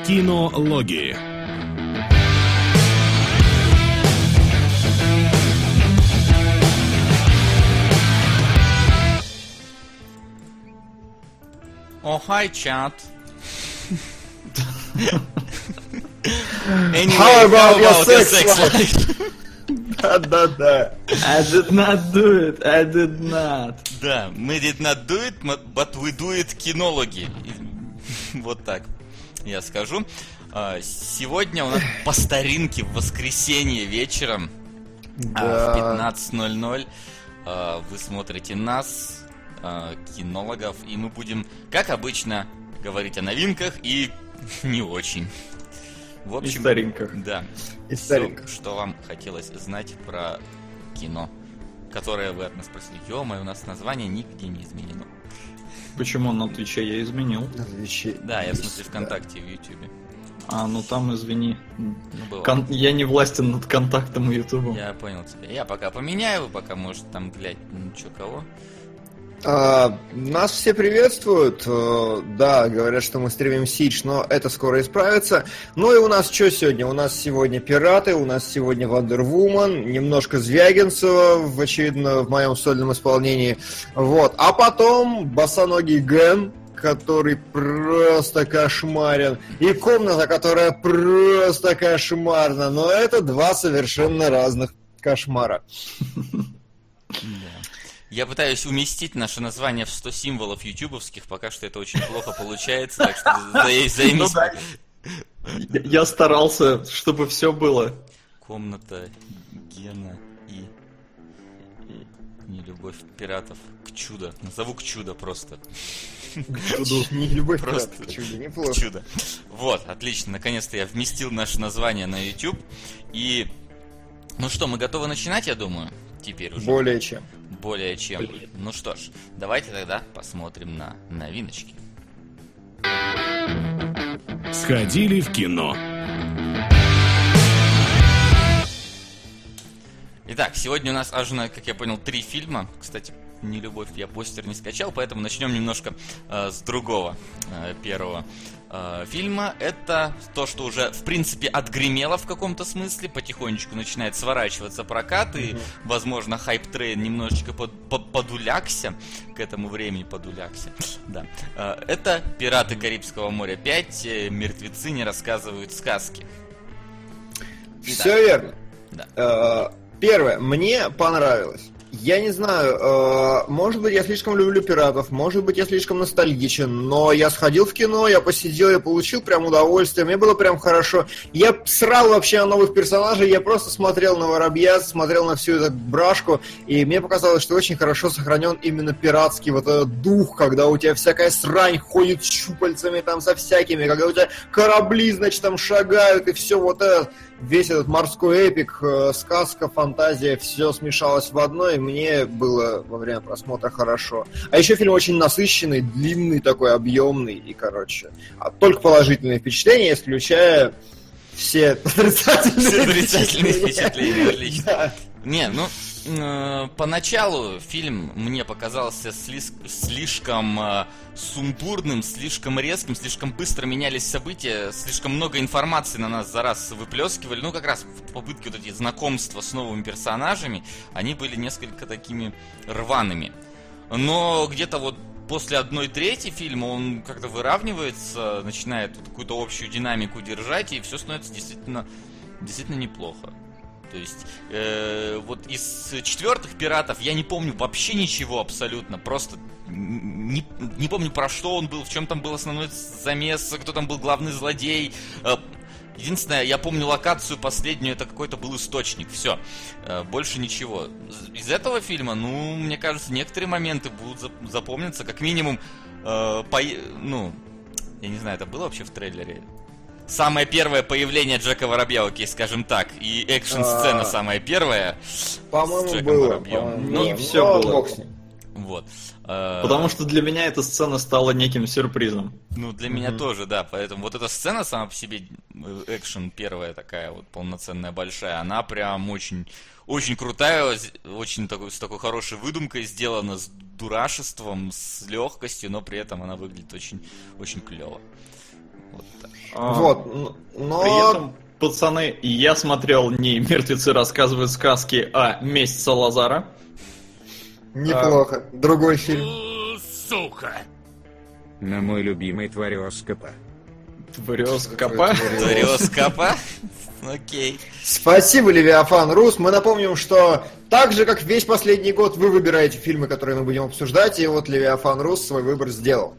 Кинологии. Oh, hi, chat. How about your sex life? Да. I did not do it. I did not. Да, мы did not do it, but we do it кинологи. Вот так я скажу. Сегодня у нас по старинке в воскресенье вечером в 15:00 вы смотрите нас, кинологов, и мы будем, как обычно, говорить о новинках и не очень. В общем, и старинках. Да. И старинках. Что вам хотелось знать про кино, которое вы от нас спросили. Ё-моё, у нас название нигде не изменено. Почему на Твиче я изменил? Да, я в смысле ВКонтакте и в Ютубе. Ну там, извини. Ну, я не властен над контактом и Ютубом. Я понял тебя. Я пока поменяю, вы пока, может, там, глядь, чё кого. Нас все приветствуют, да, говорят, что мы стримим Сидж, но это скоро исправится. Ну и у нас что сегодня? У нас сегодня Пираты, у нас сегодня Wonder Woman, немножко Звягинцева, очевидно, в моем сольном исполнении. Вот. А потом босоногий Ген, который просто кошмарен, и комната, которая просто кошмарна. Но это два совершенно разных кошмара. Я пытаюсь уместить наше название в 100 символов ютубовских, пока что это очень плохо получается, так что займись. Я старался, чтобы все было. Комната Гена и нелюбовь пиратов к чуду. Назову к чуду просто. Не любовь просто к чуду, неплохо. К чуду. Вот, отлично, наконец-то я вместил наше название на YouTube. И, ну что, мы готовы начинать, я думаю, теперь уже. Более чем. Более чем. Ну что ж, давайте тогда посмотрим на новиночки. Сходили в кино. Итак, сегодня у нас аж, как я понял, 3 фильма. Кстати, «Нелюбовь» я постер не скачал, поэтому начнем немножко с другого первого фильма. Это то, что уже, в принципе, отгремело в каком-то смысле, потихонечку начинает сворачиваться прокат, и, возможно, хайп-трейн немножечко подулякся, к этому времени подулякся. Да. Это «Пираты Карибского моря 5. Мертвецы не рассказывают сказки». Итак, все верно. Да. Первое, мне понравилось. Я не знаю, может быть, я слишком люблю пиратов, может быть, я слишком ностальгичен, но я сходил в кино, я посидел, я получил прям удовольствие, мне было прям хорошо. Я срал вообще на новых персонажей, я просто смотрел на Воробья, смотрел на всю эту брашку, и мне показалось, что очень хорошо сохранен именно пиратский вот этот дух, когда у тебя всякая срань ходит с щупальцами там со всякими, когда у тебя корабли, значит, там шагают, и все вот это, весь этот морской эпик, сказка, фантазия, все смешалось в одно, и мне было во время просмотра хорошо. А еще фильм очень насыщенный, длинный такой, объемный, и, короче, только положительные впечатления, исключая все отрицательные впечатления. Отлично. Да. Не, ну, поначалу фильм мне показался слишком сумбурным, слишком резким, слишком быстро менялись события, слишком много информации на нас за раз выплескивали. Ну, как раз в попытке вот эти знакомства с новыми персонажами, они были несколько такими рваными. Но где-то вот после 1/3 фильма он как-то выравнивается, начинает вот какую-то общую динамику держать, и все становится действительно неплохо. То есть, вот из 4-х «Пиратов» я не помню вообще ничего абсолютно, просто не помню, про что он был, в чем там был основной замес, кто там был главный злодей. Единственное, я помню локацию последнюю, это какой-то был источник, все, больше ничего. Из этого фильма, ну, мне кажется, некоторые моменты будут запомниться, как минимум, ну, я не знаю, это было вообще в трейлере? Самое первое появление Джека Воробья, окей, скажем так, и экшн-сцена самая первая. По-моему, было. Ну, все было. Вот. Потому что для меня эта сцена стала неким сюрпризом. Ну, для меня тоже, да. Поэтому вот эта сцена сама по себе, экшен первая такая вот полноценная, большая, она прям очень, очень крутая, очень с такой хорошей выдумкой сделана, с дурашеством, с легкостью, но при этом она выглядит очень, очень клево. Вот так. Вот, но... При этом, пацаны, я смотрел не «Мертвецы рассказывают сказки», а «Месть Салазара». Неплохо. Другой фильм. Сука! На мой любимый Твариоскопа. Твариоскопа? Твариоскопа? Окей. Спасибо, Левиафан Рус. Мы напомним, что так же, как весь последний год, вы выбираете фильмы, которые мы будем обсуждать, и вот Левиафан Рус свой выбор сделал.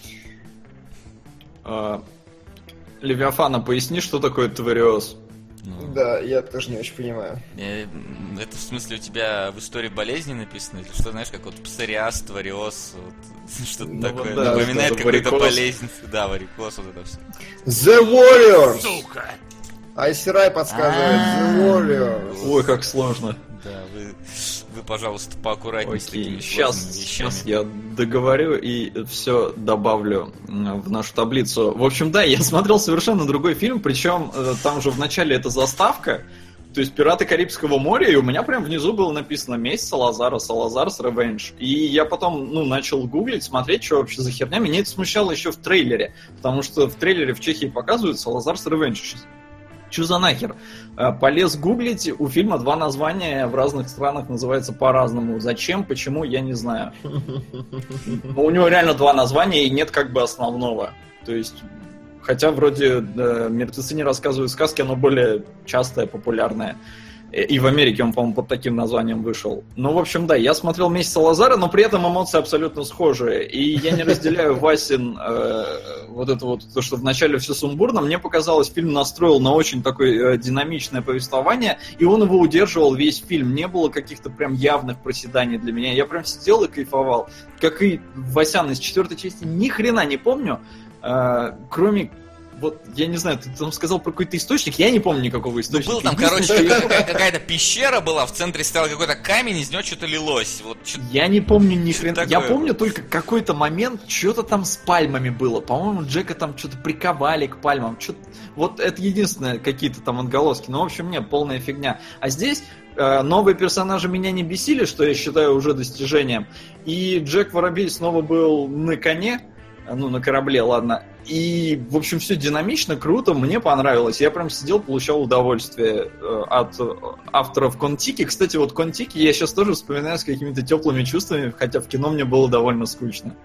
Левиафана, поясни, что такое твариоз? Да, я тоже не очень понимаю. Это в смысле у тебя в истории болезни написано? Или что, знаешь, как вот псориаз, твариоз, вот, что-то такое. да, Напоминает что-то какую-то варикоз. болезнь. Да, варикоз, вот это все. The Warriors! Сука! Айсирай подсказывает The Warriors. Ой, как сложно. Да, вы, пожалуйста, поаккуратнее с такими Сейчас сложными вещами. я договорю и все добавлю в нашу таблицу. В общем, да, я смотрел совершенно другой фильм, причем там же в начале это заставка, то есть «Пираты Карибского моря», и у меня прям внизу было написано «Месть Салазара», «Салазар's Revenge». И я потом, начал гуглить, смотреть, что вообще за херня. Меня это смущало еще в трейлере, потому что в трейлере в Чехии показывают «Салазар's Revenge». Чё за нахер? Полез гуглить, у фильма 2 названия, в разных странах называется по-разному. Зачем, почему, я не знаю. У него реально 2 названия и нет как бы основного. То есть, хотя вроде «Мертвецы не рассказывают сказки», оно более частое, популярное. И в Америке он, по-моему, под таким названием вышел. Ну, в общем, да, я смотрел «Месть Салазара», но при этом эмоции абсолютно схожие. И я не разделяю Васин вот это вот, то, что вначале все сумбурно. Мне показалось, фильм настроил на очень такое динамичное повествование, и он его удерживал весь фильм. Не было каких-то прям явных проседаний для меня. Я прям сидел и кайфовал. Как и Васян из 4-й части, ни хрена не помню, кроме... Вот, я не знаю, ты там сказал про какой-то источник, я не помню никакого источника. Был там, короче, какая-то пещера была, в центре стоял какой-то камень, из него что-то лилось. Вот, я не помню ни хрена. Я такое помню только какой-то момент, что-то там с пальмами было. По-моему, Джека там что-то приковали к пальмам. Вот это единственное, какие-то там отголоски. Ну, в общем, нет, полная фигня. А здесь новые персонажи меня не бесили, что я считаю уже достижением. И Джек Воробей снова был на коне. На корабле, ладно. И, в общем, все динамично, круто, мне понравилось. Я прям сидел, получал удовольствие от авторов Кон-Тики. Кстати, вот Кон-Тики я сейчас тоже вспоминаю с какими-то теплыми чувствами, хотя в кино мне было довольно скучно.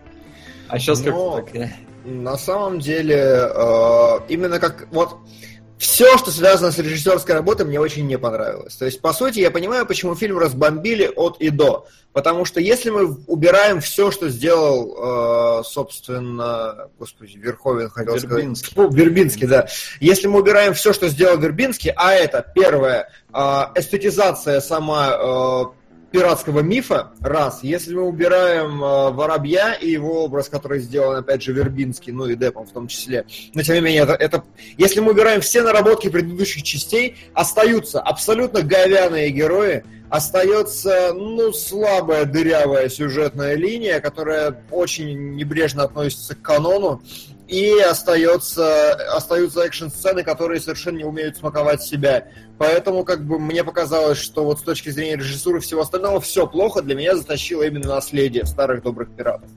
А сейчас как-то так... На самом деле, именно как... Вот все, что связано с режиссерской работой, мне очень не понравилось. То есть, по сути, я понимаю, почему фильм разбомбили от и до. Потому что если мы убираем все, что сделал, собственно, господи, Верховен, хотел Вербинский. сказать. Вербинский, да. Если мы убираем все, что сделал Вербинский, а это, первое, эстетизация сама пиратского мифа, раз. Если мы убираем Воробья и его образ, который сделан, опять же, Вербинский, ну и Деппом в том числе, но тем не менее, это если мы убираем все наработки предыдущих частей, остаются абсолютно говяные герои, остается, слабая, дырявая сюжетная линия, которая очень небрежно относится к канону, и остаются экшн-сцены, которые совершенно не умеют смаковать себя. Поэтому, мне показалось, что вот с точки зрения режиссуры и всего остального все плохо. Для меня затащило именно наследие старых добрых пиратов.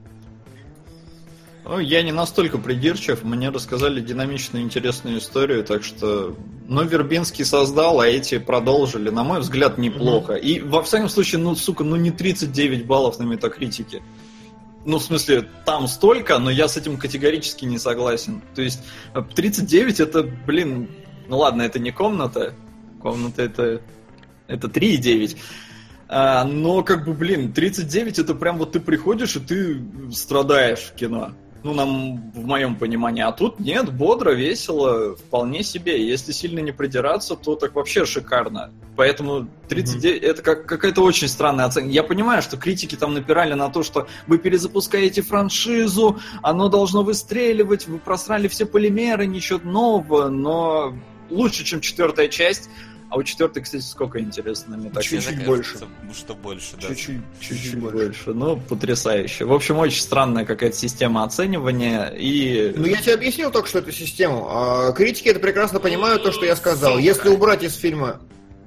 Я не настолько придирчив, мне рассказали динамичную, интересную историю, так что... Вербинский создал, а эти продолжили. На мой взгляд, неплохо. И, во всяком случае, не 39 баллов на Метакритике. В смысле, там столько, но я с этим категорически не согласен. То есть, 39 это, ладно, это не комната. Комната это 3,9. Но, 39 это прям вот ты приходишь и ты страдаешь в кино. В моем понимании. А тут нет, бодро, весело, вполне себе. Если сильно не придираться, то так вообще шикарно. Поэтому 39 это какая-то очень странная оценка. Я понимаю, что критики там напирали на то, что вы перезапускаете франшизу, оно должно выстреливать, вы просрали все полимеры, ничего нового, но лучше, чем 4-я часть. А у 4-й, кстати, сколько, интересно, мне так чуть-чуть больше. Что больше, да. Чуть-чуть больше. Потрясающе. В общем, очень странная какая-то система оценивания. И... я тебе объяснил только что эту систему. Критики это прекрасно понимают, то, что я сказал. Если убрать из фильма...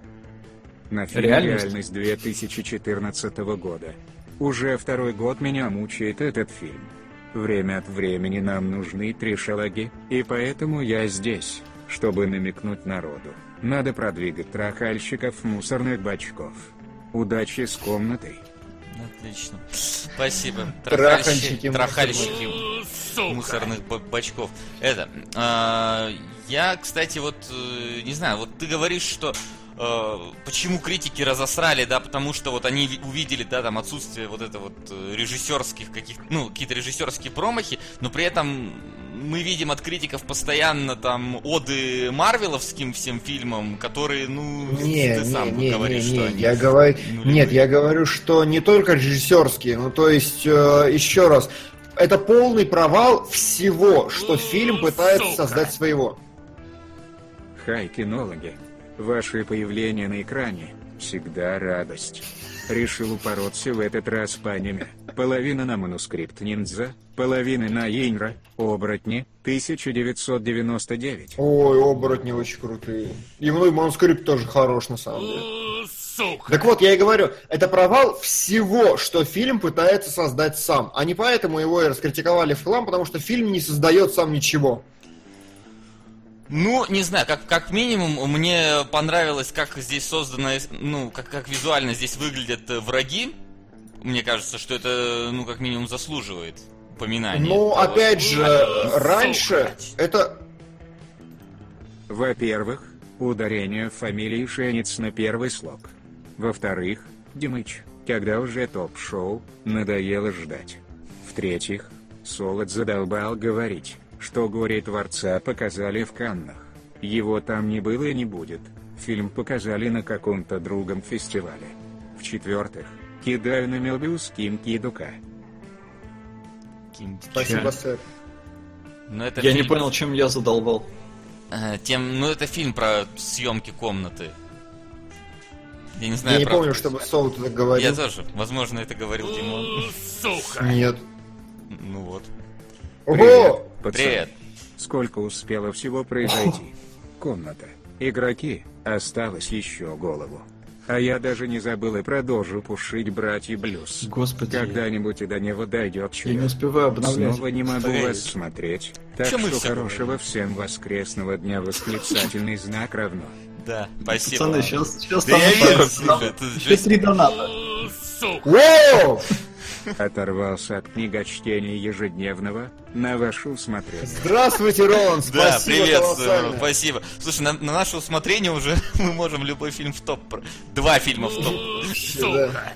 На фильм «Реальность» 2014 года. Уже 2-й год меня мучает этот фильм. Время от времени нам нужны трешологи, и поэтому я здесь, чтобы намекнуть народу. Надо продвигать трахальщиков мусорных бачков. Удачи с комнатой. Отлично. Спасибо. Трахальщики мусорных бачков. Я, кстати, вот не знаю, вот ты говоришь, что почему критики разосрали, да, потому что вот они увидели, да, там отсутствие вот это вот режиссерских какие-то режиссерские промахи, но при этом мы видим от критиков постоянно там оды марвеловским всем фильмам, которые, ты сам говоришь, что они... Я говорю, что не только режиссерские, то есть, еще раз, это полный провал всего, что фильм пытается создать своего. Хай, кинологи. Ваше появление на экране всегда радость. Решил упороться в этот раз по аниме. Половина на манускрипт ниндзя, половина на Йенра, оборотни, 1999. Ой, оборотни очень крутые. И манускрипт тоже хорош, на самом деле. Так вот, я и говорю, это провал всего, что фильм пытается создать сам. А не поэтому его и раскритиковали в хлам, потому что фильм не создает сам ничего. Не знаю, как минимум, мне понравилось, как здесь создано, как визуально здесь выглядят враги. Мне кажется, что это, как минимум, заслуживает упоминания. Опять же, раньше это... Во-первых, ударение в фамилии Шенец на первый слог. Во-вторых, Димыч, когда уже топ-шоу, надоело ждать. В-третьих, Солод задолбал говорить, что горе Творца показали в Каннах. Его там не было и не будет. Фильм показали на каком-то другом фестивале. В-четвертых, кидаю на Мелбиус Ким Кидука. Спасибо, сэр. Я не понял, чем я задолбал. Это фильм про съемки комнаты. Я не знаю, я не помню, чтобы Солод это говорил. Я тоже. Возможно, это говорил Димон. Сука! Нет. Вот. Ого! Привет. Сколько успело всего произойти? Комната. Игроки. Осталось еще голову. А я даже не забыл и продолжу пушить братья Блюз. Господи. Когда-нибудь и до него дойдет черед. Я не успеваю обновлять. Снова не могу вас смотреть. Так что хорошего всем воскресного дня, восклицательный знак равно. Да, спасибо. Пацаны, сейчас да там еще 3 доната. Воу! Оторвался от книгочтения ежедневного, на ваше усмотрение. Здравствуйте, Ролан, спасибо. Да, привет, спасибо. Слушай, на наше усмотрение уже мы можем любой фильм в топ. 2 фильма в топ. Сука.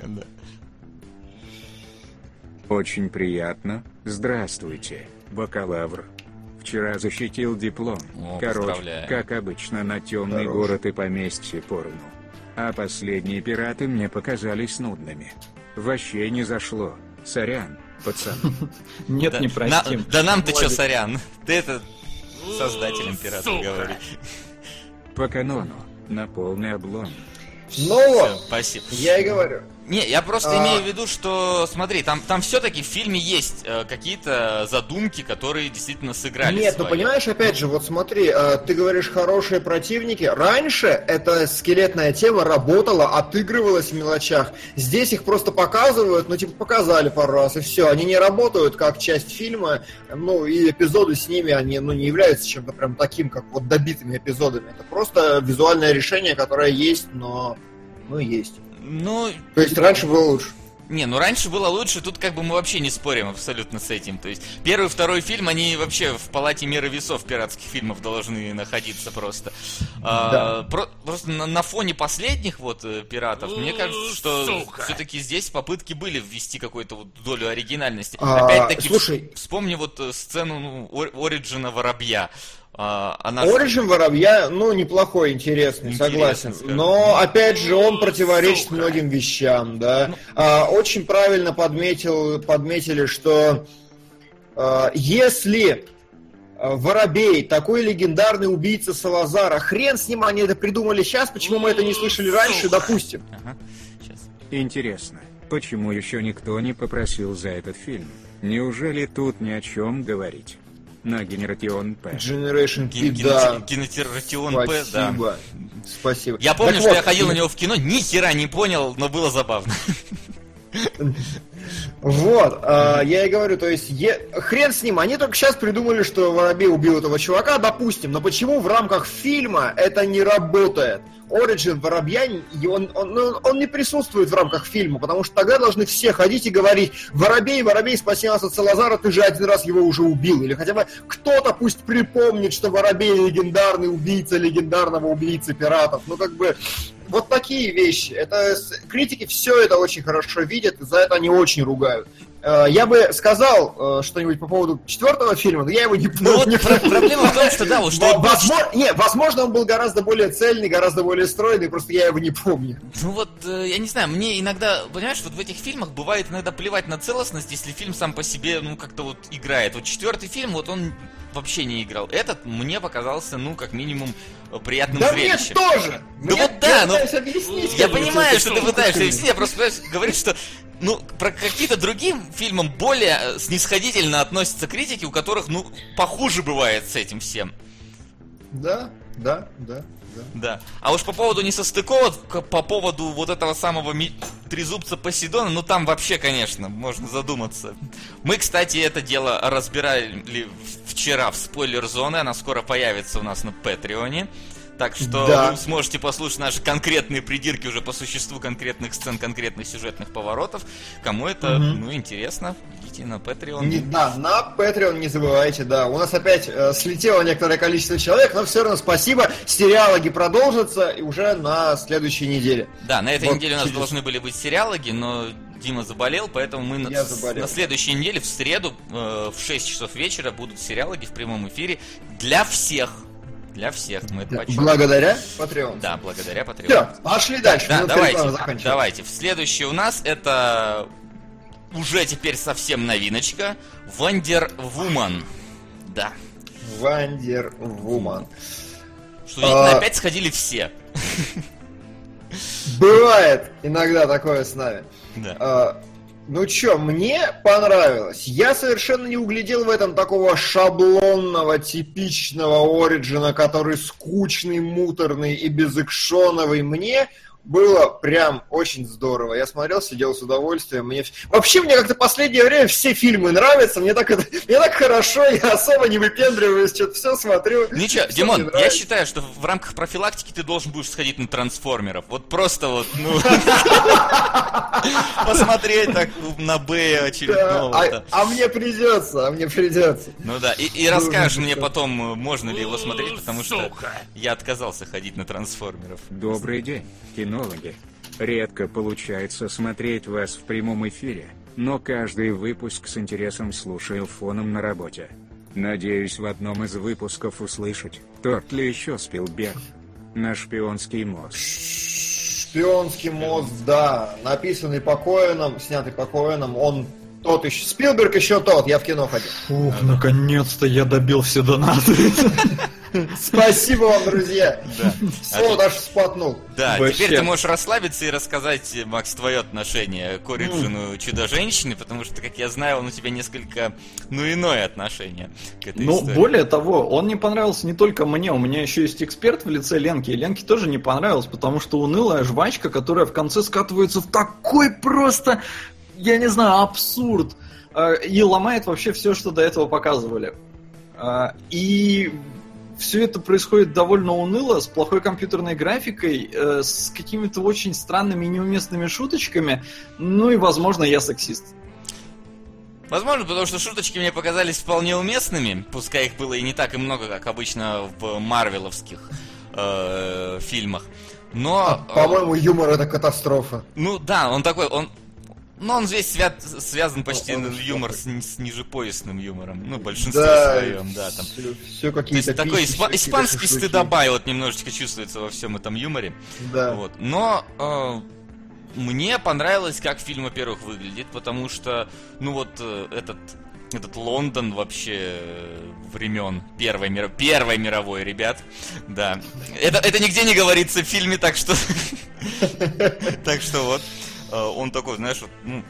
Очень приятно. Здравствуйте, бакалавр. Вчера защитил диплом. Короче, как обычно, на темный город и поместье поровну. А последние пираты мне показались нудными. Вообще не зашло. Сорян, пацан. Нет, не простим. Да нам-то чё, сорян? Ты это создателем пиратов говори. По канону, на полный облом. Спасибо. Я и говорю. Не, я просто имею в виду, что, смотри, там все-таки в фильме есть какие-то задумки, которые действительно сыграли. Нет, понимаешь, опять же, вот смотри, ты говоришь хорошие противники. Раньше эта скелетная тема работала, отыгрывалась в мелочах. Здесь их просто показывают, показали пару раз, и все. Они не работают как часть фильма, и эпизоды с ними, они, не являются чем-то прям таким, как вот добитыми эпизодами. Это просто визуальное решение, которое есть, но есть. То есть раньше было лучше. Раньше было лучше, тут мы вообще не спорим абсолютно с этим. То есть первый, второй фильм, они вообще в палате меры весов пиратских фильмов должны находиться просто. Да. Просто на фоне последних пиратов, мне кажется, что все-таки здесь попытки были ввести какую-то долю оригинальности. Опять-таки, вспомни сцену Ориджина Воробья. Origin Воробья, неплохой, интересный, согласен. Но, опять же, он противоречит многим вещам, да. Очень правильно подметили, что если Воробей, такой легендарный убийца Салазара, хрен с ним, они это придумали сейчас, почему мы это не слышали раньше, допустим. Интересно, почему еще никто не попросил за этот фильм? Неужели тут ни о чем говорить? На Генератион П. Generation P, да. Генератион П, да. Спасибо. Я помню, что я ходил на него в кино, ни хера не понял, но было забавно. Вот, я и говорю, то есть, хрен с ним, они только сейчас придумали, что Воробей убил этого чувака, допустим, но почему в рамках фильма это не работает? Origin Воробья, он не присутствует в рамках фильма, потому что тогда должны все ходить и говорить: Воробей, спаси нас от Салазара, ты же один раз его уже убил. Или хотя бы кто-то пусть припомнит, что Воробей легендарный убийца легендарного убийцы пиратов. Ну, как бы, вот такие вещи. Критики все это очень хорошо видят, и за это они очень ругают. Я бы сказал что-нибудь по поводу 4-го фильма, но я его не помню. Ну, вот проблема в том, что да, вот что... Возможно, он был гораздо более цельный, гораздо более стройный, просто я его не помню. Ну вот, я не знаю, мне иногда, понимаешь, вот в этих фильмах бывает иногда плевать на целостность, если фильм сам по себе, ну, как-то вот играет. Вот 4-й фильм, вот он вообще не играл. Этот мне показался, ну, как минимум, приятным зрелищем. Да мне тоже! Ну вот да, ну, я понимаю, что ты пытаешься объяснить, я просто пытаюсь говорить, что... Ну, про какие-то другим фильмам более снисходительно относятся критики, у которых, ну, похуже бывает с этим всем. Да. Да. А уж по поводу несостыковок, по поводу вот этого самого трезубца Посейдона, ну там вообще, конечно, можно задуматься. Мы, кстати, это дело разбирали вчера в спойлер-зоне, она скоро появится у нас на Патреоне. Так что вы сможете послушать наши конкретные придирки уже по существу конкретных сцен, конкретных сюжетных поворотов. Кому это, ну, интересно, идите на Patreon. На Patreon не забывайте, да. У нас опять слетело некоторое количество человек, но все равно спасибо. Сериалоги продолжатся и уже на следующей неделе. Да, на этой неделе у нас должны были быть сериалоги, но Дима заболел, поэтому мы на следующей неделе, в среду, в 6 часов вечера будут сериалоги в прямом эфире для всех. Для всех мы это почувствуем. Благодаря Patreon. Да, благодаря Patreon. Все, пошли дальше. Да, давайте. Следующий у нас это уже теперь совсем новиночка. Wonder Woman. Да. Wonder Woman. Что, видно, опять сходили все. Бывает иногда такое с нами. Да. Ну чё, мне понравилось. Я совершенно не углядел в этом такого шаблонного, типичного Ориджина, который скучный, муторный и безэкшоновый. Мне было прям очень здорово. Я смотрел, сидел с удовольствием. Вообще, мне как-то в последнее время все фильмы нравятся. Мне так хорошо, я особо не выпендриваюсь, что-то все смотрю. Ничего, Димон, я считаю, что в рамках профилактики ты должен будешь сходить на трансформеров. Вот просто вот, ну... Посмотреть так на Б очередного. А мне придется. Ну да, и расскажешь мне потом, можно ли его смотреть, потому что я отказался ходить на трансформеров. Добрый день, кинологи. Редко получается смотреть вас в прямом эфире, но каждый выпуск с интересом слушаю фоном на работе. Надеюсь в одном из выпусков услышать, тот ли еще Спилберг на шпионский мост. Шпионский мост, да, написанный по Коэнам, снятый по Коэнам, он тот еще. Спилберг еще тот, я в кино ходил. Ух, наконец-то я добил все донаты. Спасибо вам, друзья. Слово даже спотнул. Да, теперь ты можешь расслабиться и рассказать, Макс, твое отношение к Ориджину Чудо-женщины, потому что, как я знаю, он у тебя несколько, иное отношение к этой истории. Более того, он не понравился не только мне, у меня еще есть эксперт в лице Ленки, и Ленке тоже не понравилось, потому что унылая жвачка, которая в конце скатывается в такой просто, я не знаю, абсурд, и ломает вообще все, что до этого показывали. И все это происходит довольно уныло, с плохой компьютерной графикой, с какими-то очень странными и неуместными шуточками, и, возможно, я сексист. Возможно, потому что шуточки мне показались вполне уместными, пускай их было и не так и много, как обычно в марвеловских фильмах, но... По-моему, юмор — это катастрофа. Ну да, он такой, он весь связан почти юмор с нижепоясным юмором. В большинстве своем, да. Там. Все какие-то. То есть такой испанский стыдоба вот немножечко чувствуется во всем этом юморе. Да. Вот. Но мне понравилось, как фильм, во-первых, выглядит, потому что, этот Лондон вообще времен Первой мировой, ребят. Да. Это нигде не говорится в фильме, так что... Так что вот. Он такой, знаешь,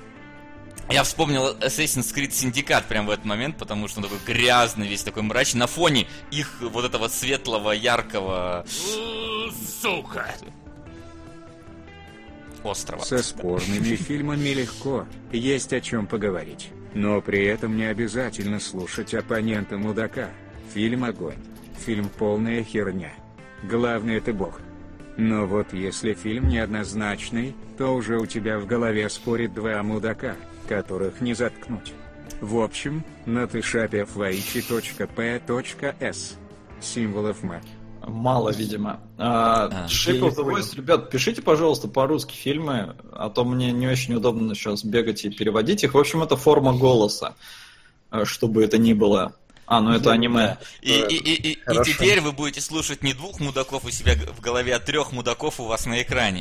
я вспомнил Assassin's Creed Syndicate прямо в этот момент, потому что он такой грязный, весь такой мрачный, на фоне их вот этого светлого, яркого... Сука! острова. Со спорными фильмами легко, есть о чем поговорить. Но при этом не обязательно слушать оппонента мудака. Фильм огонь. Фильм полная херня. Главное ты бог. Но вот если фильм неоднозначный, то уже у тебя в голове спорят два мудака, которых не заткнуть. В общем, на tshapefvaichi.p.s. Символов ма. Мало, видимо. Shape of the Voice, ребят, пишите, пожалуйста, по-русски фильмы, а то мне не очень удобно сейчас бегать и переводить их. В общем, это форма голоса, что бы это ни было. Ну это аниме. И теперь вы будете слушать не двух мудаков у себя в голове, а 3 мудаков у вас на экране.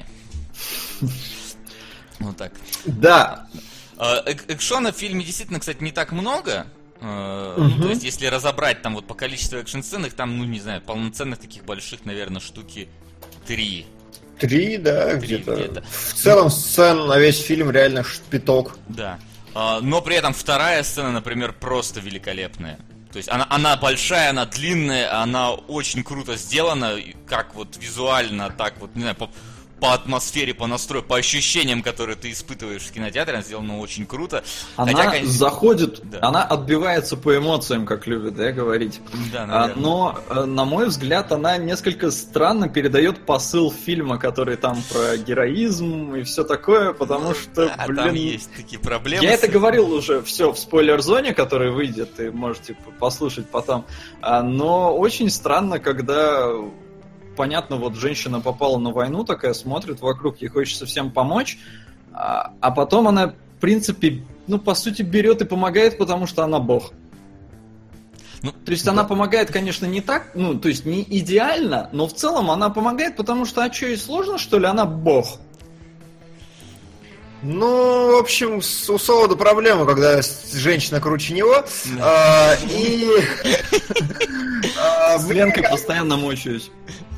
Вот так. Да. Экшона в фильме действительно, кстати, не так много. Ну, то есть, если разобрать там вот по количеству экшн-сцен, их там, ну, не знаю, полноценных таких больших, наверное, штуки 3. 3, да, где-то. В целом сцен на весь фильм реально пяток. Да. Но при этом вторая сцена, например, просто великолепная. То есть она большая, она длинная, она очень круто сделана, как вот визуально, так вот, не знаю, по атмосфере, по настрою, по ощущениям, которые ты испытываешь в кинотеатре, она сделана очень круто. Она заходит, да. Она отбивается по эмоциям, как любят, говорить. Да, но, на мой взгляд, она несколько странно передает посыл фильма, который там про героизм и все такое, потому что, там есть такие проблемы. Я это говорил уже все в спойлер-зоне, которая выйдет, и можете послушать потом. Но очень странно, когда... Понятно, вот женщина попала на войну, такая смотрит вокруг, ей хочется всем помочь, а потом она, в принципе, ну, по сути, берет и помогает, потому что она бог. Ну, то есть она помогает, конечно, не так, ну, то есть не идеально, но в целом она помогает, потому что, а что, ей сложно, что ли, она бог? Ну, в общем, у Солода проблема, когда женщина круче него, С Ленкой постоянно мучаюсь.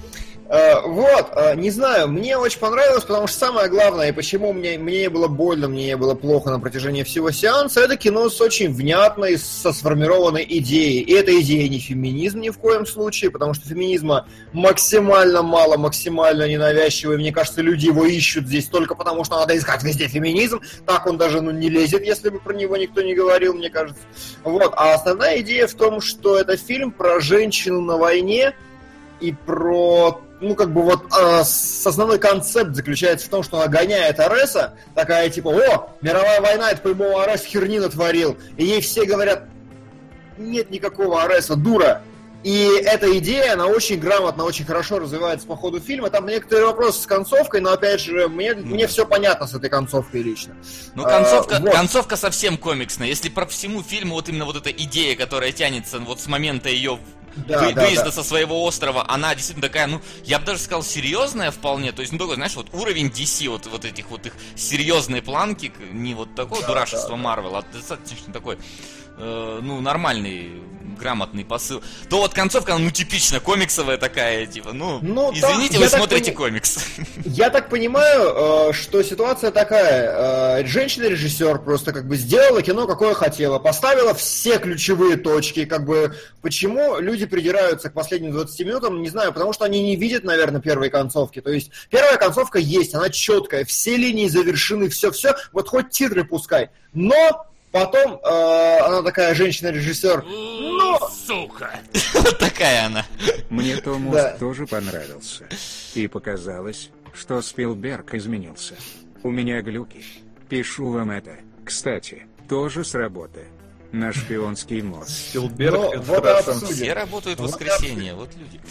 Вот, не знаю, мне очень понравилось, потому что самое главное, и почему мне не было больно, мне не было плохо на протяжении всего сеанса, это кино с очень внятной, со сформированной идеей. И эта идея не феминизм ни в коем случае, потому что феминизма максимально мало, максимально ненавязчивый. Мне кажется, люди его ищут здесь только потому, что надо искать везде феминизм. Так он даже не лезет, если бы про него никто не говорил, мне кажется. Вот, а основная идея в том, что это фильм про женщину на войне и про... Ну, как бы вот основной концепт заключается в том, что она гоняет Ареса, такая типа, о, мировая война, это, по-моему, Арес херни натворил. И ей все говорят, нет никакого Ареса, дура. И эта идея, она очень грамотно, очень хорошо развивается по ходу фильма. Там некоторые вопросы с концовкой, но, опять же, мне все понятно с этой концовкой лично. Ну, концовка совсем комиксная. Если по всему фильму вот именно вот эта идея, которая тянется вот с момента ее... выезда со своего острова, она действительно такая, ну, я бы даже сказал, серьезная вполне, то есть, ну, такой, знаешь, вот уровень DC, вот этих вот их серьезные планки, не вот такого дурашества Марвела, а достаточно такой, ну, нормальный, грамотный посыл, то вот концовка, она, ну, типично комиксовая такая, типа, ну извините, вы смотрите комикс. Я так понимаю, что ситуация такая, женщина-режиссер просто как бы сделала кино, какое хотела, поставила все ключевые точки, как бы, почему люди придираются к последним 20 минутам, не знаю, потому что они не видят, наверное, первой концовки, то есть первая концовка есть, она четкая, все линии завершены, все-все, вот хоть титры пускай, но... Потом она такая женщина-режиссер. Сука! Такая она. Мне Том Мост тоже понравился. И показалось, что Спилберг изменился. У меня глюки. Пишу вам это. Кстати, тоже с работы. На шпионский мост. Спилберг, это вот хорошо. Все работают в воскресенье, вот люди.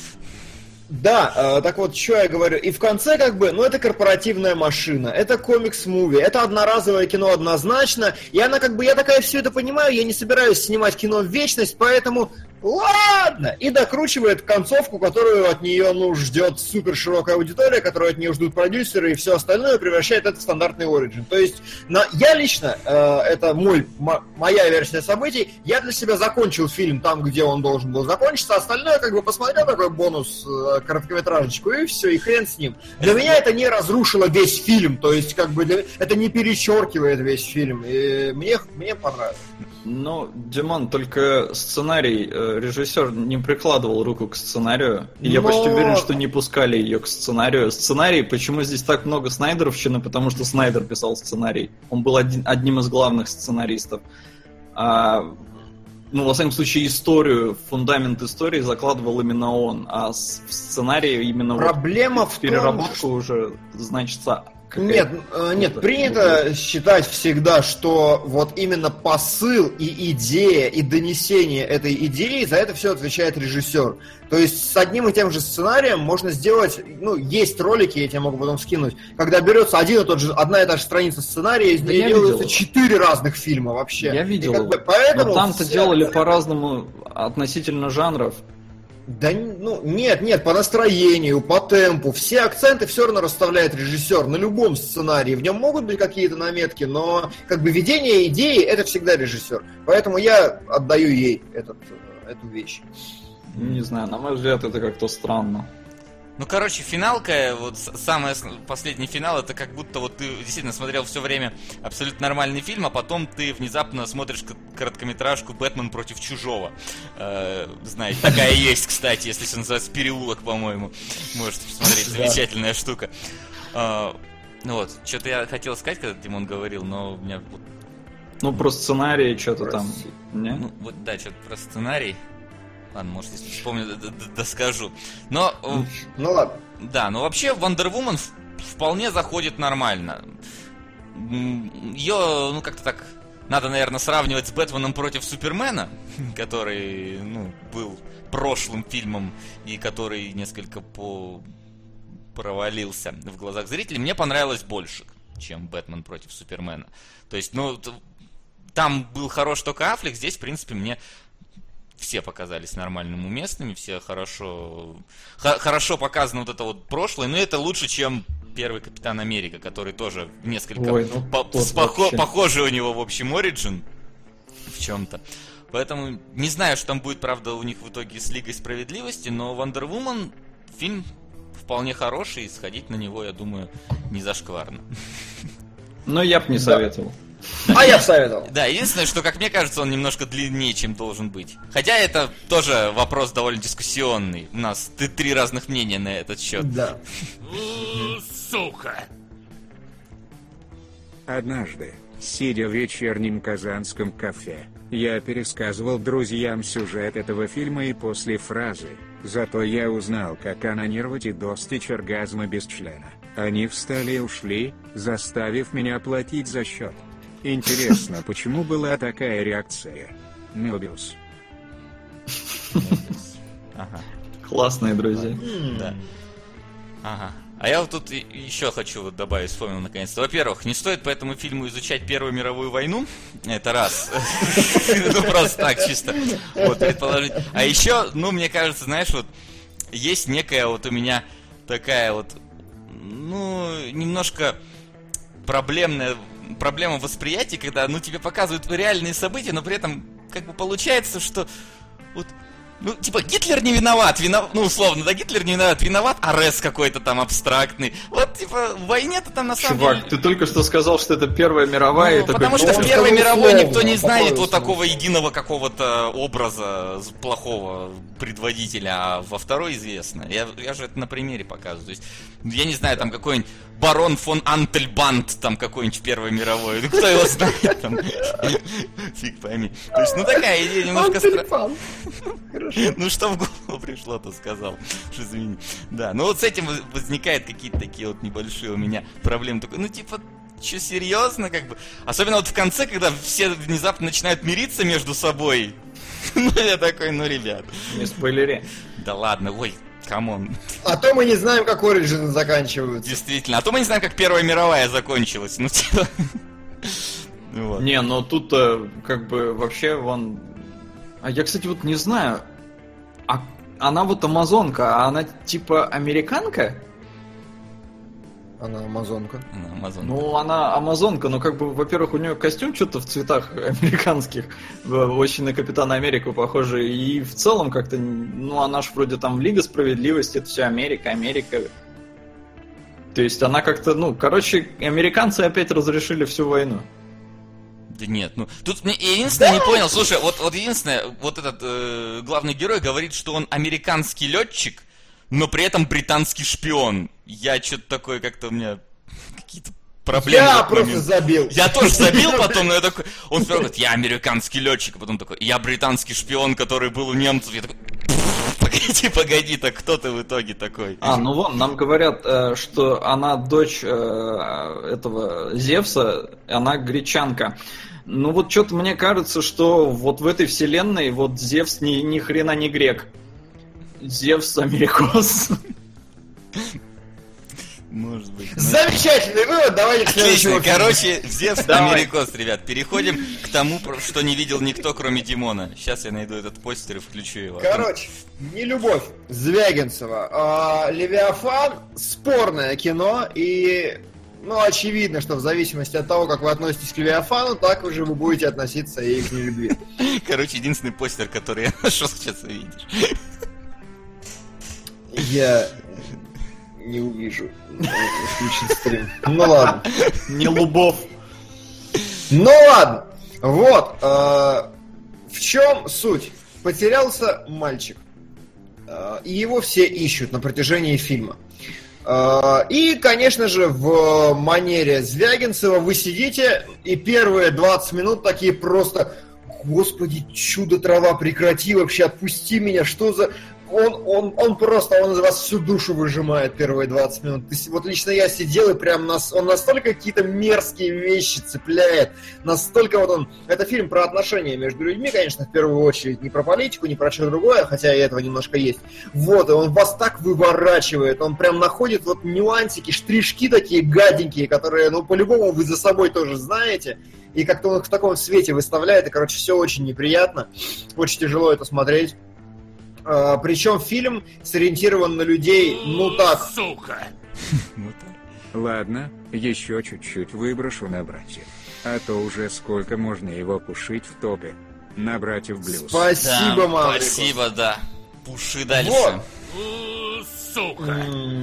Да, так вот, что я говорю. И в конце, как бы, ну, это корпоративная машина, это комикс-муви, это одноразовое кино однозначно, и она, как бы, я такая все это понимаю, я не собираюсь снимать кино в вечность, поэтому ладно! И докручивает концовку, которую от нее, ну, ждет супер широкая аудитория, которую от нее ждут продюсеры, и все остальное превращает это в стандартный оригин. То есть, я лично, это моя версия событий, я для себя закончил фильм там, где он должен был закончиться, остальное, как бы, посмотрел такой бонус, короткометражечку, и все, и хрен с ним. Для меня это не разрушило весь фильм, то есть, как бы, это не перечеркивает весь фильм, и мне понравилось. Ну, Димон, только сценарий, режиссер не прикладывал руку к сценарию. И я почти уверен, что не пускали ее к сценарию. Сценарий, почему здесь так много снайдеровщины? Потому что Снайдер писал сценарий. Он был одним из главных сценаристов. Ну, во всяком случае, историю, фундамент истории закладывал именно он. А в сценарии именно проблема в переработку уже значится... Нет, принято считать всегда, что вот именно посыл и идея, и донесение этой идеи, за это все отвечает режиссер. То есть с одним и тем же сценарием можно сделать, ну, есть ролики, я тебе могу потом скинуть, когда берется одна и та же страница сценария, из нее делаются 4 разных фильма вообще. Я видел, поэтому но там-то делали по-разному относительно жанров. Да, ну, нет, по настроению, по темпу. Все акценты все равно расставляет режиссер на любом сценарии. В нем могут быть какие-то наметки, но как бы ведение идеи — это всегда режиссер. Поэтому я отдаю ей эту вещь. Не знаю, на мой взгляд, это как-то странно. Ну, короче, финалка, вот самый последний финал, это как будто вот ты действительно смотрел все время абсолютно нормальный фильм, а потом ты внезапно смотришь короткометражку «Бэтмен против чужого». Знаете, такая есть, кстати, если все называется «Переулок», по-моему. Можете посмотреть, замечательная штука. Ну вот, что-то я хотел сказать, когда Димон говорил, но у меня... Ну, про сценарий что-то там... Не? Ну, вот да, что-то про сценарий... Ладно, может, если вспомню, доскажу. Но... Ну ладно. Да, но вообще Wonder Woman вполне заходит нормально. Ее, ну, как-то так... Надо, наверное, сравнивать с Бэтменом против Супермена, который, ну, был прошлым фильмом и который несколько провалился в глазах зрителей. Мне понравилось больше, чем Бэтмен против Супермена. То есть, ну, там был хорош только Аффлек, здесь, в принципе, мне... Все показались нормальными, уместными, все хорошо показано вот это вот прошлое, но это лучше, чем первый Капитан Америка, который тоже несколько похожий у него, в общем, оригин в чем-то. Поэтому не знаю, что там будет, правда, у них в итоге с Лигой Справедливости, но Wonder Woman фильм вполне хороший, и сходить на него, я думаю, не зашкварно. Но я бы не советовал. А я советовал. Да, единственное, что, как мне кажется, он немножко длиннее, чем должен быть. Хотя это тоже вопрос довольно дискуссионный. У нас 3 разных мнения на этот счет. Да. Сука! Однажды, сидя в вечернем казанском кафе, я пересказывал друзьям сюжет этого фильма, и после фразы «Зато я узнал, как анонировать и достичь оргазма без члена», они встали и ушли, заставив меня оплатить за счет. Интересно, почему была такая реакция? Мёбиус. Ага. Классные друзья. Да. Ага. А я вот тут еще хочу вот добавить, вспомнил наконец-то. Во-первых, не стоит по этому фильму изучать Первую мировую войну. Это раз. Ну просто так, чисто. Вот, предположить. А еще, ну, мне кажется, знаешь, вот есть некая вот у меня такая вот, ну, немножко проблема восприятия, когда, ну, тебе показывают реальные события, но при этом, как бы, получается, что вот, ну, типа, Гитлер не виноват, ну, условно, да, Гитлер не виноват, аррест какой-то там абстрактный. Вот, типа, в войне-то там на самом деле... Чувак, ты только что сказал, что это Первая мировая, ну, потому что в Первой мировой никто не знает вот такого единого какого-то образа плохого предводителя, а во Второй известно. Я же это на примере показываю. То есть, я не знаю, там какой-нибудь барон фон Антельбанд, там какой-нибудь в Первой мировой. Ну, кто его знает там? Фиг пойми. То есть, ну, такая идея немножко странная. Ну, что в голову пришло, то сказал. Уж извини. Да, ну вот с этим возникают какие-то такие вот небольшие у меня проблемы. Такой, ну, типа, что, серьезно, как бы? Особенно вот в конце, когда все внезапно начинают мириться между собой. Ну, я такой, ну, ребят. Не спойлери. Да ладно, ой, камон. А то мы не знаем, как Origin заканчиваются. Действительно, а то мы не знаем, как Первая мировая закончилась. Ну, типа... Вот. Не, но тут-то, как бы, вообще, вон... А я, кстати, вот не знаю. А она вот амазонка, а она типа американка? Она амазонка. Она амазонка. Ну, она амазонка, но как бы, во-первых, у нее костюм что-то в цветах американских, очень на Капитана Америку похоже, и в целом как-то, ну, она ж вроде там Лига Справедливости, это все Америка. То есть она как-то, ну, короче, американцы опять разрешили всю войну. Да нет, ну тут мне я единственное не понял, слушай, вот единственное, вот этот главный герой говорит, что он американский летчик, но при этом британский шпион. Я что-то такое, как-то у меня какие-то проблемы. Я просто забил. Я тоже забил потом, но я такой, он сперва говорит, я американский летчик, а потом такой, я британский шпион, который был у немцев. Я такой, погоди, так кто ты в итоге такой? Ну вон, нам говорят, что она дочь этого Зевса, она гречанка. Ну вот что-то мне кажется, что вот в этой вселенной вот Зевс ни хрена не грек. Зевс америкос. Может быть. Замечательный вывод, давайте к следующему. Отлично, короче, Зевс америкос, ребят. Переходим к тому, что не видел никто, кроме Димона. Сейчас я найду этот постер и включу его. Короче, «Нелюбовь» Звягинцева. «Левиафан» — спорное кино, и, очевидно, что в зависимости от того, как вы относитесь к «Левиафану», так уже вы будете относиться и к «Нелюбви». Короче, единственный постер, который я нашел, сейчас увидишь. Я не увижу. Включен стрим. Ну ладно. Не Лубов. Ну ладно. Вот. В чем суть? Потерялся мальчик. И его все ищут на протяжении фильма. И, конечно же, в манере Звягинцева вы сидите, и первые 20 минут такие просто: «Господи, чудо, трава, прекрати вообще, отпусти меня, что за...» Он из вас всю душу выжимает первые 20 минут. Вот лично я сидел, и прям он настолько какие-то мерзкие вещи цепляет, настолько вот он... Это фильм про отношения между людьми, конечно, в первую очередь, не про политику, не про что другое, хотя и этого немножко есть. Вот, и он вас так выворачивает, он прям находит вот нюансики, штришки такие гаденькие, которые, по-любому вы за собой тоже знаете, и как-то он в таком свете выставляет, и, короче, все очень неприятно, очень тяжело это смотреть. Причем фильм сориентирован на людей, так. Сука! Ладно, еще чуть-чуть выброшу на братьев. А то уже сколько можно его пушить в топе. На братьев Блюз. Спасибо, да, Маврикус. спасибо, да. Пуши дальше. Вот. Сука!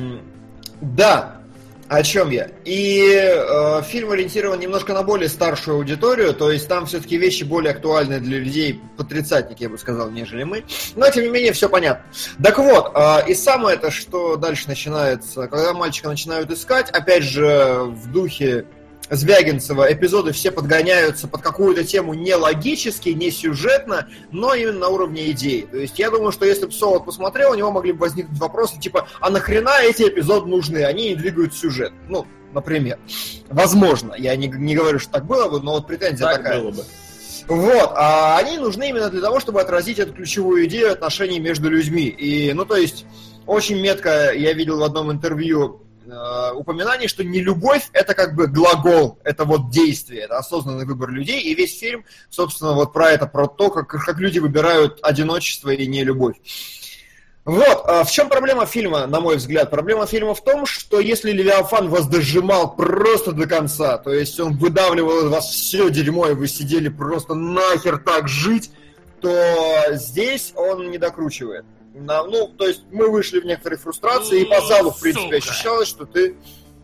Да. О чем я? И фильм ориентирован немножко на более старшую аудиторию, то есть там все-таки вещи более актуальны для людей по тридцатник, я бы сказал, нежели мы. Но, тем не менее, все понятно. Так вот, и самое это, что дальше начинается, когда мальчика начинают искать, опять же, в духе Звягинцева эпизоды все подгоняются под какую-то тему не логически, не сюжетно, но именно на уровне идей. То есть я думаю, что если бы Солод посмотрел, у него могли бы возникнуть вопросы типа: а нахрена эти эпизоды нужны? Они не двигают сюжет. Например. Возможно. Я не говорю, что так было бы, но вот претензия так такая. Было бы. Вот. А они нужны именно для того, чтобы отразить эту ключевую идею отношений между людьми. И, то есть, очень метко я видел в одном интервью упоминание, что нелюбовь — это как бы глагол, это вот действие, это осознанный выбор людей, и весь фильм, собственно, вот про это, про то, как люди выбирают одиночество и нелюбовь. Вот, в чем проблема фильма, на мой взгляд? Проблема фильма в том, что если Левиафан вас дожимал просто до конца, то есть он выдавливал из вас все дерьмо, и вы сидели просто нахер так жить, то здесь он не докручивает. То есть мы вышли в некоторые фрустрации, и по залу, в принципе, ощущалось, что ты...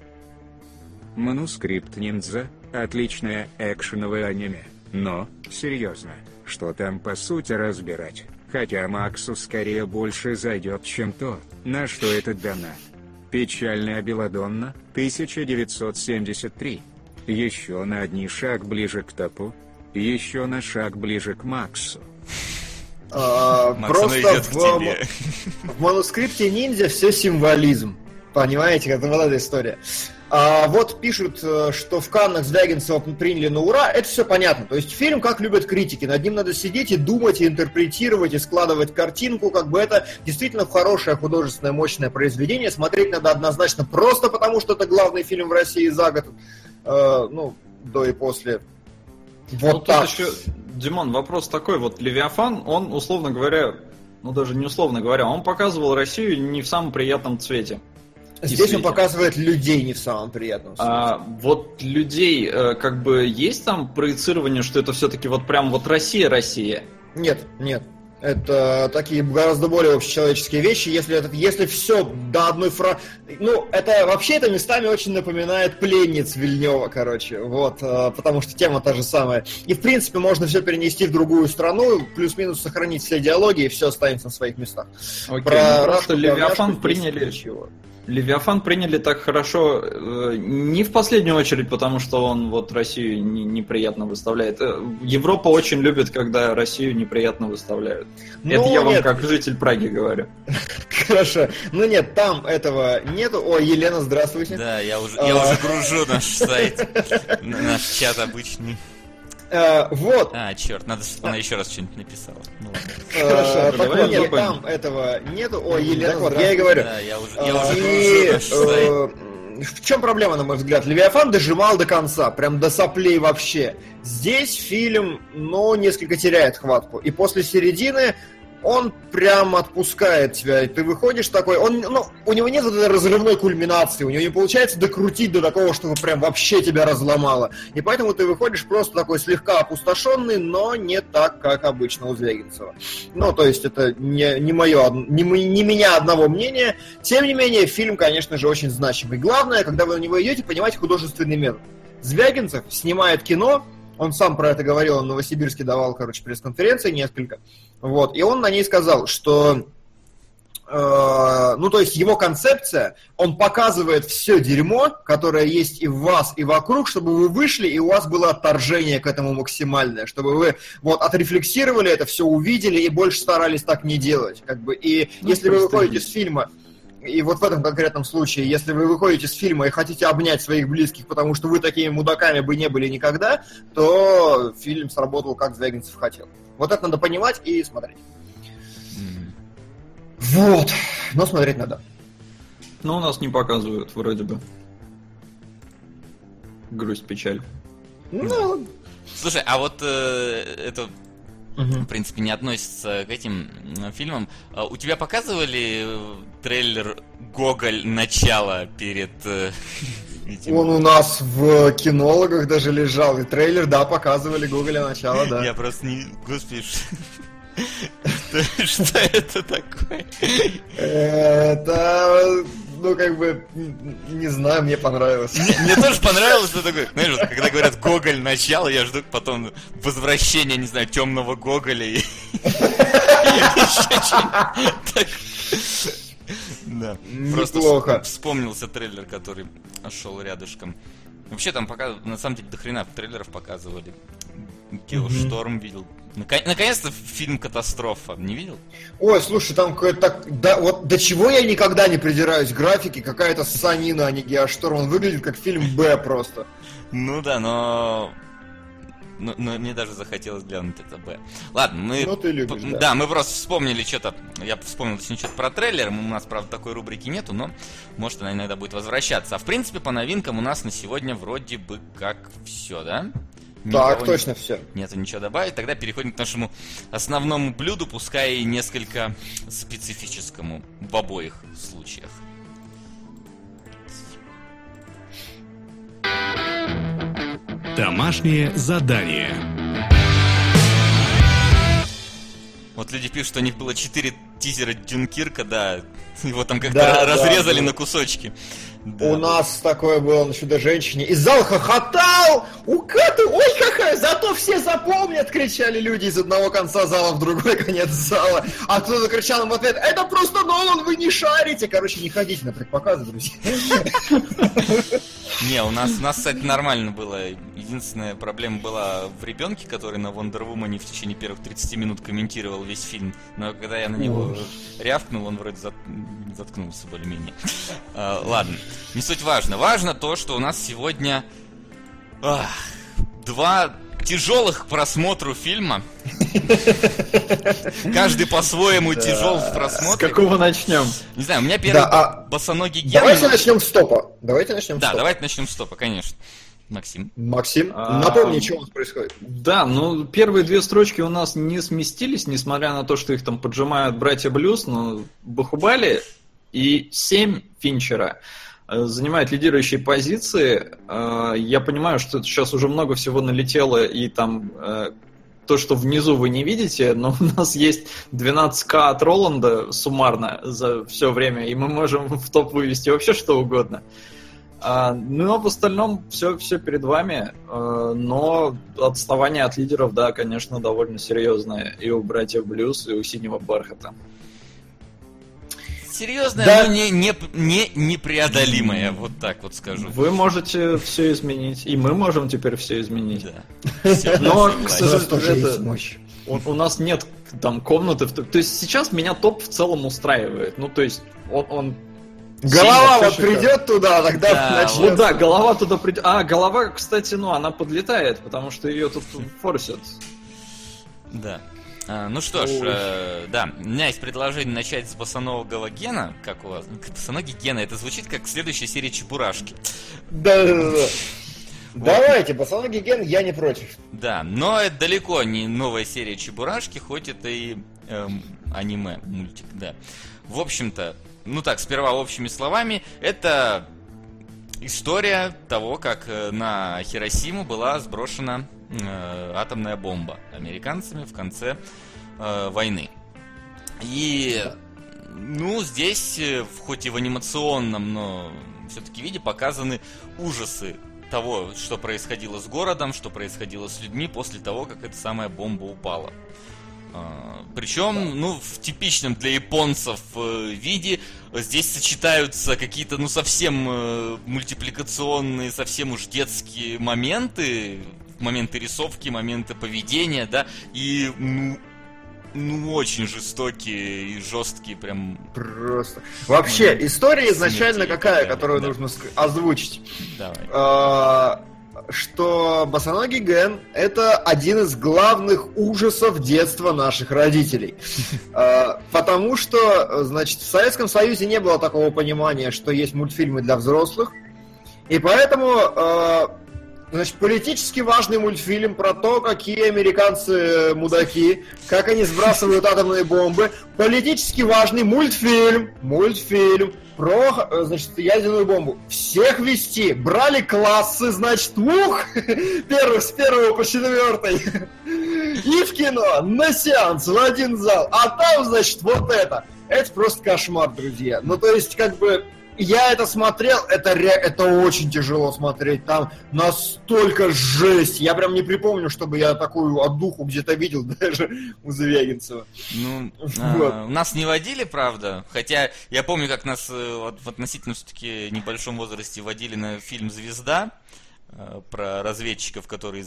Манускрипт Ниндзя — отличное экшеновое аниме. Но, серьезно, что там по сути разбирать? Хотя Максу скорее больше зайдет, чем то, на что этот донат. Печальная Беладонна, 1973. Еще на один шаг ближе к топу, еще на шаг ближе к Максу. Просто в манускрипте ниндзя все символизм. Понимаете, как вот эта история. Вот пишут, что в Каннах Звягинцева приняли на ура. Это все понятно. То есть фильм, как любят критики. Над ним надо сидеть и думать, и интерпретировать, и складывать картинку. Как бы это действительно хорошее художественное мощное произведение. Смотреть надо однозначно просто потому, что это главный фильм в России за год. До и после. Вот так. Еще, Димон, вопрос такой. Вот Левиафан, он, условно говоря, даже не условно говоря, он показывал Россию не в самом приятном цвете. Здесь он показывает людей не в самом приятном цвете. Вот людей, есть там проецирование, что это все-таки вот прям вот Россия? Нет. Это такие гораздо более общечеловеческие вещи, если все до одной фразы... Ну, это вообще это местами очень напоминает «Пленниц» Вильнёва, короче, вот, потому что тема та же самая. И, в принципе, можно все перенести в другую страну, плюс-минус сохранить все диалоги, и все останется на своих местах. Окей, Про просто Левиафан Левиафан приняли так хорошо не в последнюю очередь, потому что он вот Россию неприятно выставляет. Европа очень любит, когда Россию неприятно выставляют. Ну, это я вам нет. как житель Праги говорю. Хорошо. Ну нет, там этого нету. Ой, Елена, здравствуйте. Да, я уже гружу наш сайт, наш чат обычный. Вот. Черт, надо, чтобы она еще раз что-нибудь написала. Ну, ладно. Хорошо. давай Так, нет, запомним. там этого нету. Ой, Елена, Так вот, я и говорю. Да, я уже гружу И наш сайт. в чем проблема, на мой взгляд? Левиафан дожимал до конца, прям до соплей вообще. Здесь фильм, несколько теряет хватку. И после середины он прям отпускает тебя. И ты выходишь такой... у него нет вот этой разрывной кульминации. У него не получается докрутить до такого, чтобы прям вообще тебя разломало. И поэтому ты выходишь просто такой слегка опустошенный, но не так, как обычно у Звягинцева. То есть это не меня одного мнения. Тем не менее, фильм, конечно же, очень значимый. Главное, когда вы на него идете, понимать художественный метод. Звягинцев снимает кино, он сам про это говорил, он в Новосибирске давал, пресс-конференции несколько. Вот, и он на ней сказал, что, то есть его концепция, он показывает все дерьмо, которое есть и в вас, и вокруг, чтобы вы вышли, и у вас было отторжение к этому максимальное, чтобы вы отрефлексировали это, все увидели и больше старались так не делать. И если вы выходите с фильма, и вот в этом конкретном случае, если вы выходите с фильма и хотите обнять своих близких, потому что вы такими мудаками бы не были никогда, то фильм сработал, как Звягинцев хотел. Вот это надо понимать и смотреть. Вот. Но смотреть надо. Но у нас не показывают, вроде бы. Грусть, печаль. Слушай, а вот это... В принципе, не относится к этим фильмам. У тебя показывали трейлер «Гоголь. Начало» перед этим? Он у нас в кинологах даже лежал. И трейлер, да, показывали «Гоголя. Начало», да. Я просто не... Господи, что это такое? Это... не знаю, мне понравилось. Мне тоже понравилось, что такое. Знаешь, когда говорят «Гоголь. Начало», я жду потом возвращения, не знаю, темного Гоголя и да. Просто вспомнился трейлер, который шел рядышком. Вообще там показывали, на самом деле, дохрена трейлеров показывали. Киллшторм видел. Наконец-то фильм «Катастрофа». Не видел? Ой, слушай, там какое-то... Да, вот до чего я никогда не придираюсь графики, какая-то ссанина, а не Геошторм. Он выглядит как фильм «Б» просто. Ну да, но мне даже захотелось глянуть это «Б». Ладно, мы... Ну ты любишь, да. Да, мы просто вспомнили что-то... Я вспомнил, точнее, что-то про трейлер. У нас, правда, такой рубрики нету, но может она иногда будет возвращаться. А в принципе, по новинкам у нас на сегодня вроде бы как все, да? Так, точно все. Нету ничего добавить. Тогда переходим к нашему основному блюду, пускай и несколько специфическому в обоих случаях. Домашнее задание. Вот люди пишут, что у них было 4 тизера Дюнкирка, да. Его там как-то разрезали на кусочки. Да. У нас такое было на «Чудо-женщине». И зал хохотал! Ой, какая! Зато все запомнят! Кричали люди из одного конца зала в другой конец зала. А кто-то кричал им в ответ: это просто Нолан, вы не шарите! Короче, не ходите на предпоказы, друзья. Не, у нас, кстати, нормально было. Единственная проблема была в ребенке, который на Wonder Woman в течение первых 30 минут комментировал весь фильм. Но когда я на него рявкнул, он вроде заткнулся более-менее. Ладно, не суть важно. Важно то, что у нас сегодня 2 тяжелых к просмотру фильма. Каждый по-своему тяжел в просмотре. С какого начнем? Не знаю, у меня первый босоногий Ген. Давайте начнем с топа. Да, давайте начнем с топа, конечно. Максим, напомни, что у нас происходит. Да, первые 2 строчки у нас не сместились, несмотря на то, что их там поджимают братья Блюз, но Бахубали и 7 Финчера занимают лидирующие позиции. Я понимаю, что сейчас уже много всего налетело, и там то, что внизу вы не видите, но у нас есть 12К от Роланда суммарно за все время, и мы можем в топ вывести вообще что угодно. Ну, а в остальном все перед вами, но отставание от лидеров, да, конечно, довольно серьезное и у «Братьев Блюз», и у «Синего бархата». Серьезное, Да. но не непреодолимое, вот так вот скажу. Вы можете все изменить, и мы можем теперь все изменить. Да. Всё, Но, согласен. к У нас сожалению, тоже есть это- мощь. у нас нет там комнаты. То есть сейчас меня топ в целом устраивает. Ну, то есть он Голова вообще вот шикарно. придет туда, тогда Да, начнется. Вот да, голова туда придет. А, голова, кстати, ну, она подлетает, потому что ее тут форсят. Да. Ну что ж, да, у меня есть предложение начать с босоногого Гена. Как у вас? Босоногий Гена, это звучит как следующая серия Чебурашки. Да. Давайте, босоногий Ген, я не против. Да, но это далеко не новая серия Чебурашки, хоть это и аниме, мультик, да. В общем-то, ну так, сперва общими словами, это история того, как на Хиросиму была сброшена атомная бомба американцами в конце войны. И, ну, здесь, хоть и в анимационном, но все-таки виде показаны ужасы того, что происходило с городом, что происходило с людьми после того, как эта самая бомба упала. Причем, ну, в типичном для японцев виде здесь сочетаются какие-то, ну, совсем мультипликационные, совсем уж детские моменты рисовки, моменты поведения, да, и, ну, очень жестокие и жесткие прям. Просто. Вообще, история Смерти изначально и так какая, далее, которую да. нужно озвучить? Давай. Что босоногий Ген — это один из главных ужасов детства наших родителей. Потому что, значит, в Советском Союзе не было такого понимания, что есть мультфильмы для взрослых. И поэтому, значит, политически важный мультфильм про то, какие американцы мудаки, как они сбрасывают атомные бомбы. Политически важный мультфильм про, значит, ядерную бомбу. Всех вести. Брали классы, значит, с 1 по 4. И в кино, на сеанс, в один зал. А там, значит, вот это. Это просто кошмар, друзья. Ну, то есть, как бы, я это смотрел, это очень тяжело смотреть. Там настолько жесть. Я прям не припомню, чтобы я такую отдуху где-то видел, даже у Звягинцева. Ну, Вот. у нас не водили, правда, хотя я помню, как нас в относительно все-таки небольшом возрасте водили на фильм «Звезда» про разведчиков, которые,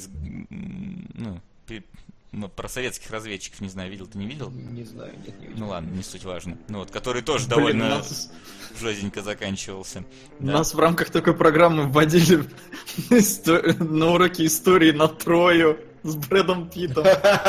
про советских разведчиков, не знаю, видел ты, не видел? Не знаю, нет, не видел. Ну ладно, не суть важно. Ну вот, который тоже Блин, довольно нас- жестенько заканчивался. Да. Нас в рамках такой программы вводили на уроки истории на Трою с Брэдом Питтом.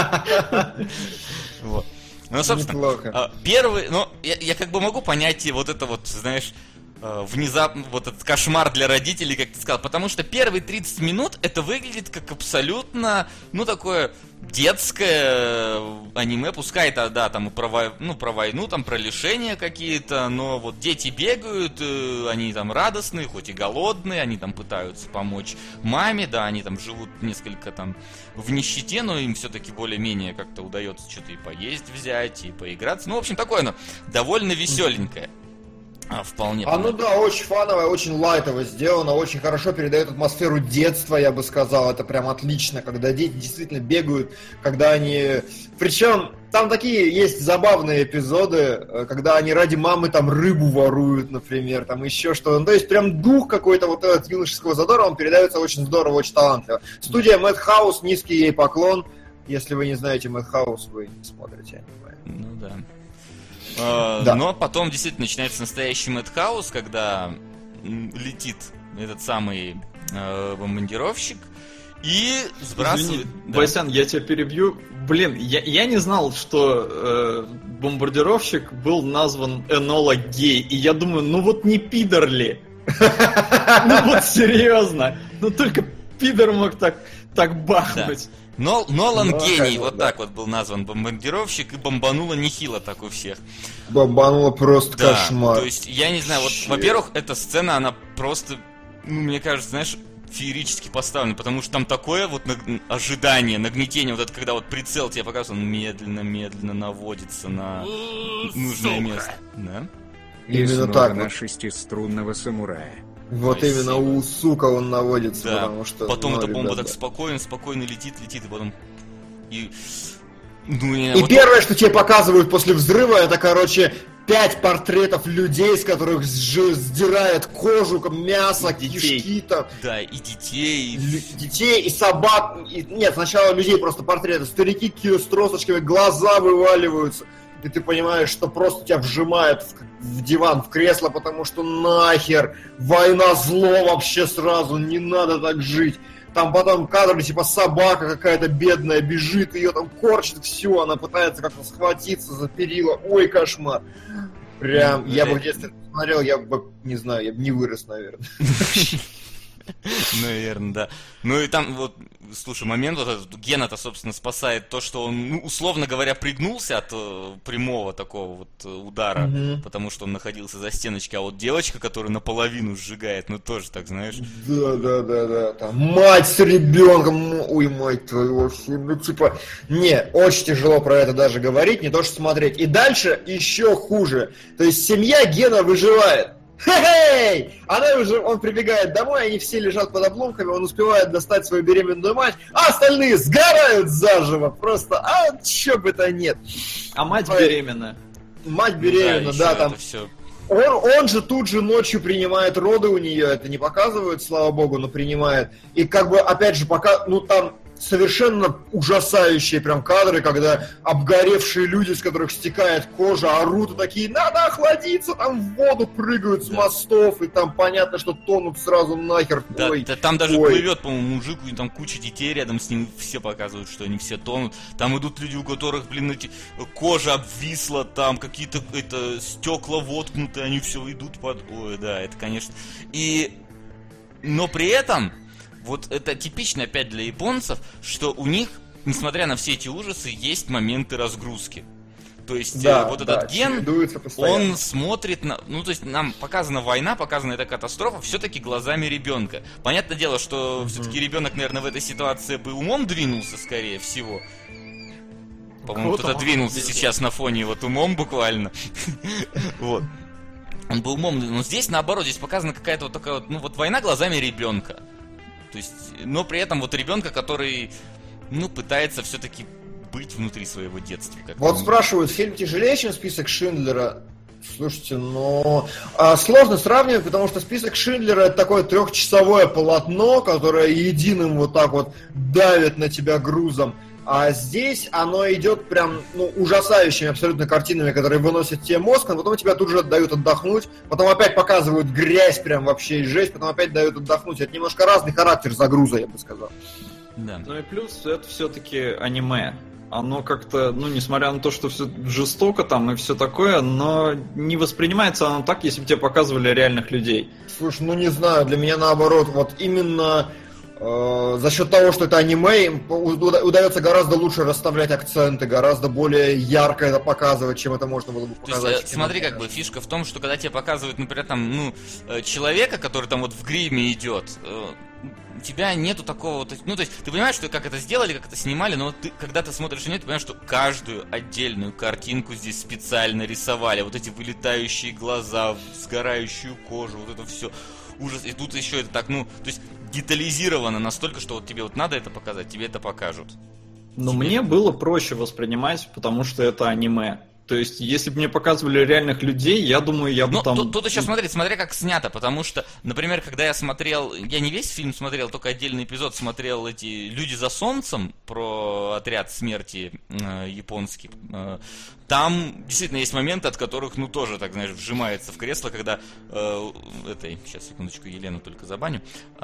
Вот. Ну, собственно, Неплохо. первый, ну, я как бы могу понять и вот это вот, знаешь, внезапно, вот этот кошмар для родителей, как ты сказал, потому что первые 30 минут это выглядит как абсолютно, ну, такое детское аниме, пускай это, да, там и про войну, там про лишения какие-то, но вот дети бегают, они там радостные, хоть и голодные, они там пытаются помочь маме, да, они там живут несколько там в нищете, но им все-таки более-менее как-то удается что-то и поесть взять, и поиграться, ну, в общем, такое оно довольно веселенькое. Вполне. Ну да, очень фановое, очень лайтово сделано, очень хорошо передает атмосферу детства, я бы сказал. Это прям отлично, когда дети действительно бегают, когда они... Причем там такие есть забавные эпизоды, когда они ради мамы там рыбу воруют, например, там еще что-то. Ну, то есть прям дух какой-то вот этот юношеского задора, он передается очень здорово, очень талантливо. Студия Madhouse, низкий ей поклон. Если вы не знаете Madhouse, вы не смотрите аниме. Ну да. Да. Но потом действительно начинается настоящий Madhouse, когда летит этот самый бомбардировщик и сбрасывает... Извини, Да. Васян, я тебя перебью. Блин, я не знал, что бомбардировщик был назван Энола Гей. И я думаю, ну вот не пидор ли? Ну вот серьезно. Ну только пидор мог так бахнуть. Нолан Ну, гений, как бы, вот да. так вот был назван бомбардировщик, и бомбануло нехило так у всех. Бомбануло просто Да, кошмар. то есть, я не знаю, вот, Щет. во-первых, эта сцена, она просто, ну, мне кажется, знаешь, феерически поставлен, потому что там такое вот ожидание, нагнетение, вот это когда вот прицел тебе показывает, он медленно наводится на нужное место. Да? И Именно снова так на вот. шестиструнного самурая. Вот Спасибо. именно у сука он наводится, Да, потому что... потом ну, эта бомба ребята. так спокойно летит, и потом... И... Ну, И вот первое, что тебе показывают после взрыва, это, короче, 5 портретов людей, с которых сдирает кожу, мясо, Детей. кишки там. да, и детей, Детей и собак. Нет, сначала людей просто портреты. Старики с тросочками, глаза вываливаются. И ты понимаешь, что просто тебя вжимают в диван, в кресло, потому что нахер, война зло вообще сразу, не надо так жить. Там потом кадры, типа собака какая-то бедная бежит, ее там корчит, все, она пытается как-то схватиться за перила. Ой, кошмар. Прям, я бы в детстве смотрел, я бы, не знаю, я бы не вырос, наверное. наверное, да. Ну и там вот, слушай, момент вот этот, Гена-то, собственно, спасает то, что он, ну, условно говоря, пригнулся от прямого такого вот удара, Мгм. потому что он находился за стеночкой, а вот девочка, которая наполовину сжигает, ну тоже так, знаешь. Да. Там мать с ребенком, ой, мать твою, вообще, ну типа, не, очень тяжело про это даже говорить, не то что смотреть. И дальше еще хуже. То есть семья Гена выживает. Хе-хей! Он прибегает домой, они все лежат под обломками, он успевает достать свою беременную мать, а остальные сгорают заживо. Просто, чё бы то нет. А мать Ой. беременна. Мать беременна, еще да, там. это все. Он же тут же ночью принимает роды у нее, это не показывают, слава богу, но принимает. И как бы, опять же, пока, ну там совершенно ужасающие прям кадры, когда обгоревшие люди, с которых стекает кожа, орут и такие, надо охладиться, там в воду прыгают с мостов, и там понятно, что тонут сразу нахер. Да, Ой, там даже ой. плывет, по-моему, мужик, и там куча детей рядом с ним, все показывают, что они все тонут. Там идут люди, у которых, блин, кожа обвисла, там какие-то стекла воткнуты, они все идут под... Ой, да, это, конечно... Но при этом, вот это типично опять для японцев, что у них, несмотря на все эти ужасы, есть моменты разгрузки. То есть Да, вот да, этот Ген, чередуется постоянно. он смотрит на... Ну, то есть нам показана война, показана эта катастрофа все-таки глазами ребенка. Понятное дело, что все-таки ребенок, наверное, в этой ситуации бы умом двинулся, скорее всего. По-моему, Круто, кто-то двинулся молодец. сейчас на фоне вот умом буквально. Вот. Он был умом, но здесь наоборот, здесь показана какая-то вот такая вот, ну вот война глазами ребенка. То есть, но при этом вот ребенка, который, ну, пытается все-таки быть внутри своего детства. Вот спрашивают, фильм тяжелее, чем список Шиндлера? Слушайте, но сложно сравнивать, потому что список Шиндлера это такое 3-часовое полотно, которое единым вот так вот давит на тебя грузом. А здесь оно идет прям, ну, ужасающими абсолютно картинами, которые выносят тебе мозг, а потом тебя тут же дают отдохнуть, потом опять показывают грязь прям вообще и жесть, потом опять дают отдохнуть. Это немножко разный характер загруза, я бы сказал. Да. Ну и плюс, это все-таки аниме. Оно как-то, ну, несмотря на то, что все жестоко там и все такое, но не воспринимается оно так, если бы тебе показывали реальных людей. Слушай, ну не знаю, для меня наоборот, вот именно за счет того, что это аниме, им удается гораздо лучше расставлять акценты, гораздо более ярко это показывать, чем это можно было бы То показать. есть, смотри, как бы фишка в том, что когда тебе показывают, например, там, ну, человека, который там вот в гриме идет, у тебя нету такого вот, ну, то есть, ты понимаешь, что как это сделали, как это снимали, но ты, когда ты смотришь на это, ты понимаешь, что каждую отдельную картинку здесь специально рисовали, вот эти вылетающие глаза, сгорающую кожу, вот это все. Ужас, и тут еще это так, ну, то есть детализировано настолько, что вот тебе вот надо это показать, тебе это покажут. Но мне было проще воспринимать, потому что это аниме. То есть, если бы мне показывали реальных людей, я думаю, я бы Но там... тут еще смотря как снято, потому что, например, когда я смотрел, я не весь фильм смотрел, только отдельный эпизод смотрел эти «Люди за солнцем», про отряд смерти японский, там действительно есть моменты, от которых, ну, тоже, так, знаешь, вжимается в кресло, когда сейчас, секундочку, Елену только забаню,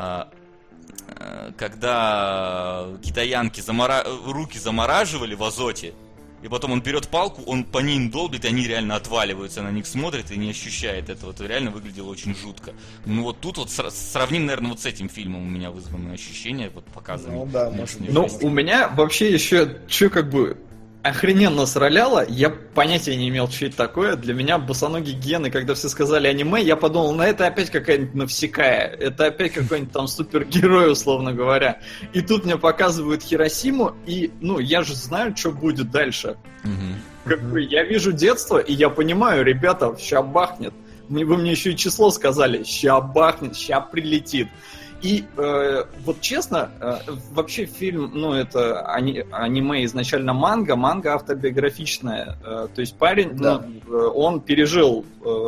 когда китаянки руки замораживали в азоте, и потом он берет палку, он по ним долбит, и они реально отваливаются, на них смотрит и не ощущает этого. Это реально выглядело очень жутко. Ну вот тут вот сравним, наверное, вот с этим фильмом у меня вызваны ощущения, вот показаны. Ну да, может быть. Ну, у меня вообще еще, что как бы, охрененно сраляло. Я понятия не имел, что это такое. Для меня босоногий Ген, и когда все сказали аниме, я подумал, ну это опять какая-нибудь Навсекая. Это опять какой-нибудь там супергерой, условно говоря. И тут мне показывают Хиросиму, и, ну, я же знаю, что будет дальше. Как бы я вижу детство, и я понимаю, ребята, ща бахнет. Вы мне еще и число сказали, ща бахнет, ща прилетит. И вот честно, вообще фильм, ну это аниме изначально манга автобиографичная. То есть парень, да. Он пережил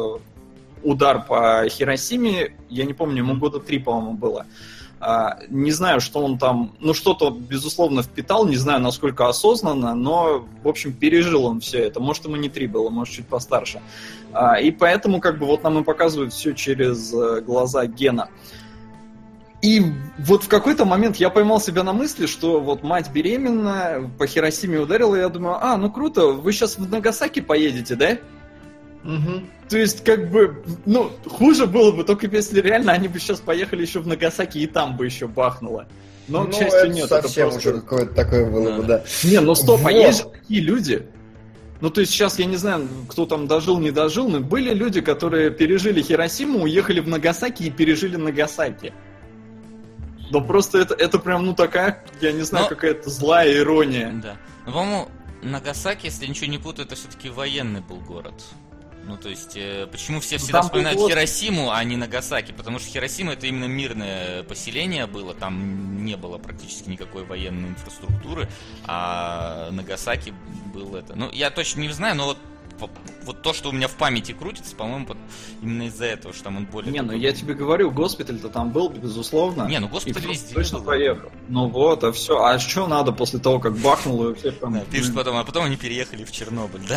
удар по Хиросиме, я не помню, ему года 3, по-моему, было. Не знаю, что он там, ну что-то, безусловно, впитал, не знаю, насколько осознанно, но, в общем, пережил он все это. Может, ему не 3 было, может, чуть постарше. И поэтому, как бы, вот нам и показывают все через глаза Гена. И вот в какой-то момент я поймал себя на мысли, что вот мать беременна, по Хиросиме ударила, и я думаю, ну круто, вы сейчас в Нагасаки поедете, да? Угу. То есть, как бы, ну, хуже было бы, только если реально они бы сейчас поехали еще в Нагасаки, и там бы еще бахнуло. Но, к счастью, нет. Совсем это уже какое-то такое было бы, да. Не, ну стоп, вот. А есть же такие люди. Ну, то есть сейчас я не знаю, кто там дожил, не дожил, но были люди, которые пережили Хиросиму, уехали в Нагасаки и пережили Нагасаки. Но просто это прям, ну, такая, я не знаю, какая-то злая ирония. Да. Но, по-моему, Нагасаки, если ничего не путаю, это все-таки военный был город. Ну, то есть, почему все всегда вспоминают Хиросиму, а не Нагасаки? Потому что Хиросима это именно мирное поселение было, там не было практически никакой военной инфраструктуры, а Нагасаки был это. Ну, я точно не знаю, но вот то, что у меня в памяти крутится, по-моему, именно из-за этого, что там он более... Не, ну я тебе говорю, госпиталь-то там был, безусловно. Не, ну госпиталь везде точно был. Поехал. Ну вот, а все. А что надо после того, как бахнуло и все там... Да, пишут потом, а потом они переехали в Чернобыль, да?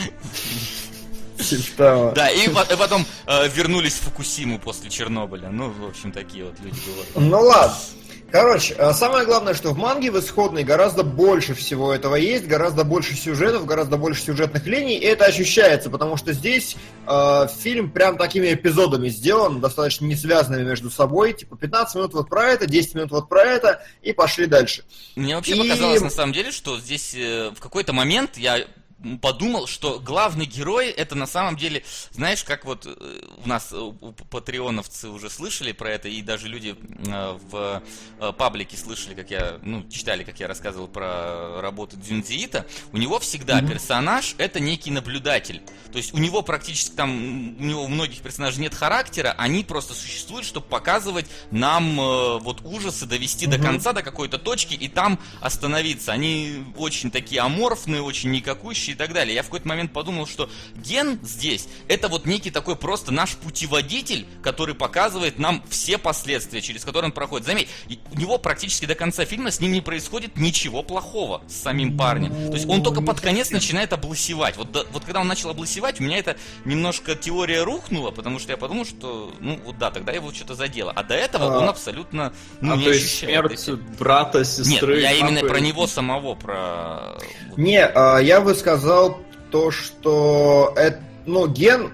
Да, и потом вернулись в Фукусиму после Чернобыля. Ну, в общем, такие вот люди бывают. Ну ладно. Короче, самое главное, что в манге в исходной гораздо больше всего этого есть, гораздо больше сюжетов, гораздо больше сюжетных линий, и это ощущается, потому что здесь фильм прям такими эпизодами сделан, достаточно не связанными между собой, типа 15 минут вот про это, 10 минут вот про это, и пошли дальше. Мне вообще показалось на самом деле, что здесь в какой-то момент я подумал, что главный герой это на самом деле, знаешь, как вот у нас патреоновцы уже слышали про это, и даже люди в паблике слышали, как я, читали, как я рассказывал про работу Дзюнзиита, у него всегда персонаж это некий наблюдатель. То есть у него практически там, у него у многих персонажей нет характера, они просто существуют, чтобы показывать нам вот ужасы, довести до конца, до какой-то точки и там остановиться. Они очень такие аморфные, очень никакущие и так далее. Я в какой-то момент подумал, что Ген здесь это вот некий такой просто наш путеводитель, который показывает нам все последствия, через которые он проходит. Заметь, у него практически до конца фильма с ним не происходит ничего плохого с самим парнем. То есть он только под конец начинает облысевать. Вот когда он начал облысевать, у меня это немножко теория рухнула, потому что я подумал, что, тогда его что-то задело. А до этого он абсолютно не то есть смерть брата, сестры? Нет, я именно про него самого, про... Не, я бы сказал то, что Ген,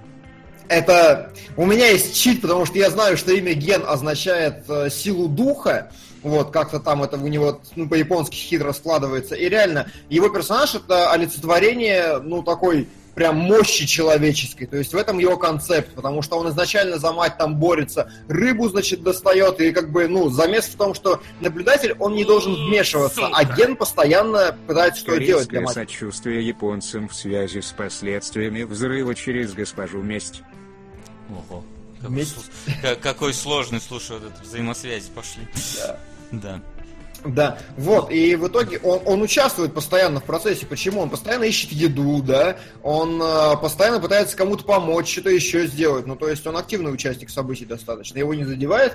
это... У меня есть чит, потому что я знаю, что имя Ген означает силу духа. Вот, как-то там это у него, по-японски хитро складывается. И реально, его персонаж это олицетворение, такой прям мощи человеческой. То есть в этом его концепт, потому что он изначально за мать там борется, рыбу, достает, и замес в том, что наблюдатель, он не должен вмешиваться, а Ген постоянно пытается что делать для матери. Сочувствие японцам в связи с последствиями взрыва через госпожу Месть. Ого. Какой сложный, слушай, вот это взаимосвязи пошли. Да. Да, вот, и в итоге он участвует постоянно в процессе. Почему? Он постоянно ищет еду, да, он постоянно пытается кому-то помочь, что-то еще сделать. То есть он активный участник событий достаточно. Его не задевает,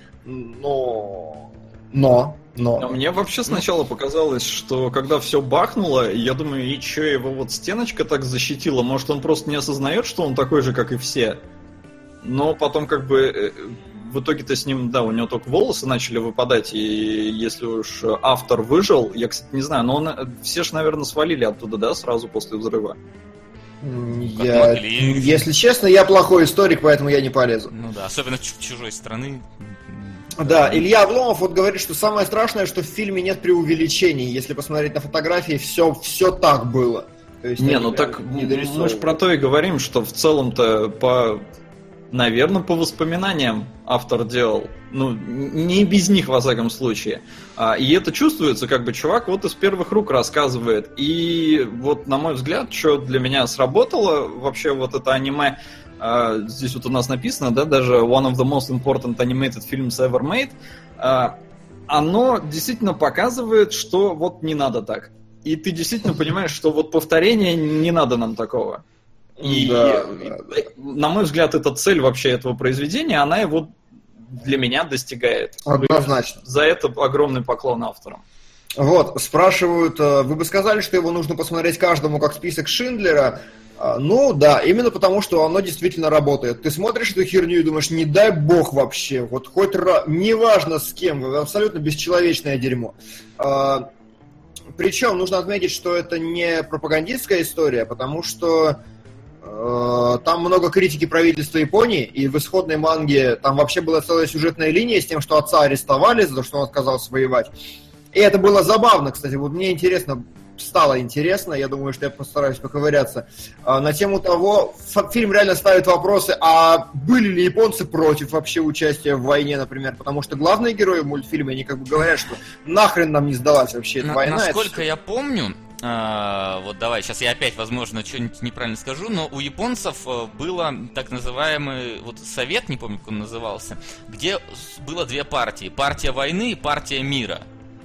но мне вообще сначала показалось, что когда все бахнуло, я думаю, и че его вот стеночка так защитила, может он просто не осознает, что он такой же, как и все. Но потом в итоге-то с ним, да, у него только волосы начали выпадать, и если уж автор выжил, я, кстати, не знаю, но все ж, наверное, свалили оттуда, да, сразу после взрыва? Если честно, я плохой историк, поэтому я не полезу. Ну да, особенно чужой страны. Да, Илья Обломов вот говорит, что самое страшное, что в фильме нет преувеличений. Если посмотреть на фотографии, все так было. То есть Не, ну так мы же про то и говорим, что в целом-то наверное, по воспоминаниям автор делал. Ну, не без них, во всяком случае. И это чувствуется, как бы чувак вот из первых рук рассказывает. И вот, на мой взгляд, что для меня сработало вообще вот это аниме, здесь вот у нас написано, да, даже one of the most important animated films ever made, оно действительно показывает, что вот не надо так. И ты действительно понимаешь, что вот повторения не надо нам такого. И, на мой взгляд, эта цель вообще этого произведения, она его для меня достигает. Однозначно. За это огромный поклон авторам. Вот, спрашивают, вы бы сказали, что его нужно посмотреть каждому как список Шиндлера? Ну да, именно потому, что оно действительно работает. Ты смотришь эту херню и думаешь, не дай бог вообще, вот хоть раз, неважно с кем, абсолютно бесчеловечное дерьмо. Причем нужно отметить, что это не пропагандистская история, потому что там много критики правительства Японии, и в исходной манге там вообще была целая сюжетная линия с тем, что отца арестовали за то, что он отказался воевать. И это было забавно, кстати. Вот мне стало интересно, я думаю, что я постараюсь поковыряться, на тему того, фильм реально ставит вопросы, а были ли японцы против вообще участия в войне, например, потому что главные герои мультфильма, они как бы говорят, что нахрен нам не сдалась вообще эта война. Насколько я помню, вот давай, сейчас я опять, возможно, что-нибудь неправильно скажу, но у японцев было так называемый вот совет, не помню, как он назывался, где было две партии. Партия войны и партия мира.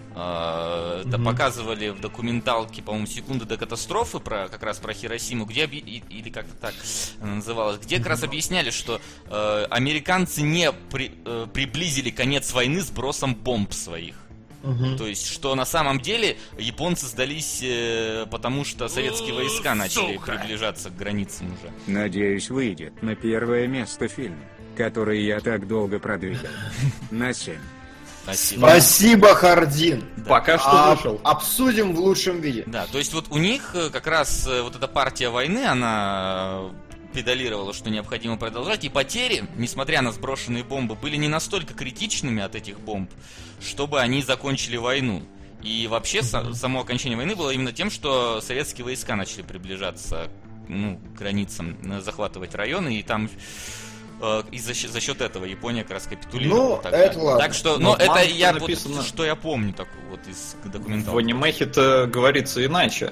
Это показывали в документалке, по-моему, «Секунды до катастрофы», как раз про Хиросиму, где или как-то так называлось, где как раз объясняли, что американцы не приблизили конец войны сбросом бомб своих. То есть, что на самом деле японцы сдались, потому что советские войска начали приближаться к границам уже. Надеюсь, выйдет на первое место фильм, который я так долго продвигал. На 7. Спасибо, Хардин. Да. Пока что вышел. Обсудим в лучшем виде. Да, то есть вот у них как раз вот эта партия войны, она педалировала, что необходимо продолжать, и потери, несмотря на сброшенные бомбы, были не настолько критичными от этих бомб, чтобы они закончили войну. И вообще само окончание войны было именно тем, что советские войска начали приближаться к границам, захватывать районы, и там и за счет этого Япония как раз капитулировала. Ну, это ладно. Так что, это я написано... вот, что я помню так, вот из документалки. В анимехе-то говорится иначе.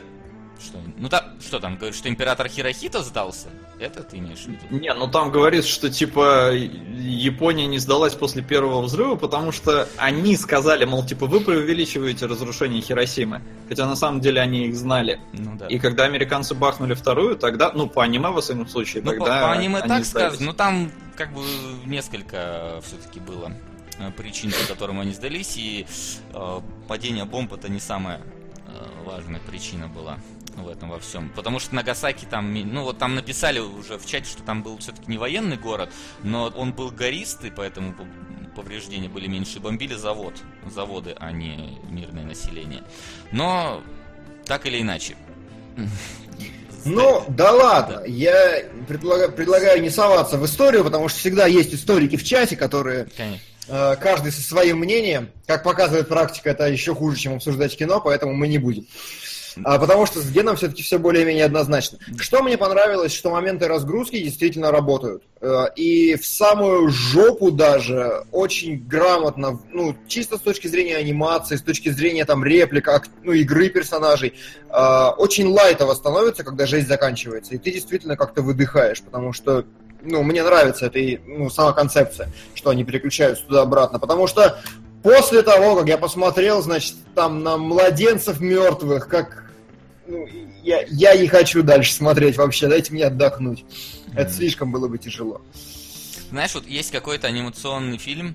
Что там, говорит, что император Хирохито сдался? Это ты имеешь в виду? Не, там говорится, что типа Япония не сдалась после первого взрыва, потому что они сказали, мол, типа вы преувеличиваете разрушение Хиросимы. Хотя на самом деле они их знали. Да. И когда американцы бахнули вторую, тогда, по аниме во всяком случае, тогда по аниме они так сдались. сказано, там как бы несколько все-таки было причин, по которым они сдались, и падение бомб это не самая важная причина была в этом во всем. Потому что Нагасаки там, там написали уже в чате, что там был все-таки не военный город, но он был гористый, поэтому повреждения были меньше. Бомбили заводы, а не мирное население. Но так или иначе. Да ладно, да. Я предлагаю не соваться в историю, потому что всегда есть историки в чате, которые... Каждый со своим мнением. Как показывает практика, это еще хуже, чем обсуждать кино, поэтому мы не будем. Потому что с Геном все-таки все более-менее однозначно. Что мне понравилось, что моменты разгрузки действительно работают. И в самую жопу даже очень грамотно, чисто с точки зрения анимации, с точки зрения там реплик, игры персонажей, очень лайтово становится, когда жесть заканчивается. И ты действительно как-то выдыхаешь, потому что мне нравится эта сама концепция, что они переключаются туда-обратно, потому что после того, как я посмотрел, значит, там на младенцев мертвых, как... я не хочу дальше смотреть вообще, дайте мне отдохнуть. Это слишком было бы тяжело. Знаешь, вот есть какой-то анимационный фильм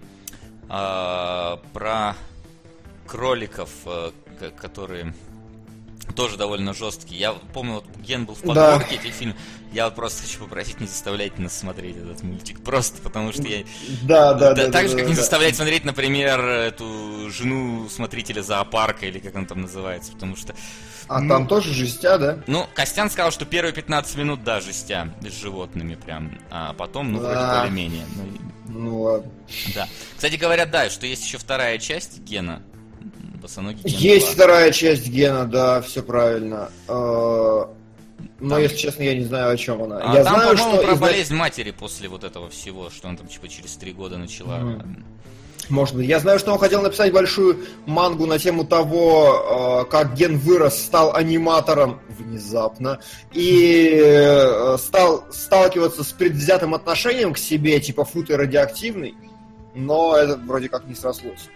про кроликов, которые... тоже довольно жесткий. Я помню, вот Ген был в подборке этих фильмов. Я просто хочу попросить, не заставлять нас смотреть этот мультик. Просто потому что я... Так же, как не заставлять смотреть, например, эту жену смотрителя зоопарка, или как он там называется, потому что... там тоже жестя, да? Костян сказал, что первые 15 минут, да, жестя с животными прям. А потом, вроде более-менее. Ну ладно. Да. Кстати, говорят, да, что есть еще вторая часть Гена. Босоногий Ген Есть 2. вторая часть Гена, да, все правильно. Но, Там- если честно, я не знаю, о чем она. А Я там, знаю, по-моему, что про изна- болезнь матери после вот этого всего, что она там типа через 3 года начала. Может быть. Я знаю, что он хотел написать большую мангу на тему того, как Ген вырос, стал аниматором внезапно и стал сталкиваться с предвзятым отношением к себе, типа фу ты радиоактивный, но это вроде как не срослось.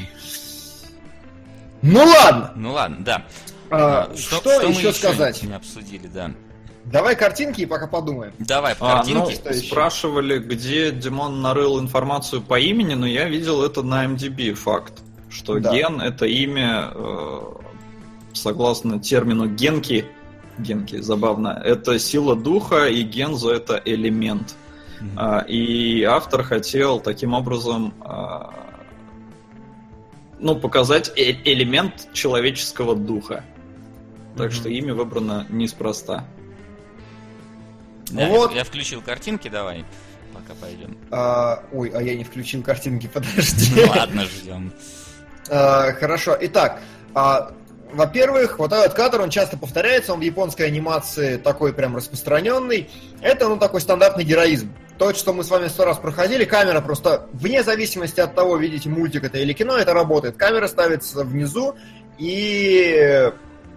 Ну ладно! Ну ладно, да. Что мы еще сказать? не обсудили, да. Давай картинки и пока подумаем. Давай, по картинке. что еще? Спрашивали, где Димон нарыл информацию по имени, но я видел это на MDB факт, что Да. Ген — это имя, согласно термину генки, забавно, это сила духа, и гензо — это элемент. И автор хотел таким образом показать элемент человеческого духа. Так что имя выбрано неспроста. Да, Вот. Я включил картинки, давай, пока пойдем. А я не включил картинки, подожди. Ну ладно, ждем. Хорошо. Итак, во-первых, вот этот кадр, он часто повторяется, он в японской анимации такой прям распространенный. Это, такой стандартный героизм. То, что мы с вами 100 раз проходили, камера просто, вне зависимости от того, видите мультик это или кино, это работает. Камера ставится внизу, и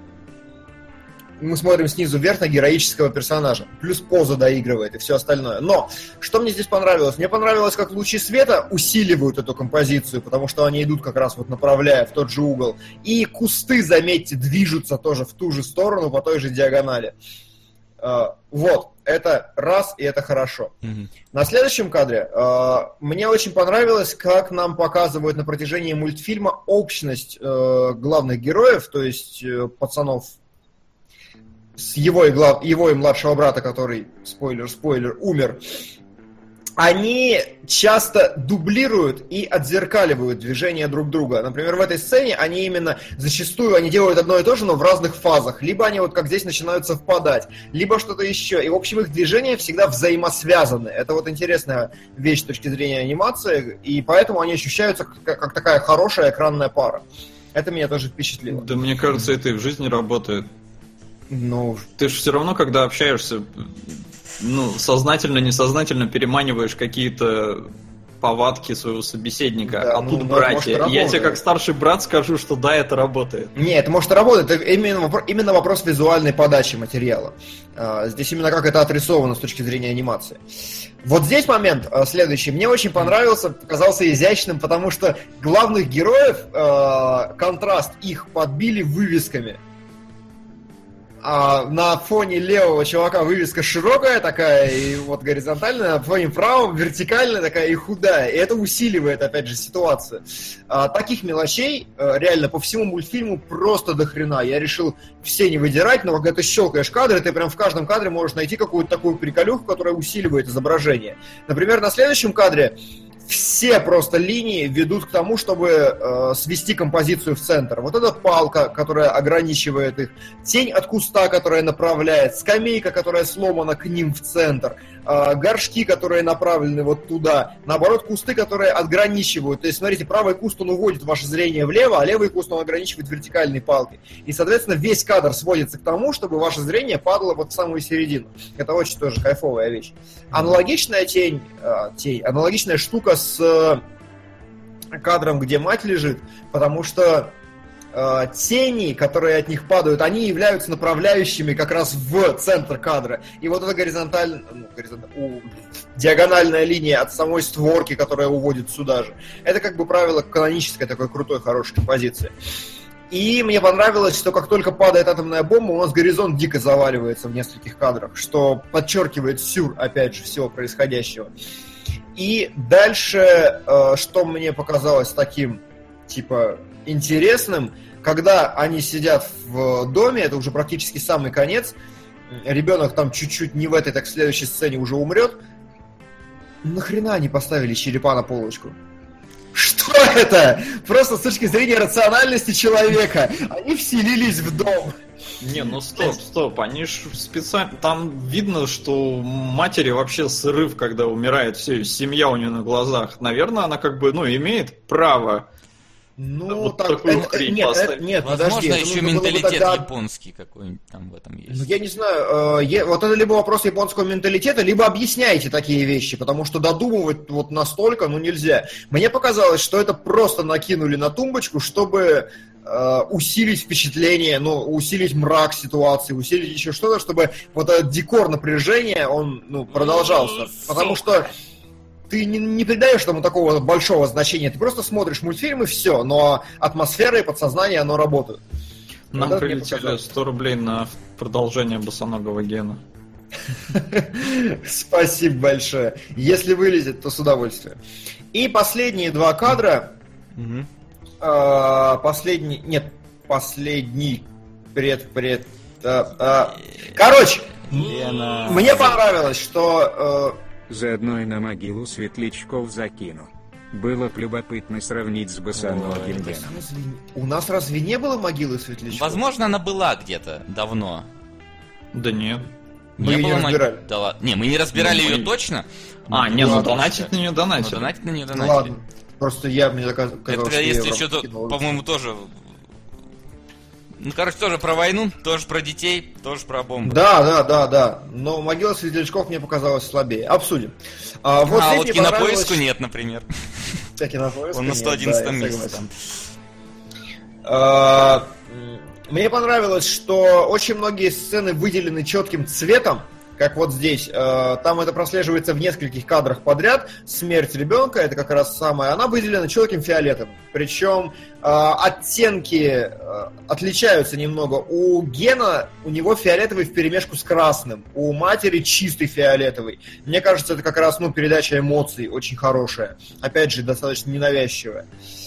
мы смотрим снизу вверх на героического персонажа. Плюс поза доигрывает и все остальное. Но, что мне здесь понравилось? Мне понравилось, как лучи света усиливают эту композицию, потому что они идут как раз вот направляя в тот же угол. И кусты, заметьте, движутся тоже в ту же сторону, по той же диагонали. Вот, это раз, и это хорошо. На следующем кадре мне очень понравилось, как нам показывают на протяжении мультфильма общность главных героев, то есть пацанов с его и младшего брата, который, спойлер, умер. Они часто дублируют и отзеркаливают движения друг друга. Например, в этой сцене они именно зачастую они делают одно и то же, но в разных фазах. Либо они вот как здесь начинают совпадать, либо что-то еще. И, в общем, их движения всегда взаимосвязаны. Это вот интересная вещь с точки зрения анимации, и поэтому они ощущаются как такая хорошая экранная пара. Это меня тоже впечатлило. Да мне кажется, это и в жизни работает. Ну, Ты же все равно, когда общаешься, сознательно-несознательно переманиваешь какие-то повадки своего собеседника. Да, Тут может, братья. работает. Я тебе как старший брат скажу, что да, это работает. не, это может и работать. Это именно вопрос визуальной подачи материала. Здесь именно как это отрисовано с точки зрения анимации. Вот здесь момент следующий. Мне очень понравился, показался изящным, потому что главных героев, контраст их подбили вывесками. А на фоне левого чувака вывеска широкая такая, и вот горизонтальная, на фоне правого вертикальная такая и худая. И это усиливает, опять же, ситуацию. Таких мелочей реально по всему мультфильму просто до хрена. Я решил все не выдирать, но когда ты щелкаешь кадры, ты прям в каждом кадре можешь найти какую-то такую приколюху, которая усиливает изображение. Например, на следующем кадре все просто линии ведут к тому, чтобы свести композицию в центр. Вот эта палка, которая ограничивает их, тень от куста, которая направляет, скамейка, которая сломана к ним в центр, горшки, которые направлены вот туда, наоборот, кусты, которые отграничивают. То есть, смотрите, правый куст, он уводит ваше зрение влево, а левый куст, он ограничивает вертикальной палкой. И, соответственно, весь кадр сводится к тому, чтобы ваше зрение падало вот в самую середину. Это очень тоже кайфовая вещь. Аналогичная аналогичная штука с кадром, где мать лежит, потому что тени, которые от них падают, они являются направляющими как раз в центр кадра. И вот эта диагональная линия от самой створки, которая уводит сюда же. Это как бы правило канонической такой крутой, хорошей композиции. И мне понравилось, что как только падает атомная бомба, у нас горизонт дико заваливается в нескольких кадрах, что подчеркивает сюр, опять же, всего происходящего. И дальше, что мне показалось таким, интересным, когда они сидят в доме, это уже практически самый конец, ребенок там чуть-чуть не в этой, так в следующей сцене уже умрет, нахрена они поставили черепа на полочку? Что это? Просто с точки зрения рациональности человека. Они вселились в дом. Не, ну стоп, они ж специально... Там видно, что у матери вообще срыв, когда умирает вся семья у нее на глазах. Наверное, она как бы, имеет право... Ну, вот так, такую хрень поставить. нет, Возможно, подожди. еще нужно было бы менталитет тогда- японский какой-нибудь там в этом есть. Ну, я не знаю, вот это либо вопрос японского менталитета, либо объясняете такие вещи, потому что додумывать вот настолько, нельзя. Мне показалось, что это просто накинули на тумбочку, чтобы усилить впечатление, усилить мрак ситуации, усилить еще что-то, чтобы вот этот декор напряжения, он продолжался. Потому что ты не придаешь тому такого большого значения, ты просто смотришь мультфильм и все, но атмосфера и подсознание, оно работают. Нам Вот это мне прилетели показалось. 100 рублей на продолжение босоногого Гена. Спасибо большое. Если вылезет, то с удовольствием. И последние два кадра. Последний Короче, Лена. мне понравилось, что Заодно и на могилу светлячков закину. Было б любопытно сравнить с босоногим Геном. у нас разве не было могилы светлячков? Возможно, она была где-то давно. Да нет. Мы её не разбирали. Да ладно. Не, мы не разбирали Ну, ее мы- точно. донатить на нее Но донатили. донатить на нее Ну, донатили. ладно. Просто мне казалось, Это что если я что-то, кинул. по-моему, тоже... тоже про войну, тоже про детей, тоже про бомбы. Да. Но могила светлячков мне показалась слабее. Обсудим. Вот Вот здесь мне Кинопоиску понравилось- нет, например. Да, Кинопоиску Он на нет, 111 да, я месте согласен. там. Мне понравилось, что очень многие сцены выделены четким цветом, как вот здесь. Там это прослеживается в нескольких кадрах подряд. Смерть ребенка, это как раз самое. Она выделена четким фиолетовым. Причем оттенки отличаются немного. У Гена, у него фиолетовый вперемешку с красным. У матери чистый фиолетовый. Мне кажется, это как раз передача эмоций очень хорошая. Опять же, достаточно ненавязчивая.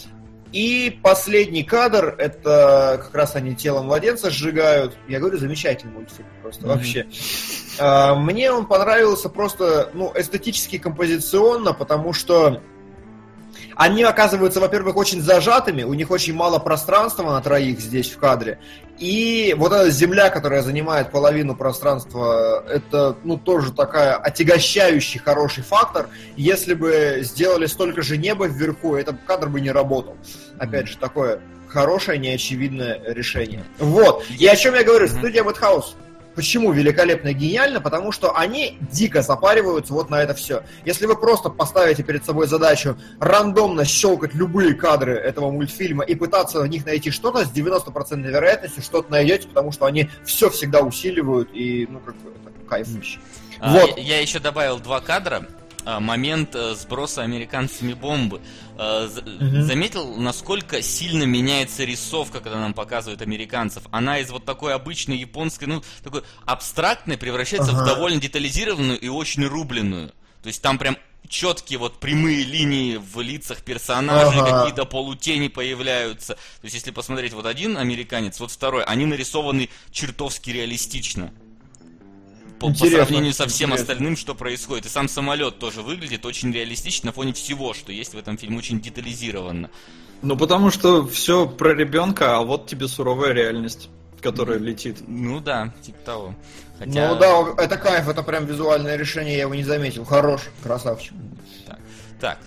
И последний кадр, это как раз они тело младенца сжигают. Я говорю, замечательный мультфильм просто, вообще. Мне он понравился просто, эстетически, композиционно, потому что они оказываются, во-первых, очень зажатыми, у них очень мало пространства на троих здесь в кадре. И вот эта земля, которая занимает половину пространства, это, тоже такая отягощающий хороший фактор. Если бы сделали столько же неба вверху, этот кадр бы не работал. Опять же, такое хорошее, неочевидное решение. Вот. И о чем я говорю? Студия Madhouse. Почему великолепно и гениально? Потому что они дико запариваются вот на это все. Если вы просто поставите перед собой задачу рандомно щелкать любые кадры этого мультфильма и пытаться в них найти что-то, с 90% вероятностью что-то найдете, потому что они все всегда усиливают и, это кайф вообще. Вот. Я еще добавил 2 кадра. Момент сброса американцами бомбы. Заметил, насколько сильно меняется рисовка, когда нам показывают американцев? Она из вот такой обычной японской, такой абстрактной превращается в довольно детализированную и очень рубленную. То есть там прям четкие вот прямые линии в лицах персонажей, какие-то полутени появляются. То есть если посмотреть вот один американец, вот второй, они нарисованы чертовски реалистично. По сравнению со всем остальным, что происходит. И сам самолет тоже выглядит очень реалистично на фоне всего, что есть в этом фильме, очень детализированно. Потому что все про ребенка, а вот тебе суровая реальность, которая летит. Да, типа того. Хотя... Это кайф, это прям визуальное решение, я его не заметил. Хорош, красавчик. Так,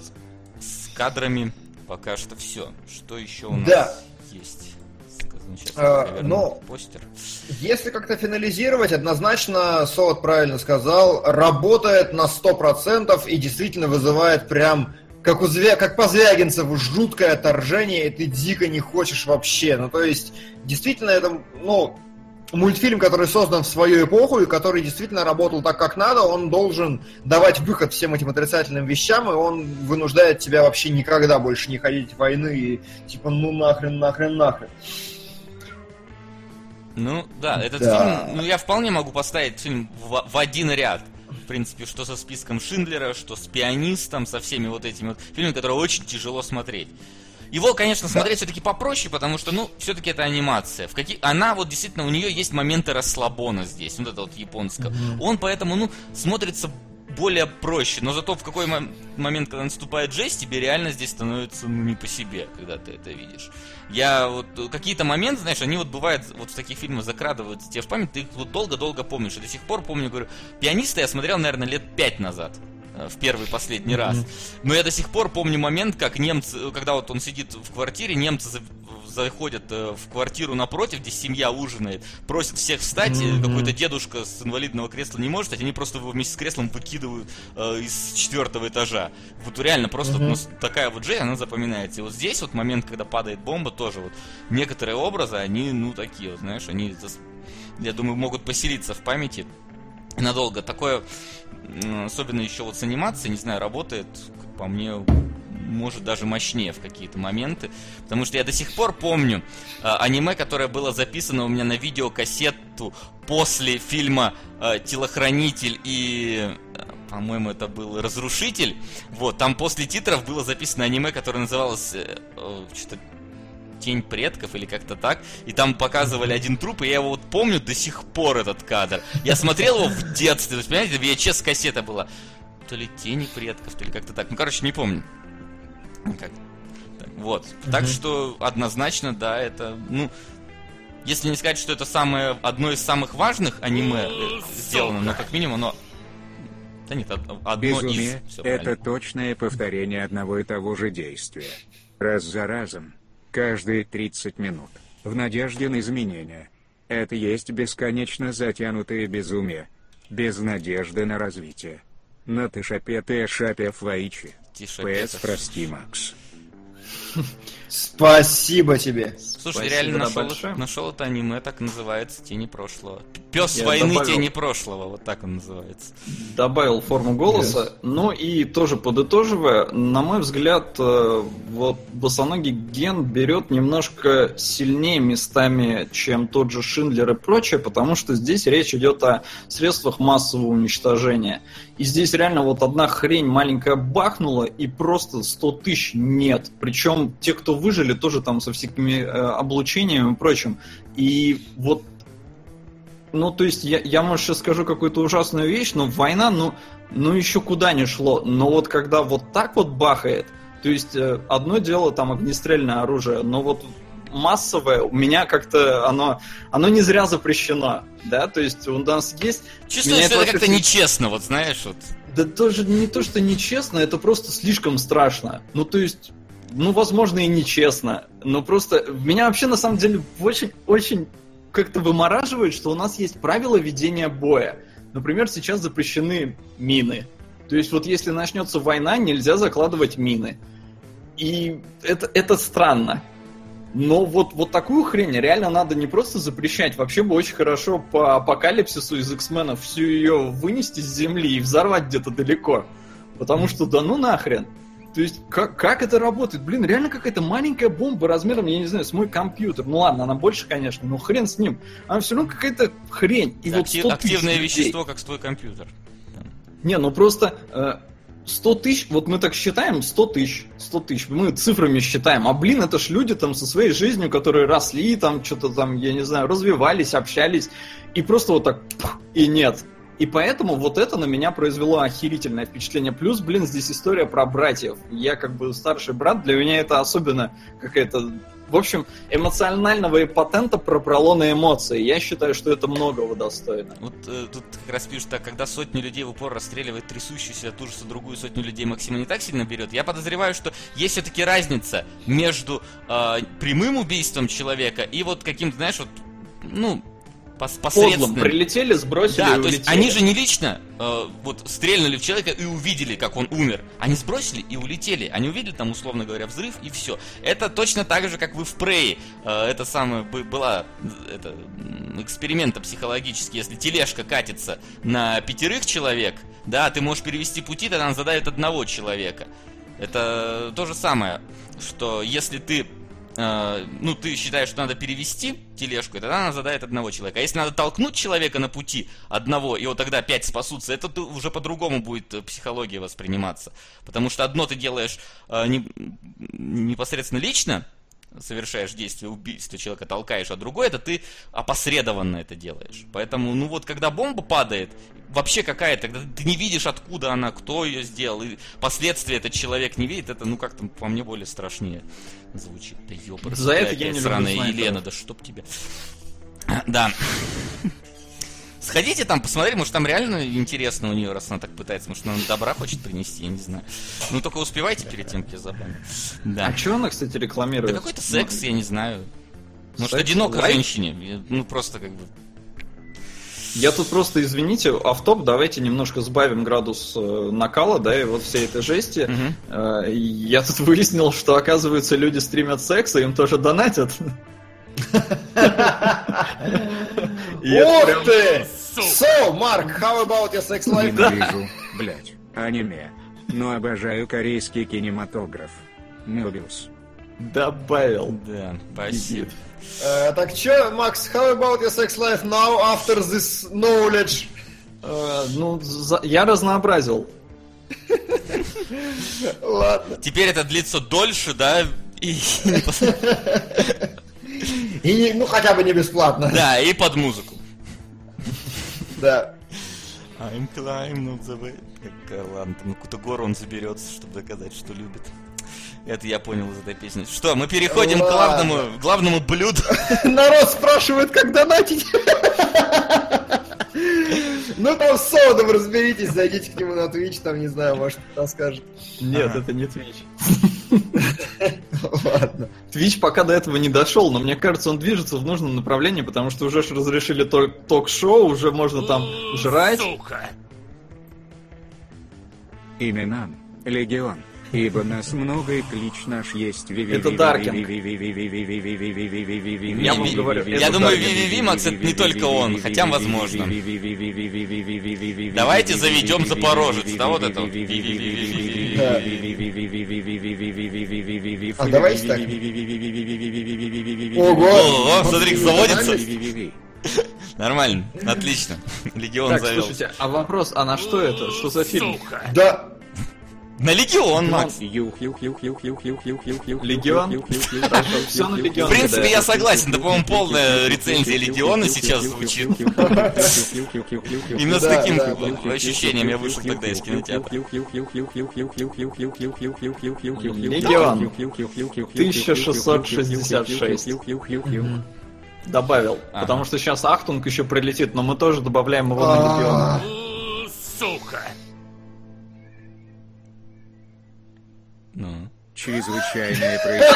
с кадрами пока что все. Что еще у нас есть? Сейчас я проверну постер. Если как-то финализировать, однозначно, Солод правильно сказал, работает на 100% и действительно вызывает прям, как по Звягинцеву, жуткое отторжение, и ты дико не хочешь вообще. То есть, действительно, это, мультфильм, который создан в свою эпоху и который действительно работал так, как надо, он должен давать выход всем этим отрицательным вещам, и он вынуждает тебя вообще никогда больше не ходить в войны и типа, нахрен. Этот фильм, я вполне могу поставить фильм в один ряд. В принципе, что со списком Шиндлера, что с Пианистом, со всеми вот этими вот фильмами, которые очень тяжело смотреть. Его, конечно, смотреть все-таки попроще, потому что, все-таки это анимация. Она вот действительно, у нее есть моменты расслабона здесь, вот это вот японское. Он поэтому, смотрится более проще. Но зато в какой момент, когда наступает жесть, тебе реально здесь становится не по себе, когда ты это видишь. Я вот какие-то моменты, знаешь, они вот бывают вот в таких фильмах закрадываются тебе в память, ты их вот долго-долго помнишь. И до сих пор помню, говорю, «Пианиста» я смотрел, наверное, лет 5 назад. В первый и последний раз. Но я до сих пор помню момент, как немцы, когда вот он сидит в квартире, немцы заходят в квартиру напротив, где семья ужинает, просят всех встать, какой-то дедушка с инвалидного кресла не может встать, они просто его вместе с креслом выкидывают из 4-го этажа. Вот реально просто такая вот жесть, она запоминается. И вот здесь вот момент, когда падает бомба, тоже вот некоторые образы, они, ну, такие вот, знаешь, они, я думаю, могут поселиться в памяти надолго. Такое, особенно еще вот с анимацией, не знаю, работает, как по мне, может даже мощнее в какие-то моменты. Потому что я до сих пор помню аниме, которое было записано у меня на видеокассету после фильма «Телохранитель» и, по-моему, это был «Разрушитель». Вот, там после титров было записано аниме, которое называлось что-то «Тень предков» или как-то так. И там показывали один труп, и я его вот помню до сих пор, этот кадр. Я смотрел его в детстве, вы понимаете, VHS-кассета была. То ли «Тени предков», то ли как-то так. Ну, короче, не помню. Как? Так, вот. Так что однозначно, да, это, ну, если не сказать, что это одно из самых важных аниме сделано, но как минимум, но... Да нет, одно Безумие из... — это точное повторение одного и того же действия. Раз за разом. Каждые 30 минут. В надежде на изменения. Это есть бесконечно затянутое безумие. Без надежды на развитие. На ты шапе флаичи. ПС, прости, Макс. Спасибо тебе. Слушай, реально нашел это аниме, так называется, «Тени прошлого». Пес войны, добавил... «Тени прошлого», вот так он называется. Добавил форму голоса, ну и тоже подытоживая, на мой взгляд, вот босоногий Ген берет немножко сильнее местами, чем тот же Шиндлер и прочее, потому что здесь речь идет о средствах массового уничтожения. И здесь реально вот одна хрень маленькая бахнула, и просто 100 тысяч нет. Причем те, кто выжили, тоже там со всякими облучениями и прочим. И вот, ну, то есть, я может, сейчас скажу какую-то ужасную вещь, но война, ну еще куда не шло. Но вот когда вот так вот бахает, то есть, одно дело там огнестрельное оружие, но вот массовое у меня как-то, оно не зря запрещено, да, то есть у нас есть... Чувствую, что это как-то нечестно, вот знаешь, вот. Да тоже не то, что нечестно, это просто слишком страшно. Ну, то есть, ну, возможно, и нечестно, но просто меня вообще, на самом деле, очень как-то вымораживает, что у нас есть правила ведения боя. Например, сейчас запрещены мины. То есть, вот если начнется война, нельзя закладывать мины. И это странно. Но вот такую хрень реально надо не просто запрещать. Вообще бы очень хорошо по Апокалипсису из X-менов всю ее вынести с земли и взорвать где-то далеко. Потому что да ну нахрен. То есть как это работает? Блин, реально какая-то маленькая бомба размером, я не знаю, с мой компьютер. Ну ладно, она больше, конечно, но хрен с ним. Она все равно какая-то хрень. И вот активное вещество, как с твой компьютер. Не, ну просто... 100 тысяч, вот мы так считаем, 100 тысяч, мы цифрами считаем, а блин, это ж люди там со своей жизнью, которые росли, там что-то там, я не знаю, развивались, общались, и просто вот так, и нет. И поэтому вот это на меня произвело охерительное впечатление. Плюс, блин, здесь история про братьев. Я как бы старший брат, для меня это особенно какая-то... В общем, эмоционального импотента пробрало на эмоции. Я считаю, что это многого достойно. Вот тут как раз пишут, так, когда сотни людей в упор расстреливает трясущуюся от ужаса другую сотню людей, Максима не так сильно берет. Я подозреваю, что есть все-таки разница между прямым убийством человека и вот каким-то, знаешь, вот, ну... Подлым. Прилетели, сбросили, да, и улетели. То есть они же не лично вот стрельнули в человека и увидели, как он умер. Они сбросили и улетели. Они увидели там, условно говоря, взрыв и все. Это точно так же, как вы в Prey. Это самое была эксперимент психологический. Если тележка катится на 5 человек, да, ты можешь перевести пути, тогда она задавит 1 человека. Это то же самое, что если ты ты считаешь, что надо перевести тележку, и тогда она задает 1 человека. А если надо толкнуть человека на пути одного, и вот тогда 5 спасутся, это уже по-другому будет психология восприниматься. Потому что одно ты делаешь непосредственно лично, совершаешь действие убийства, человека толкаешь, а другое это ты опосредованно это делаешь. Поэтому, когда бомба падает, вообще какая-то, когда ты не видишь, откуда она, кто ее сделал, и последствия этот человек не видит, это, ну, как-то по мне более страшнее звучит. Да ёпрст, За это я не люблю сраная снайперов. Елена, да чтоб тебя. Да. Сходите там, посмотри, может там реально интересно у нее, раз она так пытается, может она добра хочет принести, я не знаю. Ну только успевайте перед тем, как я забаню. Да. А что она, кстати, рекламирует? Да какой-то секс, я не знаю. Может, Секс? одиноко Лайк? женщине. Ну просто как бы. Я тут просто, извините, автоп, давайте немножко сбавим градус накала, да, и вот всей этой жести. Я тут выяснил, что, оказывается, люди стримят секс, и им тоже донатят. Ух ты! So, Марк, how about your sex life? Ненавижу, блять, аниме. Но обожаю корейский кинематограф. Мёбиус. Добавил. Да, спасибо. Так чё, Макс, how about your sex life now after this knowledge? Ну, я разнообразил. Ладно. Теперь это длится дольше, да? И... И, ну, хотя бы не бесплатно. Да, и под музыку. Да. I'm climbing up the way. Ладно, там на какую-то гору он заберется, чтобы доказать, что любит. Это я понял из этой песни. Что, мы переходим к главному блюду. Народ спрашивает, как донатить. Ну там с Соудом разберитесь, зайдите к нему на Twitch, там, не знаю, может, расскажет. Нет, это не Twitch. Ладно. Twitch пока до этого не дошел, но мне кажется, он движется в нужном направлении, потому что уже ж разрешили ток-шоу, уже можно там жрать. Сука! Имена Легион. Ибо нас много и клич наш есть. Это Даркинг. Я вам говорю. Я думаю, VVV, Макс, это не только он, хотя возможно. Давайте заведем Запорожец, да, вот это вот. А давайте так. Ого! О, смотри, заводится. Нормально, отлично. Легион Так, завел. слушайте, а вопрос, а на что это? Что за фильм? Сука! Да. На Легион, Макс. Легион? Хорошо, все на Легион. В принципе, я согласен, это, по-моему, полная рецензия Легиона сейчас звучит. Именно с таким ощущением я вышел тогда из кинотеатра. Легион. 1666. Добавил. Ага. Потому что сейчас Ахтунг еще прилетит, но мы тоже добавляем его на Легион. Сука! Ну. Чрезвычайное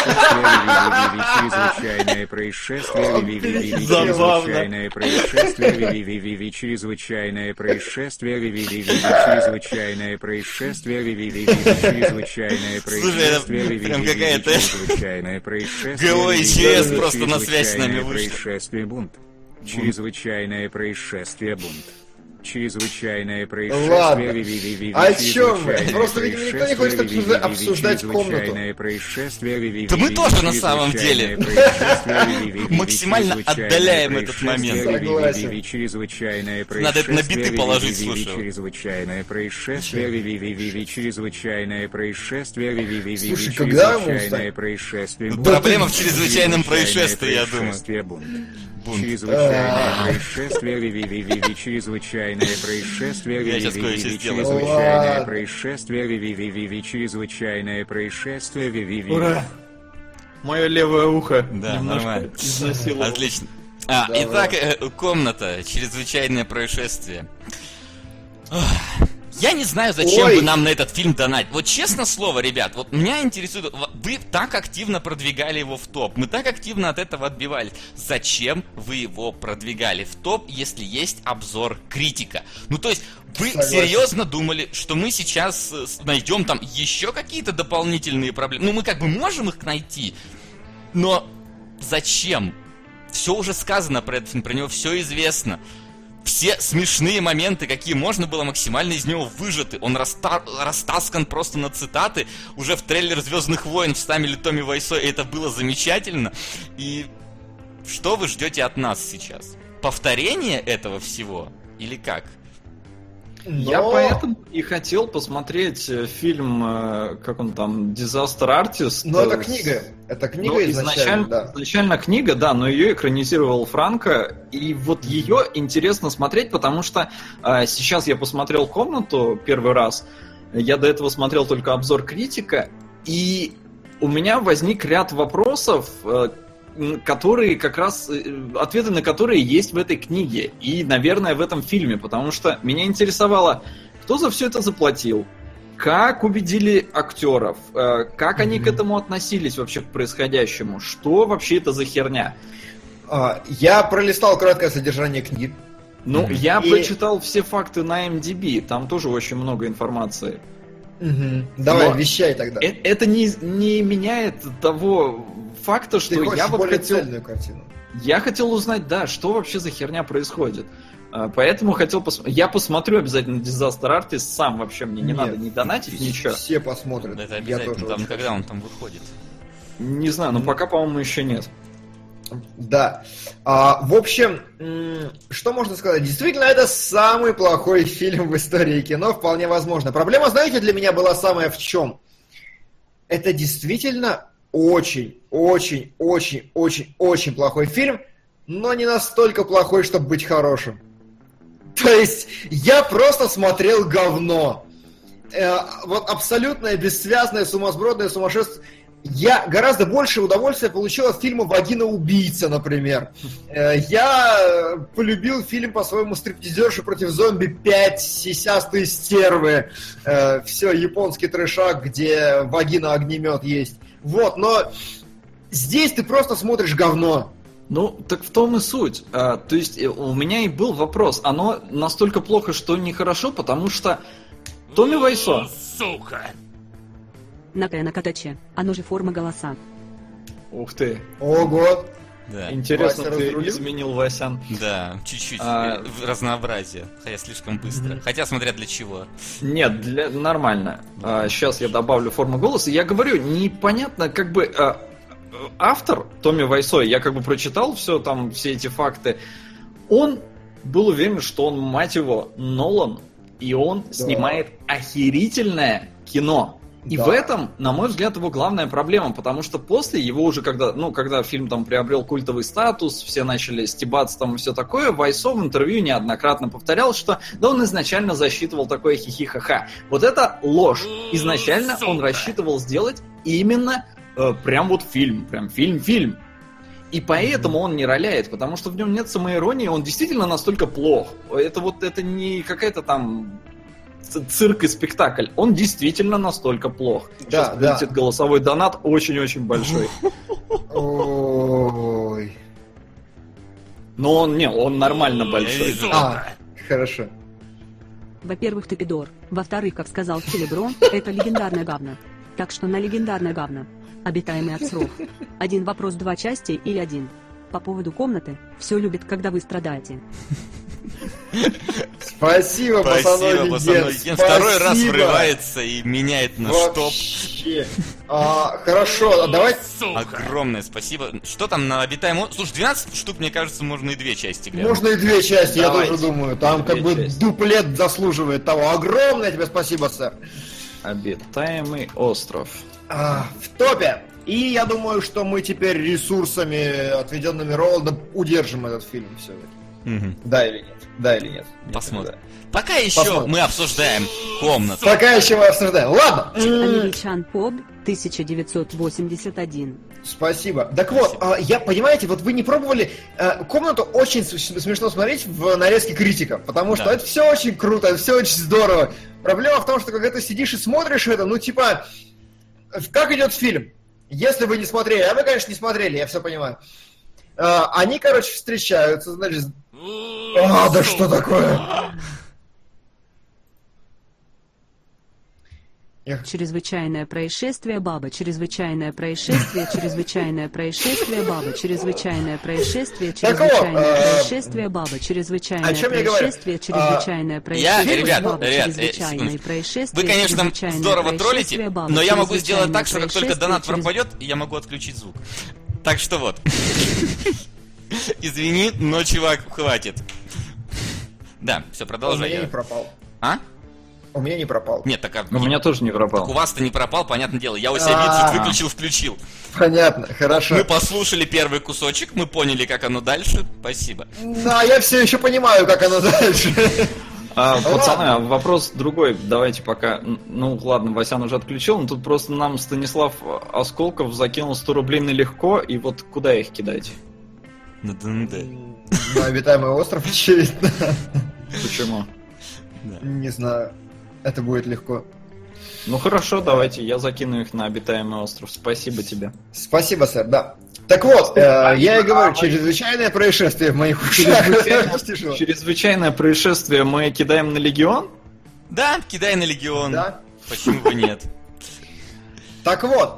происшествие, чрезвычайное происшествие, чрезвычайное происшествие, чрезвычайное происшествие, чрезвычайное происшествие, Слушай, это прям какая-то чрезвычайное происшествие, ГО и ЧС просто на связь с нами вышли. Происшествие бунт. Чрезвычайное происшествие бунт. Чрезвычайное Ладно. происшествие. О чем вы? Просто, видимо, никто не хочет обсуждать комнату. Да мы тоже на самом деле максимально отдаляем этот момент. Согласен. Надо это на биты положить, слушай. Чрезвычайное происшествие. Чрезвычайное происшествие. Слушай, когда ему Чрезвычайное встать? происшествие. Проблема в чрезвычайном происшествии, я думаю. Бунт. Чрезвычайное происшествие, чрезвычайное происшествие, Я сейчас кое-что сделаю. чрезвычайное Ладно. происшествие, чрезвычайное происшествие, Ура! Мое левое ухо Да, немножко нормально. изнасиловал. Отлично. Давай. Итак, комната. Чрезвычайное происшествие. Я не знаю, зачем Ой. вы нам на этот фильм донатить. Вот честно слово, ребят, вот меня интересует, вы так активно продвигали его в топ, мы так активно от этого отбивались. Зачем вы его продвигали в топ, если есть обзор критика? Ну, то есть, вы Согласен. серьезно думали, что мы сейчас найдем там еще какие-то дополнительные проблемы? Ну, мы как бы можем их найти, но зачем? Все уже сказано про этот фильм, про него все известно. Все смешные моменты, какие можно было, максимально из него выжаты. Он растаскан просто на цитаты. Уже в трейлер «Звездных войн» вставили Томми Вайсо, и это было замечательно. И что вы ждете от нас сейчас? Повторение этого всего? Или как? Я поэтому и хотел посмотреть фильм, как он там, Disaster Artist. Но это книга. Это книга изначально, да. Изначально книга, да, но ее экранизировал Франко. И вот ее интересно смотреть, потому что сейчас я посмотрел «Комнату» первый раз. Я до этого смотрел только обзор критика. И у меня возник ряд вопросов, которые как раз, ответы на которые есть в этой книге и, наверное, в этом фильме, потому что меня интересовало, кто за все это заплатил, как убедили актеров, как они к этому относились вообще к происходящему, что вообще это за херня. Я пролистал краткое содержание книг. Ну, я прочитал все факты на MDB, там тоже очень много информации. Давай, вещай тогда. Это не меняет того факта, что я вот хотел... цельную картину. Я хотел узнать, да, что вообще за херня происходит. Поэтому хотел посмотреть. Я посмотрю обязательно Disaster Artist сам вообще, мне не надо ни донатить, ничего. Все посмотрят. Это обязательно, там, когда он там выходит. Не знаю, но пока, по-моему, еще нет. Да. В общем, что можно сказать? Действительно, это самый плохой фильм в истории кино, вполне возможно. Проблема, знаете, для меня была самая в чем? Это действительно очень плохой фильм, но не настолько плохой, чтобы быть хорошим. То есть, я просто смотрел говно. Вот абсолютное, бессвязное, сумасбродное сумасшествие. Я гораздо больше удовольствия получил от фильма «Вагина-убийца», например. Я полюбил фильм по-своему «Стриптизерши против зомби 5. Сисястые стервы». Все, японский трешак, где вагина-огнемет есть. Вот, но здесь ты просто смотришь говно. Ну, так в том и суть. То есть у меня и был вопрос. Оно настолько плохо, что нехорошо, потому что Томми Вайсо... Сука! Накая Накатаче, оно же форма голоса. Ух ты. Ого. Да. Интересно, Вася ты разрулил? изменил, Васян. Да, чуть-чуть разнообразие, хотя слишком быстро. Хотя смотря для чего. Нет, нормально. Сейчас я добавлю форму голоса. Я говорю, непонятно, как бы автор Томми Вайсо, я как бы прочитал все эти факты. Он был уверен, что он, мать его, Нолан, и он снимает охерительное кино. И в этом, на мой взгляд, его главная проблема, потому что после его уже, когда фильм там приобрел культовый статус, все начали стебаться там и все такое, Вайсо в интервью неоднократно повторял, что да он изначально засчитывал такое хихи-ха-ха. Вот это ложь. Изначально он рассчитывал сделать именно прям вот фильм, прям фильм-фильм. И поэтому он не роляет, потому что в нем нет самоиронии, он действительно настолько плох. Это не какая-то там... цирк и спектакль. Он действительно настолько плох. Сейчас прилетит голосовой донат очень-очень большой. Ой. Но он нормально большой. Хорошо. Во-первых, ты пидор. Во-вторых, как сказал Келебро, это легендарное говно. Так что на легендарное говно. Обитаемый от срок. Один вопрос, 2 части или 1. По поводу комнаты. Все любит, когда вы страдаете. Спасибо, пацаной легенд. Второй раз врывается и меняет на штоп. Хорошо, давай. Огромное спасибо. Что там на обитаемом... Слушай, 12 штук, мне кажется, можно и 2 части глянуть. Можно и 2 части, я тоже думаю. Там как бы дуплет заслуживает того. Огромное тебе спасибо, сэр. Обитаемый остров. В топе. И я думаю, что мы теперь ресурсами, отведенными Роландом, удержим этот фильм все-таки. Да или нет? Да или нет? Посмотрим. Пока еще мы обсуждаем комнату. Пока еще мы обсуждаем. Ладно. Американ Поб, 1981. Спасибо. Так вот, понимаете, вот вы не пробовали... комнату очень смешно смотреть в нарезке критиков, потому что это все очень круто, это все очень здорово. Проблема в том, что когда ты сидишь и смотришь это, как идет фильм? Если вы не смотрели, а вы, конечно, не смотрели, я все понимаю. Они, встречаются, значит... да что такое? Чрезвычайное происшествие, баба, чрезвычайное происшествие, чрезвычайное происшествие, баба, чрезвычайное происшествие, чрезвычайное происшествие, баба, чрезвычайное происшествие, чрезвычайное происшествие, баба, чрезвычайное происшествие. Вы, конечно, здорово троллите, но я могу сделать так, что как только донат пропадет, я могу отключить звук. Так что вот. Извини, но, чувак, хватит. Да, все, продолжай. Он у меня не пропал. А? У меня не пропал. Нет, так У меня тоже не так у пропал. вас-то не пропал, понятное дело. Я у себя виджет выключил, включил. Понятно, хорошо. Мы послушали первый кусочек, мы поняли, как оно дальше. Спасибо. Да, я все еще понимаю, как оно дальше. Пацаны, вопрос другой. Давайте пока... Ну, ладно, Васян уже отключил, но тут просто нам Станислав Осколков закинул 100 рублей на легко, и вот куда их кидать? На ДНД. На обитаемый остров, очевидно. Почему? Не знаю. Это будет легко. Ну хорошо, давайте, я закину их на обитаемый остров. Спасибо тебе. Спасибо, сэр, да. Так вот, я и говорю, чрезвычайное происшествие в моих ушах. Чрезвычайное происшествие мы кидаем на Легион? Да, кидай на Легион. Да. Почему бы нет? Так вот,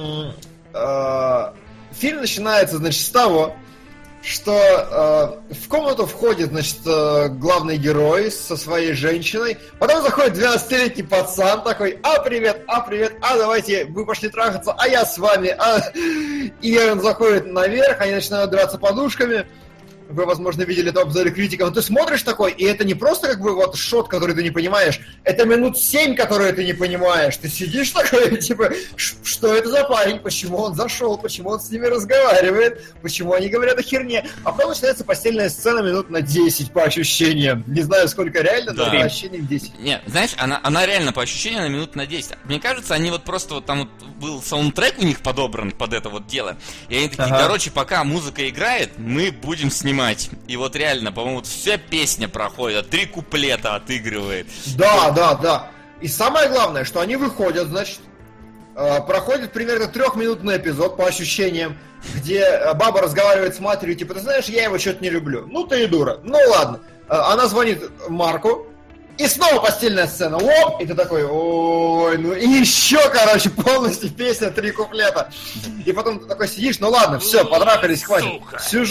фильм начинается, значит, с того, что в комнату входит, значит, главный герой со своей женщиной, потом заходит 12-летний пацан такой: привет, давайте, вы пошли трахаться, а я с вами, И он заходит наверх, они начинают драться подушками. Вы, возможно, видели это в обзоре критиков. Но ты смотришь такой, и это не просто как бы вот шот, который ты не понимаешь, это минут 7, которые ты не понимаешь. Ты сидишь такой, типа, что это за парень, почему он зашел, почему он с ними разговаривает, почему они говорят о херне. А потом начинается постельная сцена минут на 10, по ощущениям. Не знаю, сколько реально, но по ощущениям 10. Нет, знаешь, она реально по ощущениям на минут на 10. Мне кажется, они вот просто вот там вот был саундтрек у них подобран под это вот дело. И они такие, короче, пока музыка играет, мы будем снимать. И вот реально, по-моему, вся песня проходит, 3 куплета отыгрывает. Да. И самое главное, что они выходят, значит, проходит примерно 3-минутный эпизод, по ощущениям, где баба разговаривает с матерью, типа, ты знаешь, я его что-то не люблю. Ну ты и дура. Ну ладно. Она звонит Марку, и снова постельная сцена. Оп! И ты такой, ой, ну и еще, короче, полностью песня, 3 куплета. И потом ты такой сидишь, ну ладно, все, подракались, хватит.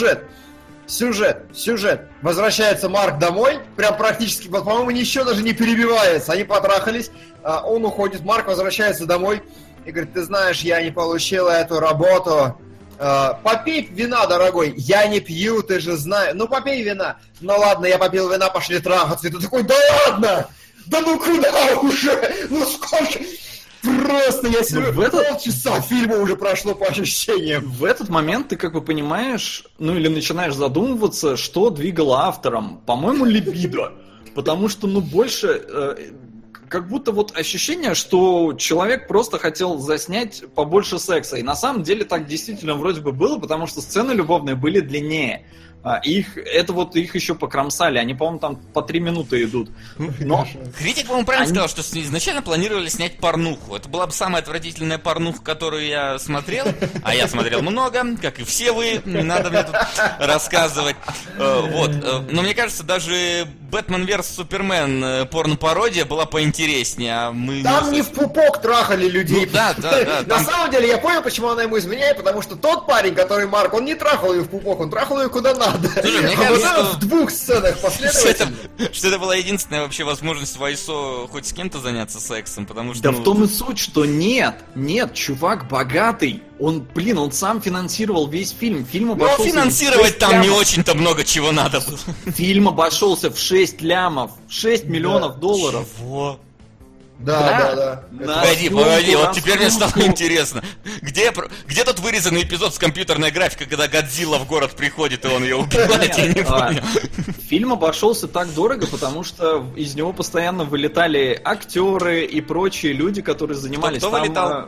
Сюжет. Возвращается Марк домой, прям практически, по-моему, ничего даже не перебивается. Они потрахались, он уходит, Марк возвращается домой и говорит: ты знаешь, я не получила эту работу. Попей вина, дорогой. Я не пью, ты же знаешь. Ну, попей вина. Ну, ладно, я попил вина, пошли трахаться. И ты такой: да ладно! Да ну куда уже? Ну сколько... Просто я сижу, полчаса фильма уже прошло по ощущениям. В этот момент ты как бы понимаешь, ну или начинаешь задумываться, что двигало автором. По-моему, либидо. Потому что, ну, больше... как будто вот ощущение, что человек просто хотел заснять побольше секса. И на самом деле так действительно вроде бы было, потому что сцены любовные были длиннее. Их еще покромсали. Они, по-моему, там по 3 минуты идут. Но... Критик, по-моему, правильно сказал, что изначально планировали снять порнуху. Это была бы самая отвратительная порнуха, которую я смотрел. А я смотрел много, как и все вы. Не надо мне тут рассказывать. Вот. Но мне кажется, даже Бэтмен vs Супермен порно-пародия была поинтереснее. А мы там не в пупок трахали людей. Ну, да. На самом деле, я понял, почему она ему изменяет, потому что тот парень, который Марк, он не трахал ее в пупок, он трахал ее куда надо. Слушай, мне кажется, что... в 2 сценах последовательно. Что это была единственная вообще возможность Вайсо хоть с кем-то заняться сексом, потому что... Да в том и суть, что нет, чувак богатый, он сам финансировал весь фильм. Фильм обошелся... Ну, финансировать там не очень-то много чего надо было. Фильм обошелся в 6 лямов, 6 миллионов долларов. Чего? Да. Погоди, вот теперь мне стало интересно. Где тот вырезанный эпизод с компьютерной графикой, когда Годзилла в город приходит, и он ее убивает? Я не понял. Фильм обошелся так дорого, потому что из него постоянно вылетали актеры и прочие люди, которые занимались там... вылетал?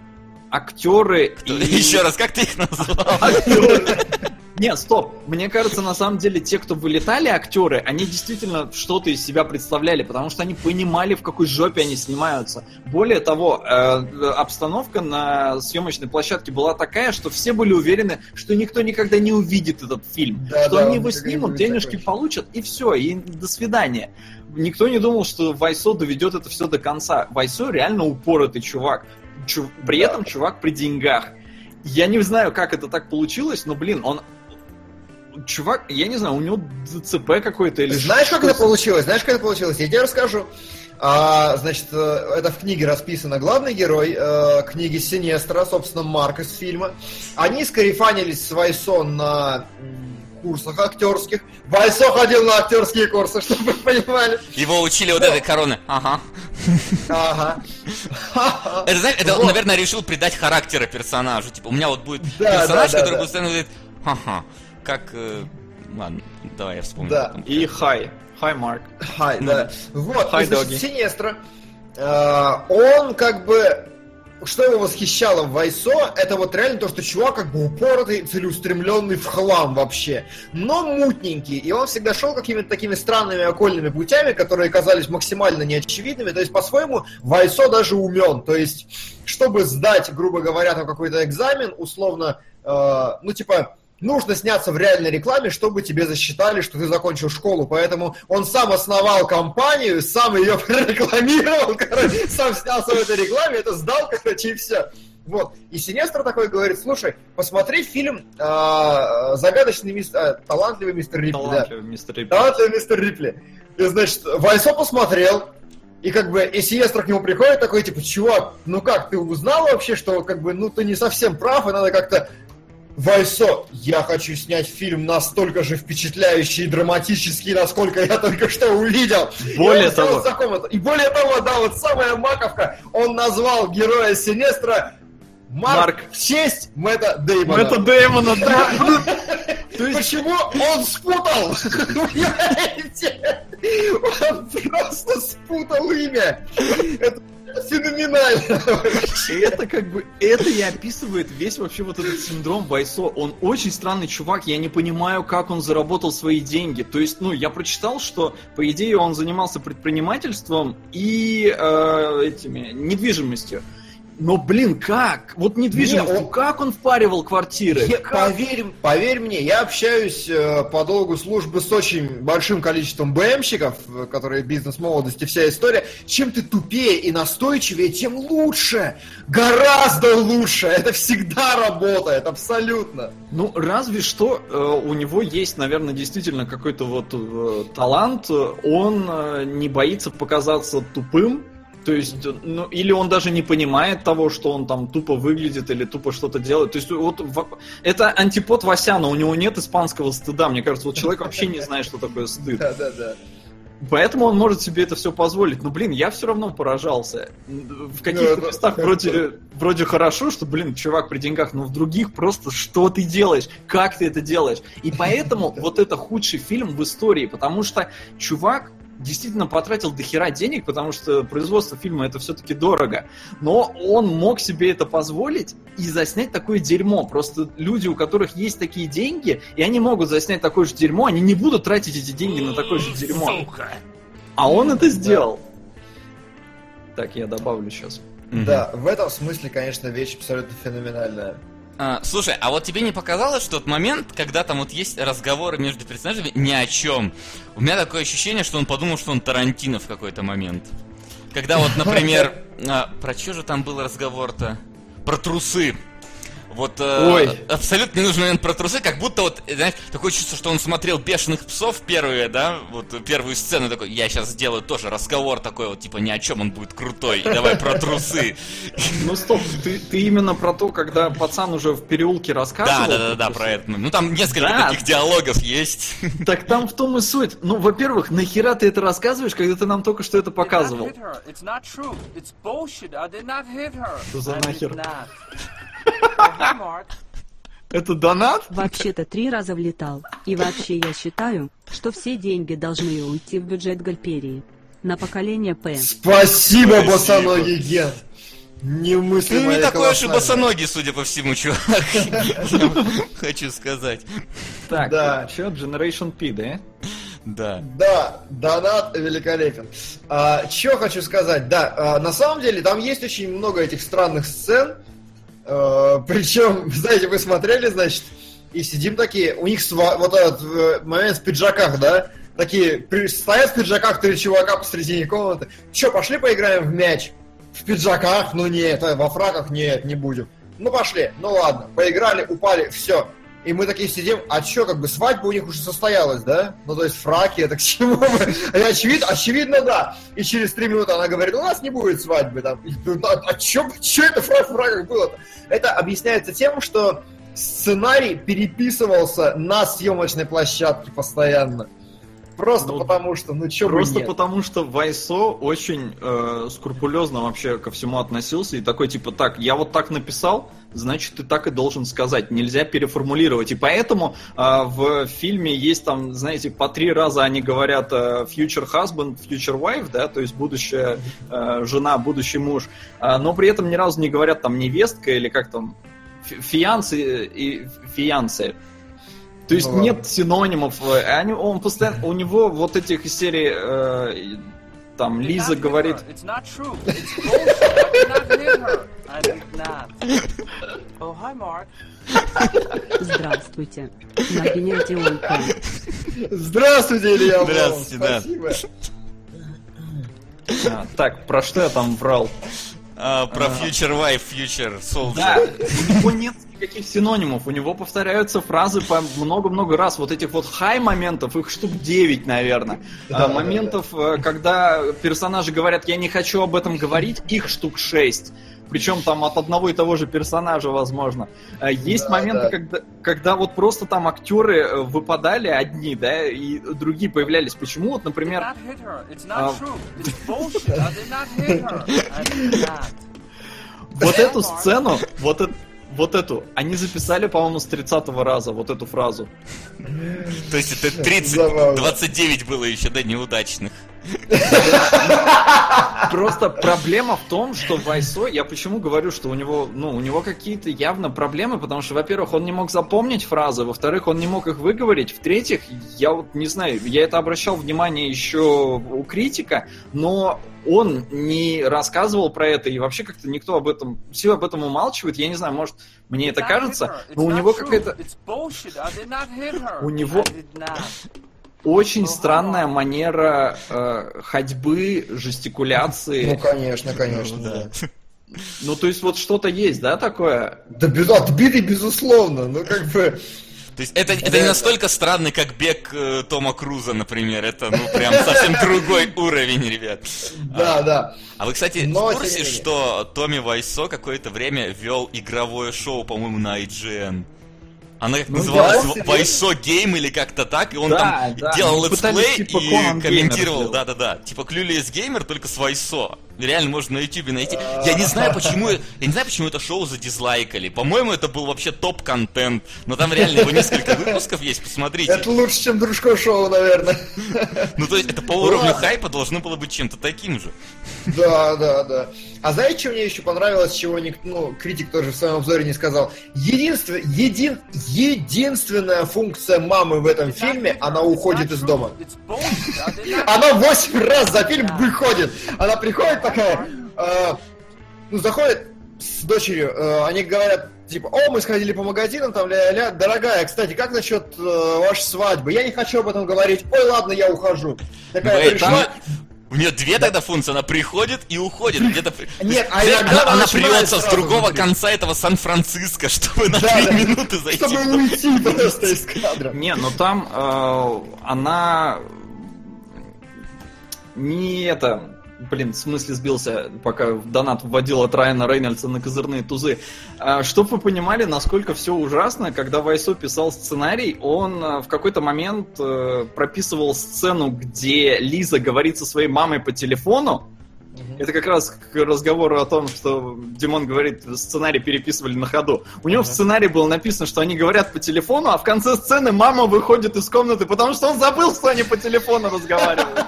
Актеры и... Еще раз, как ты их назвал? Актеры. Нет, стоп. Мне кажется, на самом деле, те, кто вылетали актеры, они действительно что-то из себя представляли, потому что они понимали, в какой жопе они снимаются. Более того, обстановка на съемочной площадке была такая, что все были уверены, что никто никогда не увидит этот фильм. Что они его снимут, денежки получат, и все, и до свидания. Никто не думал, что Вайсо доведет это все до конца. Вайсо реально упоротый чувак. При этом чувак при деньгах. Я не знаю, как это так получилось, но, он... Чувак, я не знаю, у него ДЦП какой-то или... Знаешь, как это получилось? Я тебе расскажу. Значит, это в книге расписано. Главный герой книги Синестра, собственно, Марк из фильма. Они скарифанились с Вайсо на курсах актерских. Вайсо ходил на актерские курсы, чтобы вы понимали. Его учили вот этой короны. Ага. Ага. Это, знаешь, это он, наверное, решил придать характера персонажу. Типа, у меня вот будет персонаж, который будет постоянно говорить, ага, как... Ладно, давай я вспомню. Да. потом. И Хай, Марк. Хай, да. Вот, Хай, значит, Доги. Синестра, он как бы... Что его восхищало в Вайсо, это вот реально то, что чувак как бы упоротый, целеустремленный в хлам вообще, но мутненький, и он всегда шел какими-то такими странными окольными путями, которые казались максимально неочевидными, то есть по-своему Вайсо даже умен, то есть чтобы сдать, грубо говоря, там какой-то экзамен, условно, ну типа... Нужно сняться в реальной рекламе, чтобы тебе засчитали, что ты закончил школу. Поэтому он сам основал компанию, сам ее прорекламировал, короче, сам снялся в этой рекламе, это сдал, короче, и все. Вот. И Синестра такой говорит, слушай, посмотри фильм «Загадочный мистер... талантливый мистер Рипли». Талантливый мистер Рипли. Талантливый мистер Рипли. И, значит, Вайсо посмотрел, и как бы, и Синестра к нему приходит такой, типа, чувак, ну как, ты узнал вообще, что как бы, ну ты не совсем прав, и надо как-то... Вайсо, я хочу снять фильм настолько же впечатляющий и драматический, насколько я только что увидел. Более того, да, вот самая маковка, он назвал героя Синестра Марк в честь Мэтта Дэймона. Мэтта Дэймона, да. Почему он спутал? Понимаете? Он просто спутал имя. Это феноменально. Это как бы, это и описывает весь вообще вот этот синдром Вайсо. Он очень странный чувак, я не понимаю, как он заработал свои деньги. То есть, ну, я прочитал, что, по идее, он занимался предпринимательством и этими, недвижимостью. Но, блин, как? Вот недвижимость, как он впаривал квартиры? Поверь мне, я общаюсь по долгу службы с очень большим количеством БМщиков, которые бизнес-молодости, вся история. Чем ты тупее и настойчивее, тем лучше. Гораздо лучше. Это всегда работает, абсолютно. Ну, разве что у него есть, наверное, действительно какой-то вот талант. Он не боится показаться тупым. То есть, ну, или он даже не понимает того, что он там тупо выглядит или тупо что-то делает. То есть, вот это антипод Васяна, у него нет испанского стыда. Мне кажется, вот человек вообще не знает, что такое стыд. Да. Поэтому он может себе это все позволить. Но, блин, я все равно поражался. В каких-то местах вроде хорошо, что, блин, чувак при деньгах, но в других просто что ты делаешь, как ты это делаешь. И поэтому вот это худший фильм в истории, потому что чувак действительно потратил дохера денег, потому что производство фильма это все-таки дорого. Но он мог себе это позволить и заснять такое дерьмо. Просто люди, у которых есть такие деньги, и они могут заснять такое же дерьмо, они не будут тратить эти деньги на такое же дерьмо. Сука. А он это сделал. Так, я добавлю сейчас. Да, в этом смысле, конечно, вещь абсолютно феноменальная. Слушай, а вот тебе не показалось, что тот момент, когда там вот есть разговоры между персонажами ни о чем? У меня такое ощущение, что он подумал, что он Тарантино в какой-то момент. Когда вот, например, про что же там был разговор-то? Про трусы. Вот абсолютно не нужный момент про трусы, как будто вот, знаешь, такое чувство, что он смотрел «Бешеных псов» первые, да, вот первую сцену такой, я сейчас сделаю тоже разговор такой вот, типа, ни о чем, он будет крутой, и давай про трусы. Ну стоп, ты именно про то, когда пацан уже в переулке рассказывал? Да, про это. Ну там несколько таких диалогов есть. Так там в том и суть. Ну, во-первых, нахера ты это рассказываешь, когда ты нам только что это показывал? Что за нахер? Это донат? Вообще-то 3 раза влетал. И вообще я считаю, что все деньги должны уйти в бюджет Гальперии. На поколение П. Спасибо, босоногий Ген! Немыслимо. Ты не такой уж и босоногий, судя по всему, чувак. Хочу сказать. Так, да. Что, Generation P, да? Да. Да, донат великолепен. Что хочу сказать, да, на самом деле там есть очень много этих странных сцен. Причем, знаете, вы смотрели, значит, и сидим такие, у них вот этот момент в пиджаках, да, такие, стоят в пиджаках 3 чувака посредине комнаты. Че, пошли поиграем в мяч? В пиджаках? Ну нет, во фраках нет, не будем. Ну пошли, ну ладно, поиграли, упали, все. И мы такие сидим, а что, как бы свадьба у них уже состоялась, да? Ну, то есть фраки, это к чему? Очевидно, да. И через 3 минуты она говорит, у нас не будет свадьбы. Там. А что это в фраках было-то? Это объясняется тем, что сценарий переписывался на съемочной площадке постоянно. Просто потому что, ну чё бы Просто нет. потому что Вайсо очень скрупулезно вообще ко всему относился и такой типа, так, я вот так написал, значит ты так и должен сказать, нельзя переформулировать. И поэтому в фильме есть там, знаете, по 3 раза они говорят future husband, future wife, да, то есть будущая жена, будущий муж, но при этом ни разу не говорят там невестка или как там фиансе и фиансе. То есть Ну, нет синонимов. Он постоянно, у него вот этих из серии там Лиза говорит. Здравствуйте. На кабинете ОНК. Здравствуйте, Илья Обломов, Здравствуйте, да. спасибо. Так, про что я там врал? Про Future Wife, Future Soldier. Да, у него нет никаких синонимов, у него повторяются фразы по много-много раз. Вот этих вот хай-моментов, их штук 9, наверное. Моментов, когда персонажи говорят, я не хочу об этом говорить, их штук 6. Причем там от одного и того же персонажа, возможно. Есть моменты, когда вот просто там актеры выпадали одни, да, и другие появлялись. Почему? Вот, например... Вот эту сцену, вот эту, они записали, по-моему, с 30-го раза, вот эту фразу. То есть это 30, Забавно. 29 было еще, да, неудачных. Просто проблема в том, что Вайсо, я почему говорю, что у него какие-то явно проблемы, потому что, во-первых, он не мог запомнить фразы, во-вторых, он не мог их выговорить, в-третьих, я вот не знаю, я это обращал внимание еще у критика, но он не рассказывал про это, и вообще как-то никто об этом, все об этом умалчивает, я не знаю, может, мне это кажется, но у него какая-то... У него очень странная манера ходьбы, жестикуляции. Ну, конечно, да. Ну, то есть вот что-то есть, да, такое? Да, отбитый, безусловно, ну как бы... То есть это не настолько странный, как бег Тома Круза, например. Это, ну, прям совсем другой уровень, ребят. Да. А вы, кстати, Но, в курсе, тем не менее. что Томми Вайсо какое-то время вел игровое шоу, по-моему, на IGN? Оно как называлось да, Вайсо Гейм или как-то так, и он Да, там да, делал они пытались, летсплей типа, и Conan комментировал, Gamer сделать. да-да-да, типа Clueless Gamer, только с Вайсо. Реально можно на ютубе найти. Я не знаю, почему это шоу задизлайкали. По-моему, это был вообще топ-контент. Но там реально его несколько выпусков есть, посмотрите. Это лучше, чем Дружко шоу, наверное. Ну, то есть это по уровню хайпа должно было быть чем-то таким же. Да. А знаете, что мне еще понравилось, чего критик тоже в своем обзоре не сказал? Единственная функция мамы в этом фильме, она уходит из дома. Она 8 раз за фильм выходит. Она приходит такая, заходит с дочерью, они говорят, типа, мы сходили по магазинам, там, ля-ля-ля, дорогая, кстати, как насчет вашей свадьбы? Я не хочу об этом говорить, ладно, я ухожу. Такая пришла... У нее две тогда функции, она приходит и уходит. Где-то... Нет, она прется с другого конца этого Сан-Франциско, чтобы на 3 минуты зайти. Чтобы уйти просто из кадра. Не, но там она не это... Блин, в смысле сбился, пока донат вводил от Райана Рейнольдса на козырные тузы. Чтоб вы понимали, насколько все ужасно, когда Вайсо писал сценарий, он в какой-то момент прописывал сцену, где Лиза говорит со своей мамой по телефону. Это как раз к разговору о том, что Димон говорит, сценарий переписывали на ходу. У него в сценарии было написано, что они говорят по телефону, а в конце сцены мама выходит из комнаты, потому что он забыл, что они по телефону разговаривают.